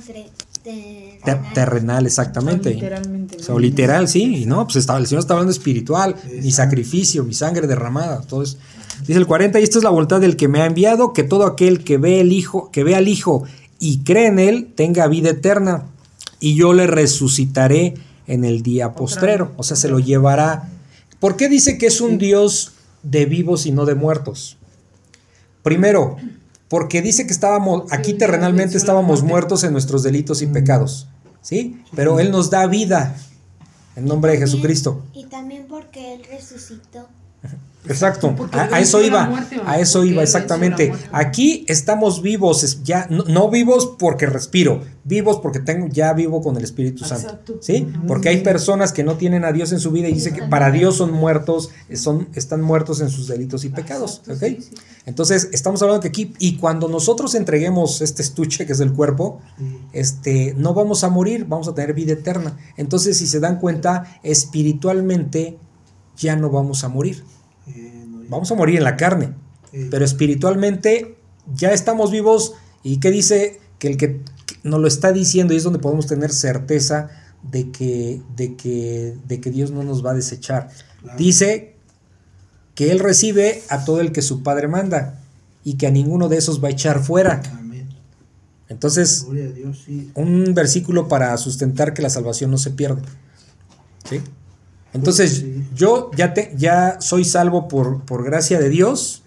terrenal, exactamente. Literalmente. O sea, literal, sí. Y no, pues el Señor está hablando espiritual, mi sacrificio, mi sangre derramada, todo eso. Dice el 40, y esta es la voluntad del que me ha enviado, que todo aquel que ve al Hijo y cree en él tenga vida eterna, y yo le resucitaré en el día postrero. O sea, se lo llevará. ¿Por qué dice que es un Dios de vivos y no de muertos? Primero, porque dice que estábamos, aquí terrenalmente estábamos muertos en nuestros delitos y pecados, ¿sí? Pero Él nos da vida en nombre de Jesucristo. Y también porque Él resucitó. Exacto, a eso iba, exactamente. Aquí estamos vivos, ya no vivos porque respiro, vivos porque ya vivo con el Espíritu Santo, ¿sí? Porque hay personas que no tienen a Dios en su vida y dice que para Dios son muertos, están muertos en sus delitos y pecados, ¿ok? Entonces, estamos hablando que aquí, y cuando nosotros entreguemos este estuche que es el cuerpo, no vamos a morir, vamos a tener vida eterna. Entonces, si se dan cuenta, espiritualmente ya no vamos a morir. Vamos a morir en la carne, pero espiritualmente ya estamos vivos. ¿Y qué dice? Que el que nos lo está diciendo, y es donde podemos tener certeza de que Dios no nos va a desechar. Claro. Dice que Él recibe a todo el que su Padre manda y que a ninguno de esos va a echar fuera. Amén. Entonces, gloria a Dios, sí. Un versículo para sustentar que la salvación no se pierde, ¿sí? Entonces, yo ya soy salvo por gracia de Dios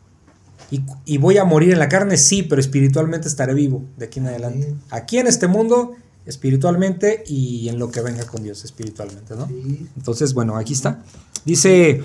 y voy a morir en la carne, sí, pero espiritualmente estaré vivo de aquí en adelante. Aquí en este mundo, espiritualmente, y en lo que venga con Dios, espiritualmente, ¿no? Entonces, bueno, aquí está. Dice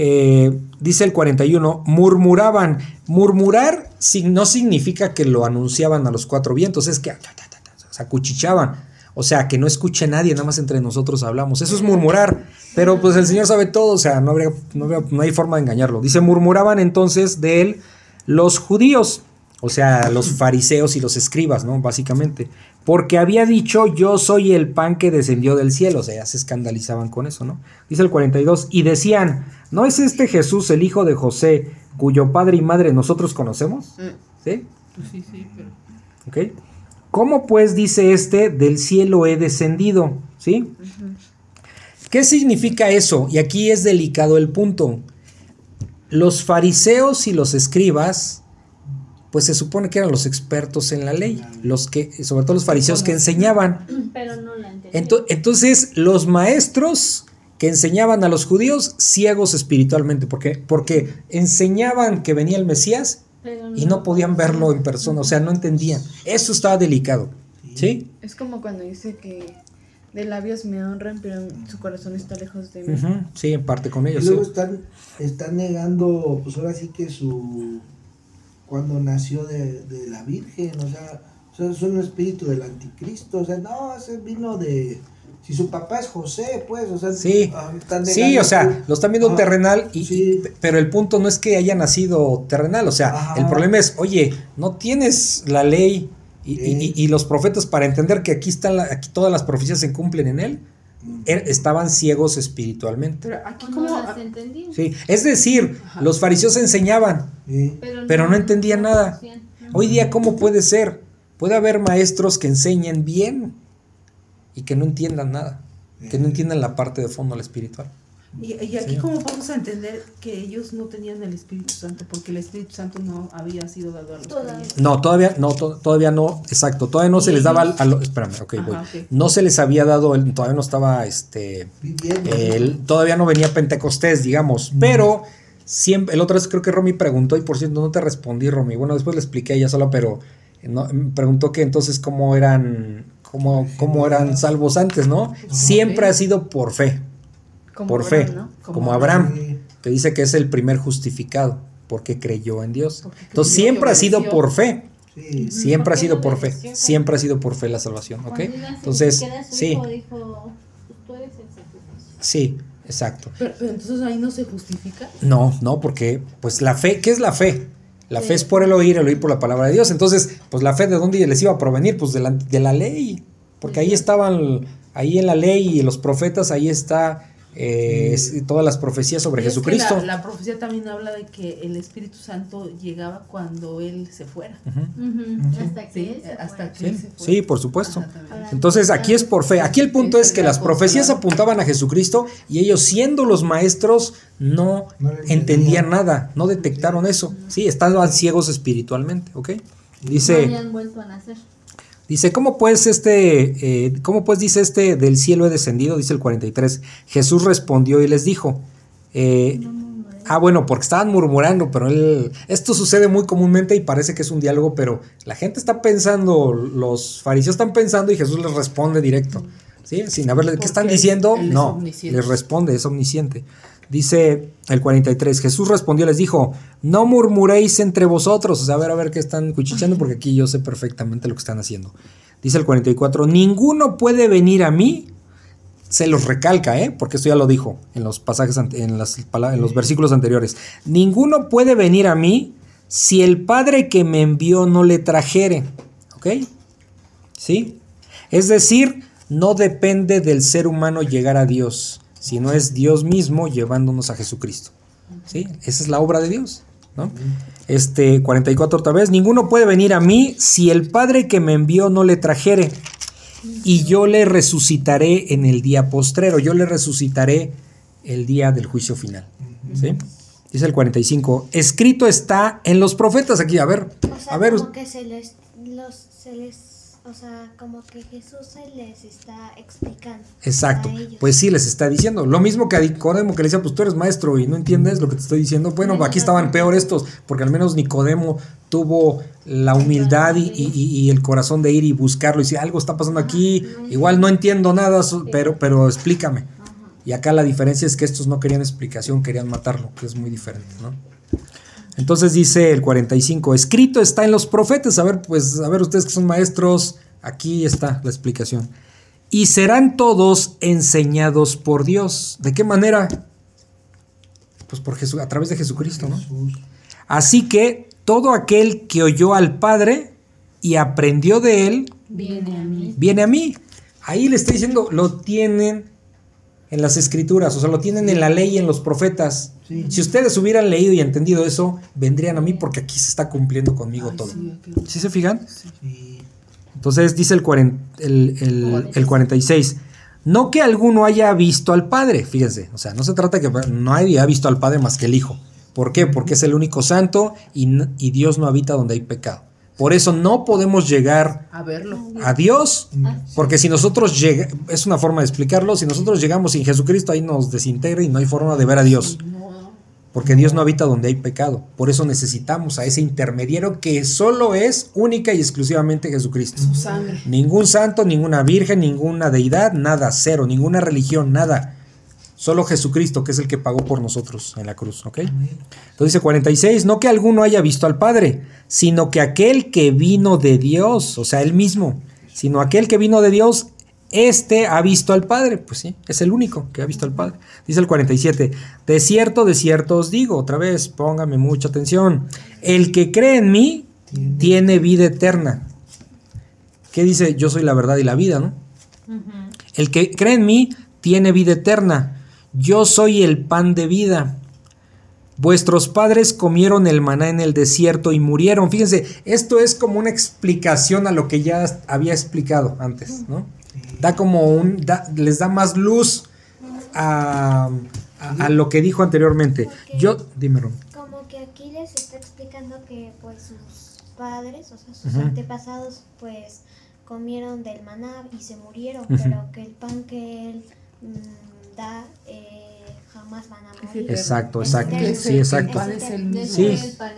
el 41, murmuraban. Murmurar no significa que lo anunciaban a los cuatro vientos, es que se acuchichaban. O sea, que no escuche nadie, nada más entre nosotros hablamos. Eso es murmurar, pero pues el Señor sabe todo, o sea, no hay forma de engañarlo. Dice, murmuraban entonces de él los judíos, o sea, los fariseos y los escribas, ¿no? Básicamente, porque había dicho, yo soy el pan que descendió del cielo, o sea, ya se escandalizaban con eso, ¿no? Dice el 42, y decían, ¿no es este Jesús el hijo de José, cuyo padre y madre nosotros conocemos? ¿Sí? Sí, pero... ¿Ok? ¿Cómo pues dice del cielo he descendido? ¿Sí? Uh-huh. ¿Qué significa eso? Y aquí es delicado el punto. Los fariseos y los escribas, pues se supone que eran los expertos en la ley, sobre todo los fariseos que enseñaban. Pero no la entendían. Entonces, los maestros que enseñaban a los judíos ciegos espiritualmente, porque enseñaban que venía el Mesías, y no podían verlo en persona, o sea, no entendían. Eso estaba delicado, ¿sí? Es como cuando dice que de labios me honran, pero su corazón está lejos de mí. Uh-huh, sí, en parte con ellos. Y luego están negando, pues ahora sí que cuando nació de la Virgen, o sea, es un espíritu del anticristo, o sea, no, ese vino de... Si su papá es José, pues, o sea... Sí, o sea, lo están viendo terrenal, pero el punto no es que haya nacido terrenal, o sea, el problema es, oye, no tienes la ley y los profetas para entender que aquí todas las profecías se cumplen en él, estaban ciegos espiritualmente. Pero aquí no las entendían. Sí, es decir, los fariseos enseñaban, pero no entendían nada. Hoy día, ¿cómo puede ser? Puede haber maestros que enseñen bien y que no entiendan nada, que no entiendan la parte de fondo, la espiritual. Y aquí cómo podemos entender que ellos no tenían el Espíritu Santo, porque el Espíritu Santo no había sido dado a los creyentes. No, todavía no, exacto, todavía no se les daba espérame, voy. No se les había dado, todavía no estaba, todavía no venía Pentecostés, digamos, pero siempre, el otro vez creo que Romy preguntó, y por cierto no te respondí, Romy, bueno, después le expliqué a ella sola, pero me preguntó que entonces cómo eran salvos antes, ¿no? Siempre ha sido por fe. Por fe, ¿no? Como Abraham, que dice que es el primer justificado, porque creyó en Dios. Entonces siempre ha sido por fe. Siempre ha sido por fe. Siempre ha sido por fe la salvación, ¿ok? Entonces, sí. Sí, exacto. Pero entonces ahí no se justifica. No, porque pues la fe, ¿qué es la fe? La fe es por el oír por la palabra de Dios. Entonces, pues la fe, ¿de dónde les iba a provenir? Pues de la ley. Porque ahí estaban, ahí en la ley y los profetas, ahí está todas las profecías sobre Jesucristo. Es que la profecía también habla de que el Espíritu Santo llegaba cuando Él se fuera. Hasta que Él se fuera. Sí, por supuesto. Entonces aquí es por fe. Aquí el punto es que las profecías apuntaban a Jesucristo y ellos, siendo los maestros, no entendían nada, no detectaron eso. Sí, estaban ciegos espiritualmente, ¿ok? Dice, no habían vuelto a nacer. Dice, ¿cómo pues dice del cielo he descendido? Dice el 43. Jesús respondió y les dijo, bueno, porque estaban murmurando, pero esto sucede muy comúnmente y parece que es un diálogo, pero la gente está pensando, los fariseos están pensando y Jesús les responde directo, ¿sí? Sin haberle, ¿qué están diciendo? No, les responde, es omnisciente. Dice el 43, Jesús respondió y les dijo, no murmuréis entre vosotros. O sea, a ver qué están cuchicheando, porque aquí yo sé perfectamente lo que están haciendo. Dice el 44, ninguno puede venir a mí, se los recalca, porque esto ya lo dijo en los pasajes, en los versículos anteriores. Ninguno puede venir a mí si el Padre que me envió no le trajere. ¿Ok? ¿Sí? Es decir, no depende del ser humano llegar a Dios, sino es Dios mismo llevándonos a Jesucristo. ¿Sí? Esa es la obra de Dios, ¿no? 44 otra vez, ninguno puede venir a mí si el Padre que me envió no le trajere, y yo le resucitaré en el día postrero, yo le resucitaré el día del juicio final. ¿Sí? Dice el 45, escrito está en los profetas. Aquí, a ver. Como que o sea, como que Jesús se les está explicando. Exacto, pues sí, les está diciendo. Lo mismo que a Nicodemo, que le decía, pues tú eres maestro y no entiendes lo que te estoy diciendo. Bueno, aquí estaban peor estos, porque al menos Nicodemo tuvo la humildad y el corazón de ir y buscarlo y decir, algo está pasando aquí, igual no entiendo nada, pero explícame. Y acá la diferencia es que estos no querían explicación, querían matarlo, que es muy diferente, ¿no? Entonces dice el 45, escrito está en los profetas. A ver, ustedes que son maestros, aquí está la explicación. Y serán todos enseñados por Dios. ¿De qué manera? Pues por Jesús, a través de Jesucristo, ¿no? Así que todo aquel que oyó al Padre y aprendió de él, viene a mí. Ahí le estoy diciendo, lo tienen en las escrituras, o sea, lo tienen en la ley y en los profetas. Sí. Si ustedes hubieran leído y entendido eso, vendrían a mí, porque aquí se está cumpliendo conmigo todo. ¿Sí se fijan? Sí. Entonces dice el 46, no que alguno haya visto al Padre, fíjense, o sea, no se trata que nadie haya visto al Padre más que el Hijo. ¿Por qué? Porque es el único santo y Dios no habita donde hay pecado. Por eso no podemos llegar a Dios, porque si nosotros es una forma de explicarlo, si nosotros llegamos sin Jesucristo, ahí nos desintegra y no hay forma de ver a Dios, porque Dios no habita donde hay pecado. Por eso necesitamos a ese intermediario que solo es única y exclusivamente Jesucristo. Su sangre. Ningún santo, ninguna virgen, ninguna deidad, nada, cero, ninguna religión, nada. Solo Jesucristo, que es el que pagó por nosotros en la cruz, ¿ok? Entonces dice 46, no que alguno haya visto al Padre, sino que aquel que vino de Dios, o sea, él mismo, sino aquel que vino de Dios, ha visto al Padre. Pues sí, es el único que ha visto al Padre. Dice el 47, de cierto os digo, otra vez, póngame mucha atención, el que cree en mí tiene vida eterna. ¿Qué dice? Yo soy la verdad y la vida, ¿no? El que cree en mí tiene vida eterna. Yo soy el pan de vida. Vuestros padres comieron el maná en el desierto y murieron. Fíjense, esto es como una explicación a lo que ya había explicado antes, ¿no? Les da más luz a lo que dijo anteriormente. Dime, Ron. Como que aquí les está explicando que pues sus padres, o sea, sus antepasados, pues comieron del maná y se murieron, pero que el pan que él da jamás van a morir. Exacto. Sí, exacto. Sí.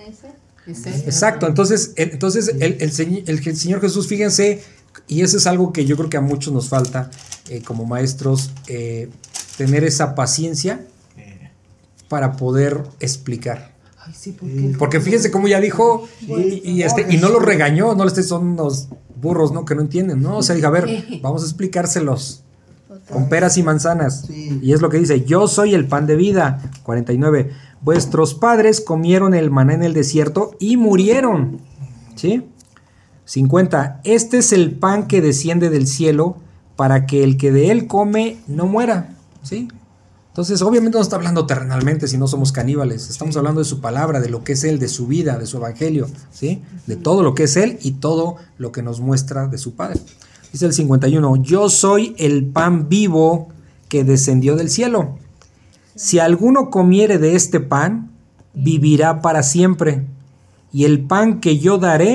Exacto. Entonces el Señor Jesús, fíjense, y eso es algo que yo creo que a muchos nos falta como maestros, tener esa paciencia para poder explicar. Ay, sí, porque fíjense cómo ya dijo y no los regañó, no son unos burros, ¿no? Que no entienden, ¿no? O sea, dijo, a ver, vamos a explicárselos con peras y manzanas. Sí. Y es lo que dice, yo soy el pan de vida. 49, vuestros padres comieron el maná en el desierto y murieron. ¿Sí? 50, este es el pan que desciende del cielo para que el que de él come no muera. ¿Sí? Entonces, obviamente no está hablando terrenalmente si no somos caníbales. Estamos hablando de su palabra, de lo que es él, de su vida, de su evangelio, ¿sí? De todo lo que es él y todo lo que nos muestra de su Padre. Dice el 51, yo soy el pan vivo que descendió del cielo. Si alguno comiere de este pan, vivirá para siempre. Y el pan que yo daré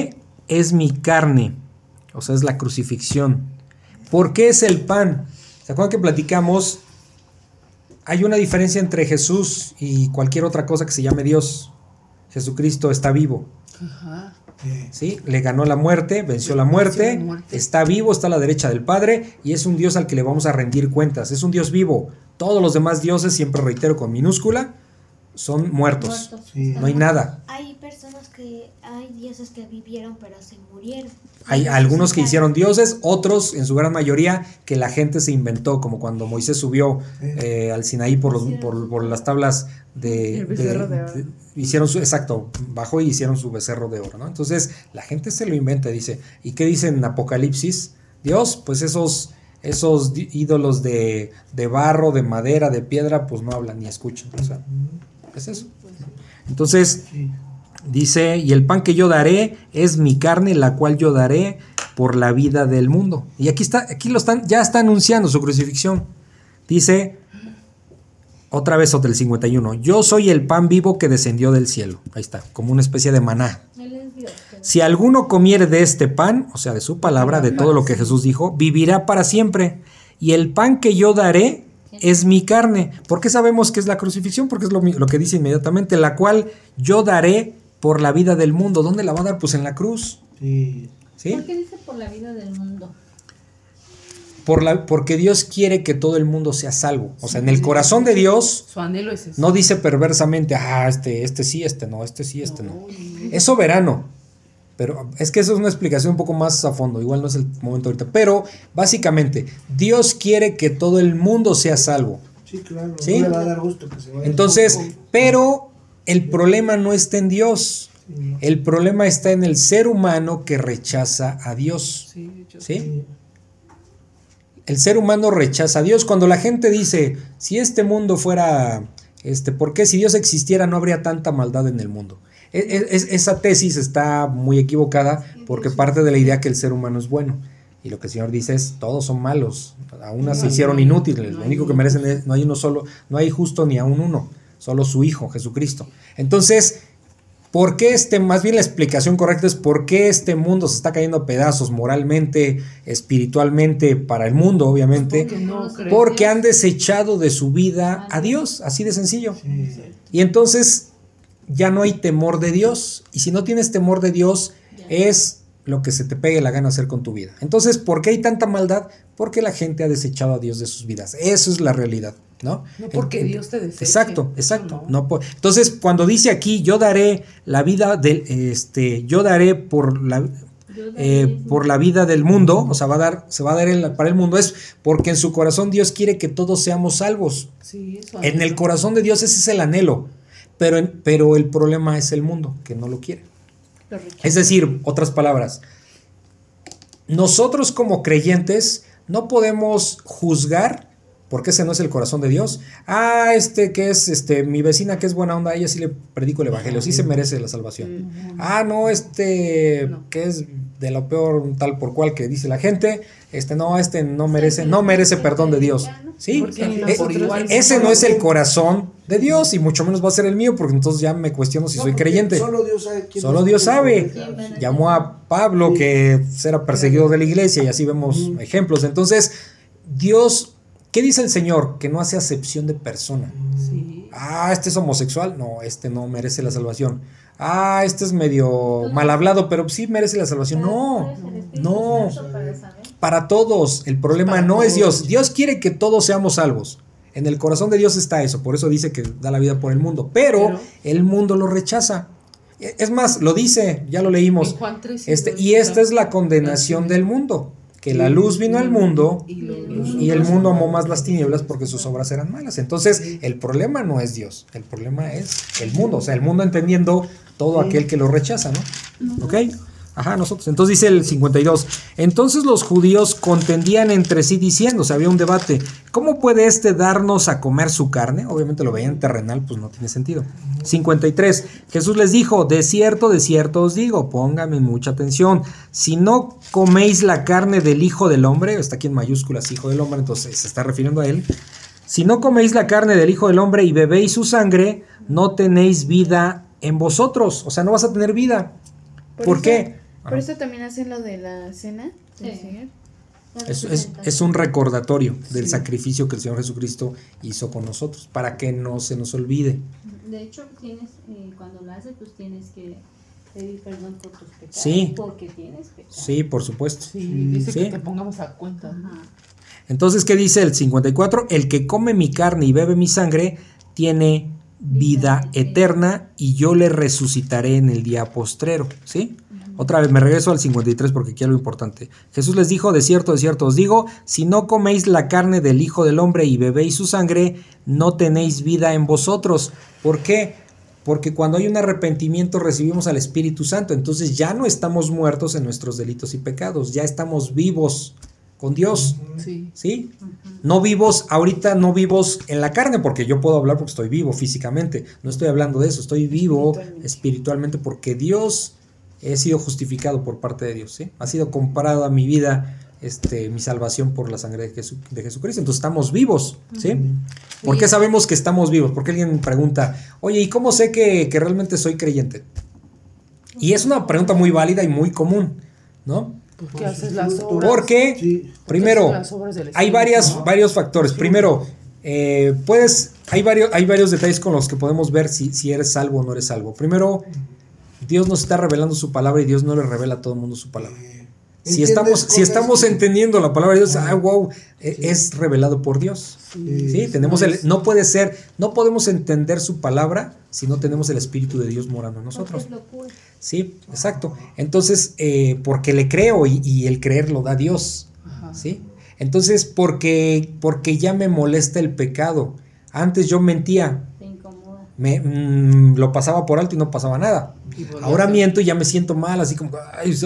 es mi carne. O sea, es la crucifixión. ¿Por qué es el pan? ¿Se acuerdan que platicamos? Hay una diferencia entre Jesús y cualquier otra cosa que se llame Dios. Jesucristo está vivo. Ajá. ¿Sí? Le ganó la muerte, venció la muerte, está vivo, está a la derecha del Padre y es un Dios al que le vamos a rendir cuentas. Es un Dios vivo. Todos los demás dioses, siempre reitero con minúscula, son muertos. Sí. No hay nada. Hay personas hay dioses que vivieron pero se murieron. Hay algunos que hicieron dioses, otros, en su gran mayoría, que la gente se inventó, como cuando Moisés subió al Sinaí por las tablas el becerro de oro. Hicieron bajó y hicieron su becerro de oro, ¿no? Entonces, la gente se lo inventa, dice. ¿Y qué dice en Apocalipsis? Dios, pues esos ídolos de barro, de madera, de piedra, pues no hablan ni escuchan. O sea, es eso. Entonces, dice, y el pan que yo daré es mi carne, la cual yo daré por la vida del mundo. Y ya está anunciando su crucifixión. Dice, otra vez el 51, yo soy el pan vivo que descendió del cielo. Ahí está, como una especie de maná. Si alguno comiere de este pan, o sea, de su palabra, de todo lo que Jesús dijo, vivirá para siempre. Y el pan que yo daré es mi carne. ¿Por qué sabemos que es la crucifixión? Porque es lo que dice inmediatamente, la cual yo daré por la vida del mundo. ¿Dónde la va a dar? Pues en la cruz. Sí. ¿Por qué dice por la vida del mundo? Porque Dios quiere que todo el mundo sea salvo. O sea, en el corazón de Dios, su anhelo es eso. No dice perversamente, este sí, este no. Es soberano. Pero es que eso es una explicación un poco más a fondo. Igual no es el momento ahorita. Pero básicamente, Dios quiere que todo el mundo sea salvo. Sí, claro. ¿Sí? No le va a dar gusto que se vaya. Entonces, pero el problema no está en Dios. El problema está en el ser humano que rechaza a Dios. ¿Sí? El ser humano rechaza a Dios. Cuando la gente dice, si este mundo fuera, ¿por qué si Dios existiera no habría tanta maldad en el mundo? Esa tesis está muy equivocada porque parte de la idea que el ser humano es bueno. Y lo que el Señor dice es, todos son malos. A unas se hicieron inútiles. Lo único que merecen es, no hay uno solo, no hay justo ni aún uno, solo su Hijo, Jesucristo. Entonces, ¿por qué más bien la explicación correcta es por qué este mundo se está cayendo a pedazos moralmente, espiritualmente, para el mundo, obviamente? Porque han desechado de su vida a Dios, así de sencillo. Y entonces ya no hay temor de Dios. Y si no tienes temor de Dios, es lo que se te pegue la gana hacer con tu vida. Entonces, ¿por qué hay tanta maldad? Porque la gente ha desechado a Dios de sus vidas. Eso es la realidad, ¿no? No porque Dios te deseche. Exacto. No. Entonces, cuando dice aquí, yo daré la vida yo daré por la vida del mundo, o sea, se va a dar para el mundo, es porque en su corazón Dios quiere que todos seamos salvos. Sí, eso en el corazón de Dios ese es el anhelo, pero el problema es el mundo, que no lo quiere. Es decir, otras palabras, nosotros como creyentes no podemos juzgar, porque ese no es el corazón de Dios. Que es mi vecina que es buena onda, a ella sí le predico el evangelio, sí se merece la salvación. No, que es de lo peor tal por cual que dice la gente, no merece perdón de Dios. Sí, ese no es el corazón de Dios y mucho menos va a ser el mío, porque entonces ya me cuestiono si soy creyente. Solo Dios sabe. Llamó a Pablo que era perseguido de la iglesia y así vemos ejemplos. Entonces, Dios, ¿qué dice el Señor? Que no hace acepción de persona. Sí. Este es homosexual, no, no merece la salvación. Este es medio mal hablado, pero sí merece la salvación. No. Para todos, el problema no es Dios. Dios quiere que todos seamos salvos. En el corazón de Dios está eso, por eso dice que da la vida por el mundo, pero el mundo lo rechaza. Es más, lo dice, ya lo leímos. En Juan 3, y esta es la condenación del mundo, que la luz vino al mundo y el mundo amó más las tinieblas porque sus obras eran malas. Entonces, el problema no es Dios, el problema es el mundo, o sea, el mundo entendiendo todo aquel que lo rechaza, ¿no? ¿Ok? Nosotros. Entonces dice el 52, entonces los judíos contendían entre sí diciendo, o sea, había un debate, ¿cómo puede darnos a comer su carne? Obviamente lo veían terrenal, pues no tiene sentido. 53, Jesús les dijo, de cierto os digo, póngame mucha atención, si no coméis la carne del Hijo del Hombre, está aquí en mayúsculas, Hijo del Hombre, entonces se está refiriendo a él, si no coméis la carne del Hijo del Hombre y bebéis su sangre, no tenéis vida en vosotros, o sea, no vas a tener vida. ¿Por qué? Por eso también hacen lo de la cena del Señor. Es un recordatorio del sacrificio que el Señor Jesucristo hizo con nosotros, para que no se nos olvide. De hecho, cuando lo haces, pues tienes que pedir perdón por tus pecados. Sí. Porque tienes pecados. Sí, por supuesto. Sí, dice Sí. que te pongamos a cuenta. Ajá. Entonces, ¿qué dice el 54? El que come mi carne y bebe mi sangre tiene vida eterna y yo le resucitaré en el día postrero. ¿Sí? Otra vez me regreso al 53 porque aquí hay algo importante. Jesús les dijo: de cierto os digo, si no coméis la carne del Hijo del Hombre y bebéis su sangre, no tenéis vida en vosotros. ¿Por qué? Porque cuando hay un arrepentimiento recibimos al Espíritu Santo. Entonces ya no estamos muertos en nuestros delitos y pecados, ya estamos vivos con Dios. Sí. ¿Sí? No vivos, ahorita no vivos en la carne, porque yo puedo hablar porque estoy vivo físicamente. No estoy hablando de eso, estoy vivo espiritualmente porque Dios, he sido justificado por parte de Dios. ¿Sí? Ha sido comparado a mi vida, mi salvación por la sangre de Jesucristo. Entonces estamos vivos. ¿Sí? ¿Por qué sabemos que estamos vivos? Porque alguien me pregunta: oye, ¿y cómo sé que realmente soy creyente? Y es una pregunta muy válida y muy común, ¿no? Porque haces las obras. Porque, primero, hay varios factores. Primero, hay varios detalles con los que podemos ver si eres salvo o no eres salvo. Primero, Dios nos está revelando su palabra y Dios no le revela a todo el mundo su palabra. Si estamos entendiendo la palabra de Dios, wow, es revelado por Dios. Sí, no podemos entender su palabra si no tenemos el Espíritu de Dios morando en nosotros. Sí, exacto. Entonces, porque le creo y el creer lo da Dios. ¿Sí? Entonces, porque ya me molesta el pecado. Antes yo mentía. Te incomoda. Lo pasaba por alto y no pasaba nada. Ahora miento y ya me siento mal, así como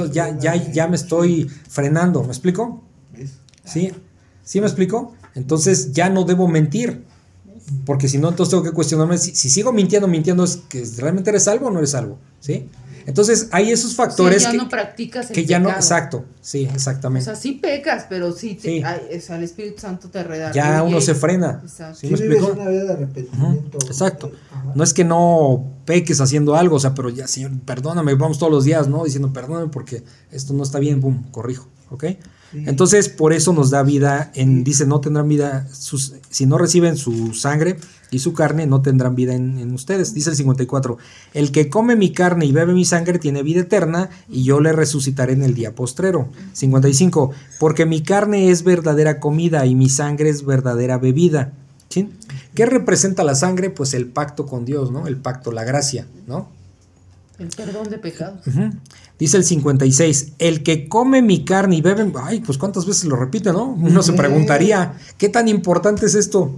ya me estoy frenando. ¿Me explico? ¿Sí? ¿Sí me explico? Entonces ya no debo mentir. Porque si no, entonces tengo que cuestionarme si sigo mintiendo, ¿es que realmente eres salvo o no eres salvo? ¿Sí? Entonces hay esos factores ya no practicas el que ya pecado. no, exacto, sí, exactamente. O sea, sí pecas, pero sí, el Espíritu Santo te redarguye. Ya uno se frena. Exacto. ¿Sí me explico? Una vida de arrepentimiento. Exacto. No es que no peques haciendo algo, o sea, pero ya, Señor, perdóname, vamos todos los días, ¿no? Diciendo, perdóname porque esto no está bien, boom, corrijo, ¿ok? Sí. Entonces, por eso nos da vida, dice, no tendrán vida, si no reciben su sangre y su carne, no tendrán vida en ustedes. Dice el 54, el que come mi carne y bebe mi sangre tiene vida eterna y yo le resucitaré en el día postrero. 55, porque mi carne es verdadera comida y mi sangre es verdadera bebida. ¿Sí? ¿Qué representa la sangre? Pues el pacto con Dios, ¿no? El pacto, la gracia, ¿no? El perdón de pecados. Dice el 56, el que come mi carne y bebe, pues cuántas veces lo repite, ¿no? Uno se preguntaría, ¿qué tan importante es esto?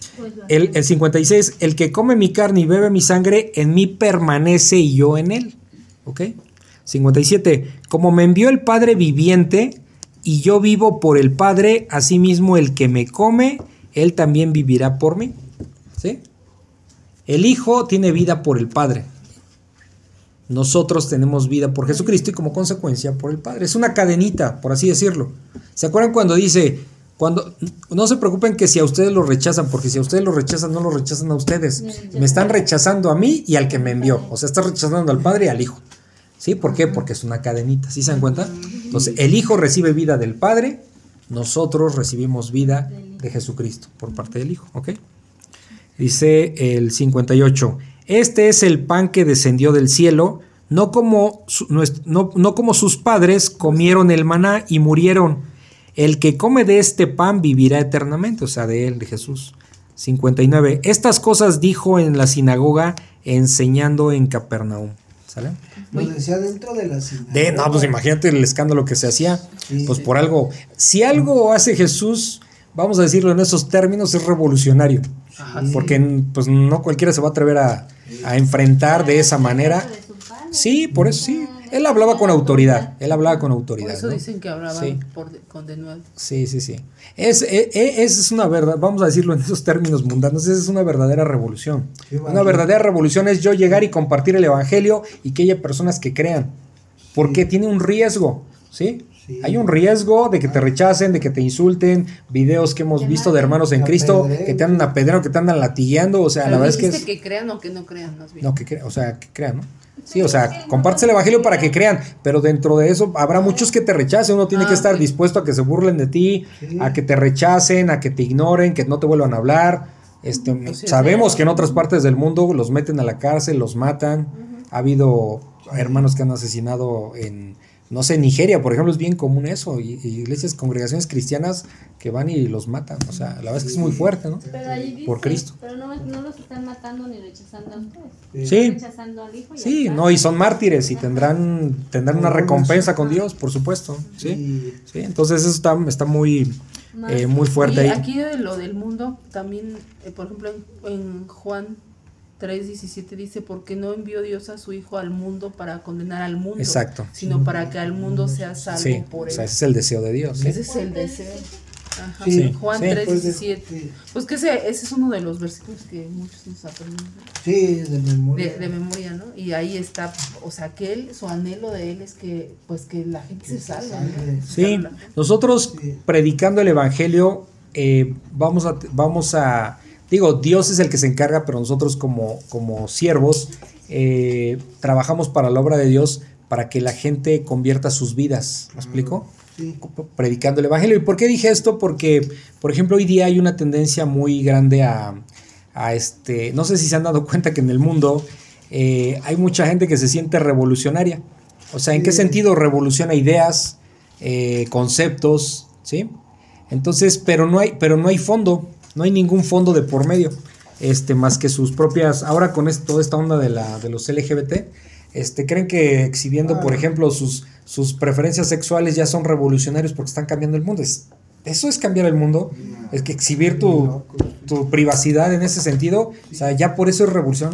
El 56, el que come mi carne y bebe mi sangre, en mí permanece y yo en él. ¿Ok? 57, como me envió el Padre viviente y yo vivo por el Padre, asimismo el que me come, él también vivirá por mí. ¿Sí? El Hijo tiene vida por el Padre. Nosotros tenemos vida por Jesucristo y como consecuencia por el Padre. Es una cadenita, por así decirlo. ¿Se acuerdan cuando dice, no se preocupen que si a ustedes lo rechazan, porque si a ustedes lo rechazan, no lo rechazan a ustedes. Me están rechazando a mí y al que me envió. O sea, está rechazando al Padre y al Hijo. ¿Sí? ¿Por qué? Porque es una cadenita. ¿Sí se dan cuenta? Entonces, el Hijo recibe vida del Padre, nosotros recibimos vida de Jesucristo por parte del Hijo. ¿Ok? Dice el 58, este es el pan que descendió del cielo, no como sus padres comieron el maná y murieron. El que come de este pan vivirá eternamente, o sea, de él, de Jesús. 59, estas cosas dijo en la sinagoga, enseñando en Capernaum. ¿Sale? Lo decía dentro de la sinagoga. Pues imagínate el escándalo que se hacía. Pues por algo. Si algo hace Jesús, vamos a decirlo en esos términos, es revolucionario. Ajá, porque pues no cualquiera se va a atrever a enfrentar de esa manera. Sí, por eso sí. Él hablaba con autoridad. Por eso, ¿no? Dicen que hablaba con denuedo. Sí. Esa es una verdad, vamos a decirlo en esos términos mundanos, esa es una verdadera revolución. Una verdadera revolución es yo llegar y compartir el evangelio y que haya personas que crean. Porque tiene un riesgo, ¿sí? Sí. Hay un riesgo de que te rechacen, de que te insulten, videos que hemos visto de hermanos en Cristo que te andan apedreando, que te andan latigueando, o sea, la verdad es que que crean o que no crean, más bien. No, que crean, o sea, que crean, ¿no? Sí, o sea, compartes el evangelio para que crean, pero dentro de eso habrá muchos que te rechacen. Uno tiene que estar dispuesto a que se burlen de ti, a que te rechacen, a que te ignoren, que no te vuelvan a hablar. Sabemos que en otras partes del mundo los meten a la cárcel, los matan. Ha habido hermanos que han asesinado no sé, en Nigeria, por ejemplo, es bien común eso, y iglesias, congregaciones cristianas que van y los matan. O sea, la verdad es que es muy fuerte, ¿no? Pero ahí dice, por Cristo. Pero no los están matando ni rechazando a ustedes. Sí. Rechazando al Hijo. Sí, no, y son mártires y tendrán una recompensa con Dios, por supuesto. Sí, sí, entonces eso está muy fuerte ahí. Y aquí de lo del mundo, también, por ejemplo, en Juan 3:17 dice, porque no envió Dios a su Hijo al mundo para condenar al mundo, exacto, sino para que al mundo sea salvo por él. O sea, ese es el deseo de Dios. Ese es el deseo. Ajá. Sí, Juan 3:17. Pues que ese es uno de los versículos que muchos nos aprenden. Sí, de memoria. De memoria, ¿no? Y ahí está, o sea, que su anhelo de él es que la gente se salga, ¿no? Sí, nosotros predicando el evangelio vamos a digo, Dios es el que se encarga, pero nosotros como siervos trabajamos para la obra de Dios para que la gente convierta sus vidas. ¿Me explico? Sí. Predicando el evangelio. ¿Y por qué dije esto? Porque, por ejemplo, hoy día hay una tendencia muy grande no sé si se han dado cuenta que en el mundo hay mucha gente que se siente revolucionaria. O sea, ¿en qué sentido? Revoluciona ideas, conceptos, ¿sí? Entonces, pero no hay fondo. No hay ningún fondo de por medio, más que sus propias. Ahora con toda esta onda de los LGBT, creen que exhibiendo, por ejemplo, sus preferencias sexuales ya son revolucionarios porque están cambiando el mundo. Eso es cambiar el mundo. Es que exhibir tu privacidad en ese sentido, o sea, ya por eso es revolución.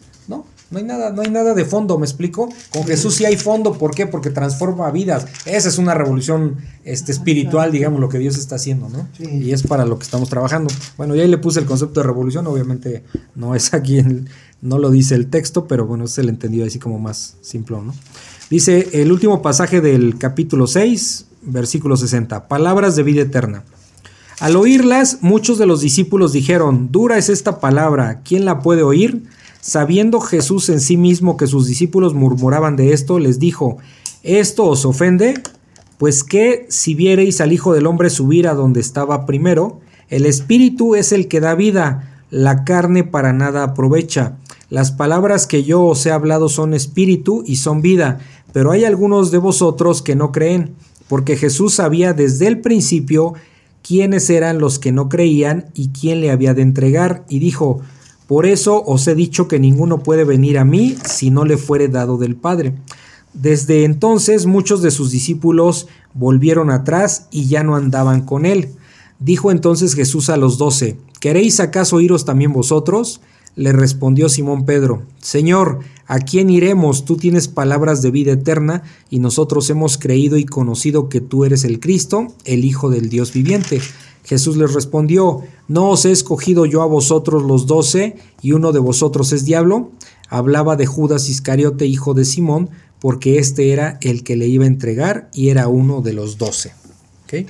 No hay nada de fondo, ¿me explico? Con Jesús sí hay fondo, ¿por qué? Porque transforma vidas. Esa es una revolución espiritual, digamos, lo que Dios está haciendo, ¿no? Sí. Y es para lo que estamos trabajando. Bueno, ya ahí le puse el concepto de revolución, obviamente no es aquí, no lo dice el texto, pero bueno, es el entendido así como más simple, ¿no? Dice el último pasaje del capítulo 6, versículo 60, palabras de vida eterna. Al oírlas, muchos de los discípulos dijeron, dura es esta palabra, ¿quién la puede oír? Sabiendo Jesús en sí mismo que sus discípulos murmuraban de esto, les dijo, ¿esto os ofende? Pues que si viereis al Hijo del Hombre subir a donde estaba primero, el Espíritu es el que da vida, la carne para nada aprovecha. Las palabras que yo os he hablado son espíritu y son vida, pero hay algunos de vosotros que no creen, porque Jesús sabía desde el principio quiénes eran los que no creían y quién le había de entregar, y dijo, por eso os he dicho que ninguno puede venir a mí si no le fuere dado del Padre. Desde entonces muchos de sus discípulos volvieron atrás y ya no andaban con él. Dijo entonces Jesús a los 12, ¿queréis acaso iros también vosotros? Le respondió Simón Pedro, Señor, ¿a quién iremos? Tú tienes palabras de vida eterna y nosotros hemos creído y conocido que tú eres el Cristo, el Hijo del Dios viviente. Jesús les respondió, ¿no os he escogido yo a vosotros los 12 y uno de vosotros es diablo? Hablaba de Judas Iscariote, hijo de Simón, porque este era el que le iba a entregar y era uno de los 12. ¿Ok?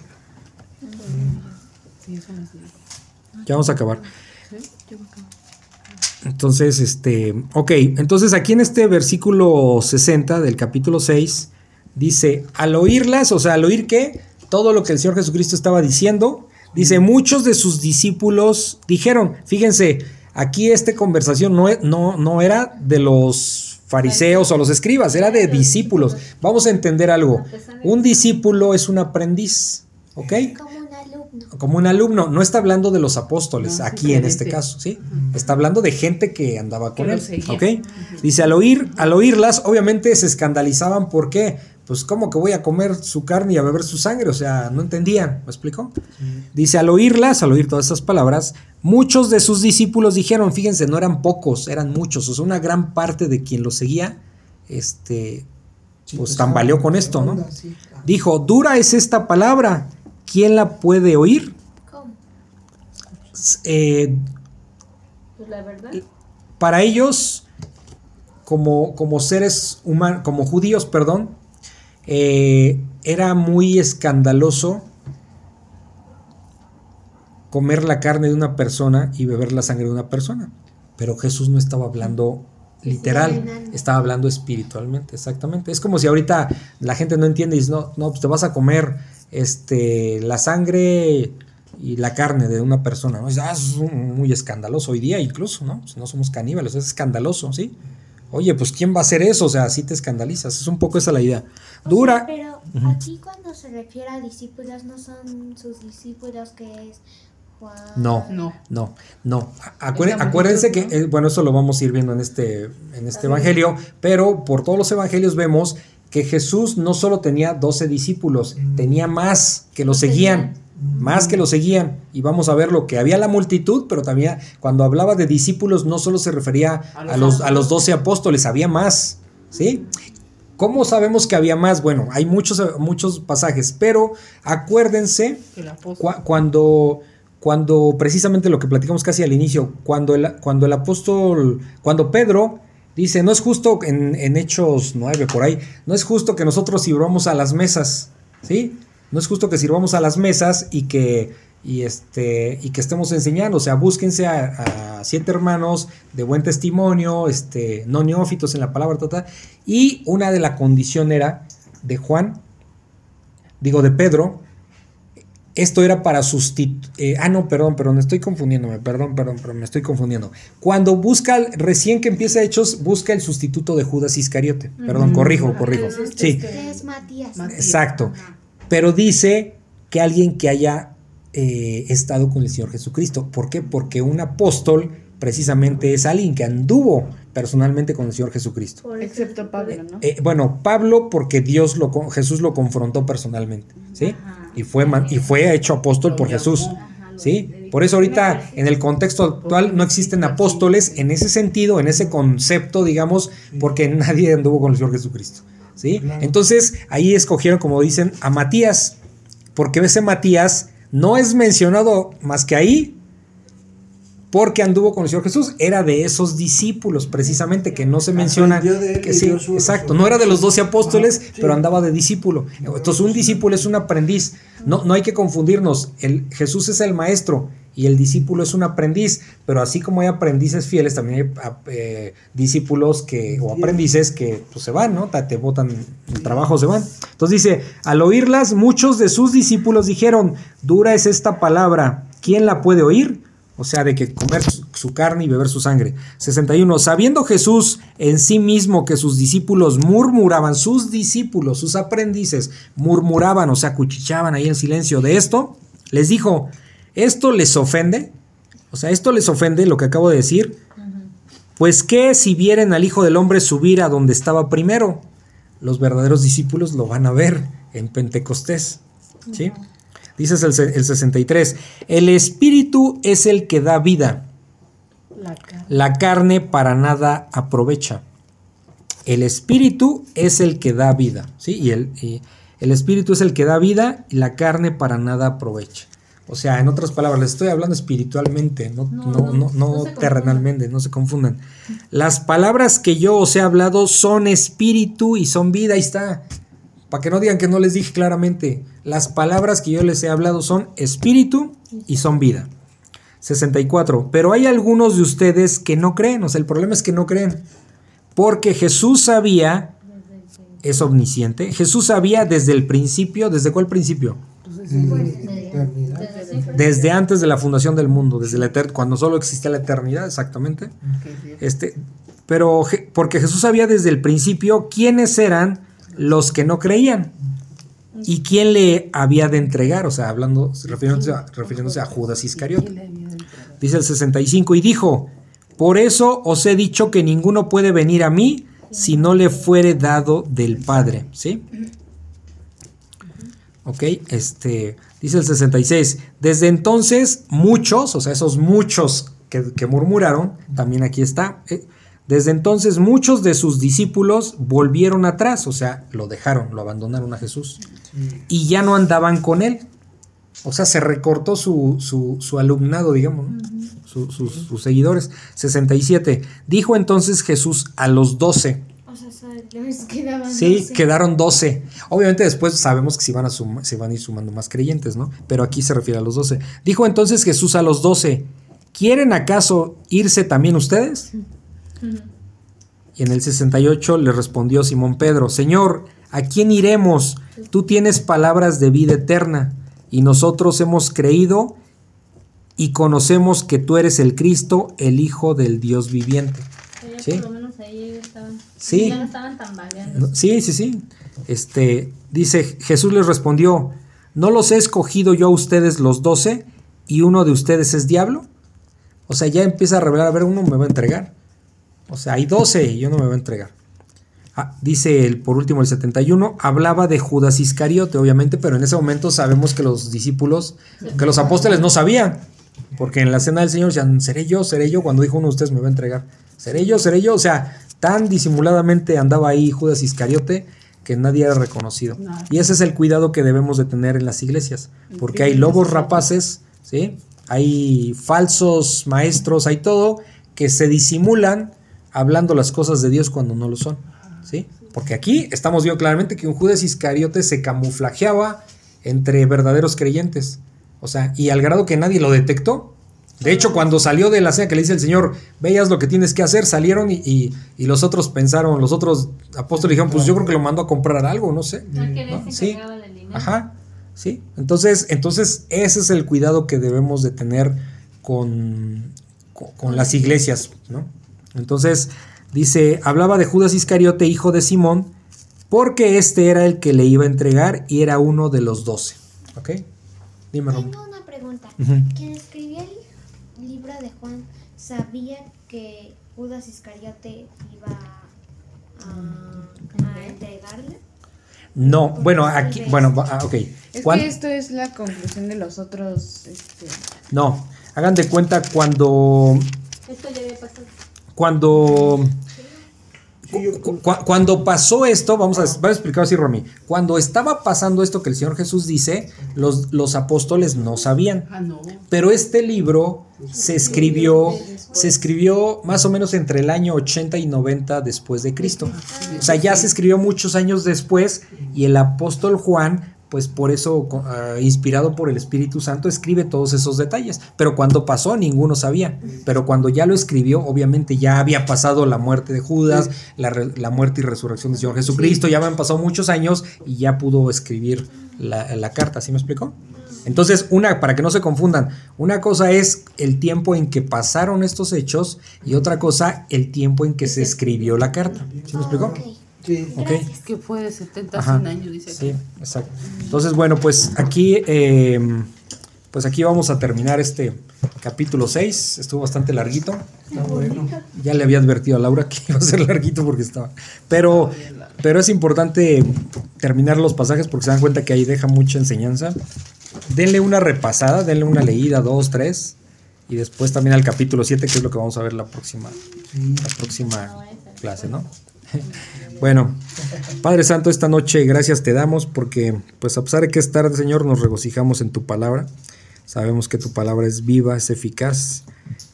Ya vamos a acabar. Entonces, entonces aquí en este versículo 60 del capítulo 6 dice, al oírlas, o sea, al oír que todo lo que el Señor Jesucristo estaba diciendo, dice, muchos de sus discípulos dijeron, fíjense, aquí esta conversación no era de los fariseos o los escribas, era de discípulos. Vamos a entender algo, un discípulo es un aprendiz, ¿ok? Como un alumno, no está hablando de los apóstoles, aquí en este caso, ¿sí? Está hablando de gente que andaba con él, ¿ok? Dice, al oírlas, obviamente se escandalizaban, ¿por qué? Pues, ¿cómo que voy a comer su carne y a beber su sangre? O sea, no entendían, ¿me explico? Dice, al oír todas esas palabras, muchos de sus discípulos dijeron, fíjense, no eran pocos, eran muchos, o sea, una gran parte de quien lo seguía, pues tambaleó con esto, ¿no? Dijo, dura es esta palabra, ¿quién la puede oír? ¿Cómo? Pues la verdad. Para ellos, como seres humanos, como judíos, era muy escandaloso comer la carne de una persona y beber la sangre de una persona. Pero Jesús no estaba hablando literal, estaba hablando espiritualmente, exactamente. Es como si ahorita la gente no entiende y dice, no, pues te vas a comer la sangre y la carne de una persona, ¿no? Eso es muy escandaloso hoy día incluso, ¿no? Si no somos caníbales, es escandaloso, ¿sí? Oye, pues ¿quién va a hacer eso? O sea, así te escandalizas. Es un poco esa la idea. Dura. Pero aquí cuando se refiere a discípulos, no son sus discípulos que es Juan. No. Acuérdense que, bueno, eso lo vamos a ir viendo en este evangelio, pero por todos los evangelios vemos que Jesús no solo tenía 12 discípulos, tenía más que lo seguían. Y vamos a ver lo que había la multitud, pero también cuando hablaba de discípulos no solo se refería a los 12 apóstoles, había más, ¿sí? ¿Cómo sabemos que había más? Bueno, hay muchos pasajes, pero acuérdense cuando precisamente lo que platicamos casi al inicio, cuando Pedro dice, no es justo en Hechos 9 por ahí, no es justo que nosotros sirvamos a las mesas, ¿sí? No es justo que sirvamos a las mesas y que estemos enseñando. O sea, búsquense a 7 hermanos de buen testimonio, no neófitos en la palabra total. Y una de la condición era de Pedro. Esto era para sustituir. Perdón, estoy confundiéndome. Perdón, me estoy confundiendo. Cuando recién que empieza Hechos, busca el sustituto de Judas Iscariote. Perdón, corrijo. Sí. Es Matías. Exacto. Pero dice que alguien que haya estado con el Señor Jesucristo. ¿Por qué? Porque un apóstol precisamente es alguien que anduvo personalmente con el Señor Jesucristo. Excepto Pablo, ¿no? Bueno, Pablo porque Jesús lo confrontó personalmente, ¿sí? Y fue hecho apóstol por Jesús, ¿sí? Por eso ahorita en el contexto actual no existen apóstoles en ese sentido, en ese concepto, digamos, porque nadie anduvo con el Señor Jesucristo, ¿sí? Entonces ahí escogieron, como dicen, a Matías, porque ese Matías no es mencionado más que ahí, porque anduvo con el Señor Jesús, era de esos discípulos precisamente que no se menciona, que sí, exacto, no era de los 12 apóstoles, pero andaba de discípulo. Entonces un discípulo es un aprendiz, no hay que confundirnos, Jesús es el maestro y el discípulo es un aprendiz, pero así como hay aprendices fieles, también hay discípulos o aprendices que pues, se van, ¿no? Te botan el trabajo, se van. Entonces dice, al oírlas, muchos de sus discípulos dijeron, dura es esta palabra, ¿quién la puede oír? O sea, de que comer su carne y beber su sangre. 61. Sabiendo Jesús en sí mismo que sus discípulos murmuraban, sus discípulos, sus aprendices, murmuraban, o sea, cuchicheaban ahí en silencio de esto, les dijo, ¿esto les ofende? O sea, ¿esto les ofende lo que acabo de decir? Pues que si vieren al Hijo del Hombre subir a donde estaba primero, los verdaderos discípulos lo van a ver en Pentecostés, ¿sí? Dice el 63, el espíritu es el que da vida, la carne para nada aprovecha. El espíritu es el que da vida, ¿sí? Y el espíritu es el que da vida y la carne para nada aprovecha. O sea, en otras palabras, les estoy hablando espiritualmente, no terrenalmente, no se confundan. Las palabras que yo os he hablado son espíritu y son vida, ahí está. Para que no digan que no les dije claramente, las palabras que yo les he hablado son espíritu y son vida. 64. Pero hay algunos de ustedes que no creen, o sea, el problema es que no creen. Porque Jesús sabía, es omnisciente, Jesús sabía desde el principio, ¿desde cuál principio? Desde antes de la fundación del mundo, cuando solo existía la eternidad, exactamente. Pero porque Jesús sabía desde el principio quiénes eran los que no creían y quién le había de entregar, o sea, refiriéndose a Judas Iscariote. Dice el 65, y dijo, por eso os he dicho que ninguno puede venir a mí si no le fuere dado del Padre, ¿sí? Ok, dice el 66, desde entonces muchos, o sea, esos muchos que murmuraron, también aquí está, desde entonces muchos de sus discípulos volvieron atrás, o sea, lo abandonaron a Jesús y ya no andaban con él. O sea, se recortó su alumnado, digamos, ¿no? Sus seguidores. 67. Dijo entonces Jesús a los 12. O sea, quedaban sí, 12. Quedaron 12. Obviamente después sabemos que se van a ir sumando más creyentes, ¿no? Pero aquí se refiere a los 12. Dijo entonces Jesús a los 12, ¿quieren acaso irse también ustedes? Y en el 68 le respondió Simón Pedro: Señor, ¿a quién iremos? Tú tienes palabras de vida eterna, y nosotros hemos creído y conocemos que tú eres el Cristo, el Hijo del Dios viviente. ¿Sí? Por lo menos ahí estaban. Sí. Ya no estaban tan valientes. Sí. Dice, Jesús les respondió: ¿no los he escogido yo a ustedes los 12 y uno de ustedes es diablo? O sea, ya empieza a revelar, a ver, uno me va a entregar. O sea, hay 12 y uno me va a entregar. Dice por último el 71, hablaba de Judas Iscariote, obviamente, pero en ese momento sabemos que los discípulos, que los apóstoles no sabían, porque en la cena del Señor decían, seré yo, cuando dijo uno de ustedes me va a entregar. Seré yo, o sea, tan disimuladamente andaba ahí Judas Iscariote que nadie era reconocido. Y ese es el cuidado que debemos de tener en las iglesias, porque hay lobos rapaces, ¿sí? Hay falsos maestros, hay todo que se disimulan hablando las cosas de Dios cuando no lo son, ¿sí? Porque aquí estamos viendo claramente que un Judas Iscariote se camuflajeaba entre verdaderos creyentes, o sea, y al grado que nadie lo detectó. De hecho, cuando salió de la cena que le dice el Señor, veas lo que tienes que hacer, salieron y los otros pensaron, los otros apóstoles dijeron, pues yo creo que lo mandó a comprar algo, no sé. ¿No? Sí. Ajá, sí. Entonces ese es el cuidado que debemos de tener con las iglesias, ¿no? Entonces dice, hablaba de Judas Iscariote, hijo de Simón, porque este era el que le iba a entregar y era uno de los 12. ¿Ok? Dime, Rom. Tengo una pregunta. ¿Quién escribió el libro de Juan sabía que Judas Iscariote iba a entregarle? No, bueno, aquí, bueno, ok. Es que esto es la conclusión de los otros. No, hagan de cuenta cuando. Esto ya había pasado. Cuando pasó esto, vamos a explicar así, Romy. Cuando estaba pasando esto que el Señor Jesús dice, los apóstoles no sabían. No. Pero este libro se escribió más o menos entre el año 80 y 90 después de Cristo. O sea, ya se escribió muchos años después y el apóstol Juan, pues por eso, inspirado por el Espíritu Santo, escribe todos esos detalles. Pero cuando pasó, ninguno sabía. Pero cuando ya lo escribió, obviamente ya había pasado la muerte de Judas, la muerte y resurrección del Señor Jesucristo, ya habían pasado muchos años y ya pudo escribir la carta. ¿Sí me explicó? Entonces, para que no se confundan, una cosa es el tiempo en que pasaron estos hechos y otra cosa, el tiempo en que se escribió la carta. ¿Sí me explicó? Okay. Sí. Okay. Es que fue de 70 a 100 años, dice. Sí, exacto. Entonces, bueno, pues aquí vamos a terminar este capítulo 6. Estuvo bastante larguito. Está bueno. Ya le había advertido a Laura que iba a ser larguito porque estaba. Pero es importante terminar los pasajes porque se dan cuenta que ahí deja mucha enseñanza. Denle una repasada, denle una leída, 2, 3. Y después también al capítulo 7, que es lo que vamos a ver la próxima clase, ¿no? Bueno, Padre Santo, esta noche gracias te damos porque, pues a pesar de que es tarde, Señor, nos regocijamos en tu palabra. Sabemos que tu palabra es viva, es eficaz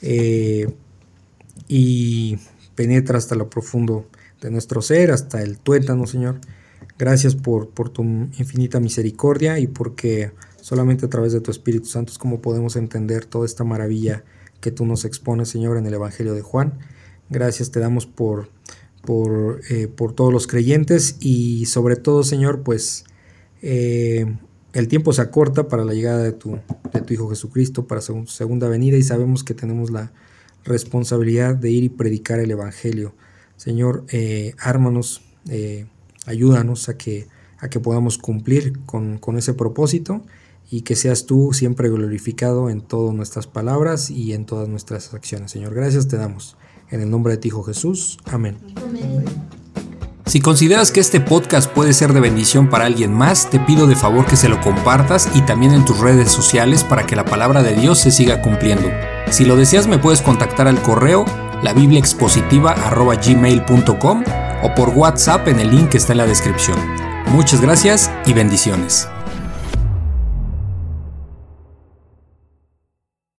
y penetra hasta lo profundo de nuestro ser, hasta el tuétano, Señor. Gracias por tu infinita misericordia y porque solamente a través de tu Espíritu Santo es como podemos entender toda esta maravilla que tú nos expones, Señor, en el Evangelio de Juan. Gracias te damos por todos los creyentes y sobre todo, Señor, pues el tiempo se acorta para la llegada de tu Hijo Jesucristo, para su segunda venida, y sabemos que tenemos la responsabilidad de ir y predicar el Evangelio. Señor, ármanos, ayúdanos a que podamos cumplir con ese propósito y que seas tú siempre glorificado en todas nuestras palabras y en todas nuestras acciones. Señor, gracias te damos. En el nombre de tu Hijo Jesús. Amén. Amén. Si consideras que este podcast puede ser de bendición para alguien más, te pido de favor que se lo compartas y también en tus redes sociales para que la palabra de Dios se siga cumpliendo. Si lo deseas, me puedes contactar al correo labibliaexpositiva@gmail.com o por WhatsApp en el link que está en la descripción. Muchas gracias y bendiciones.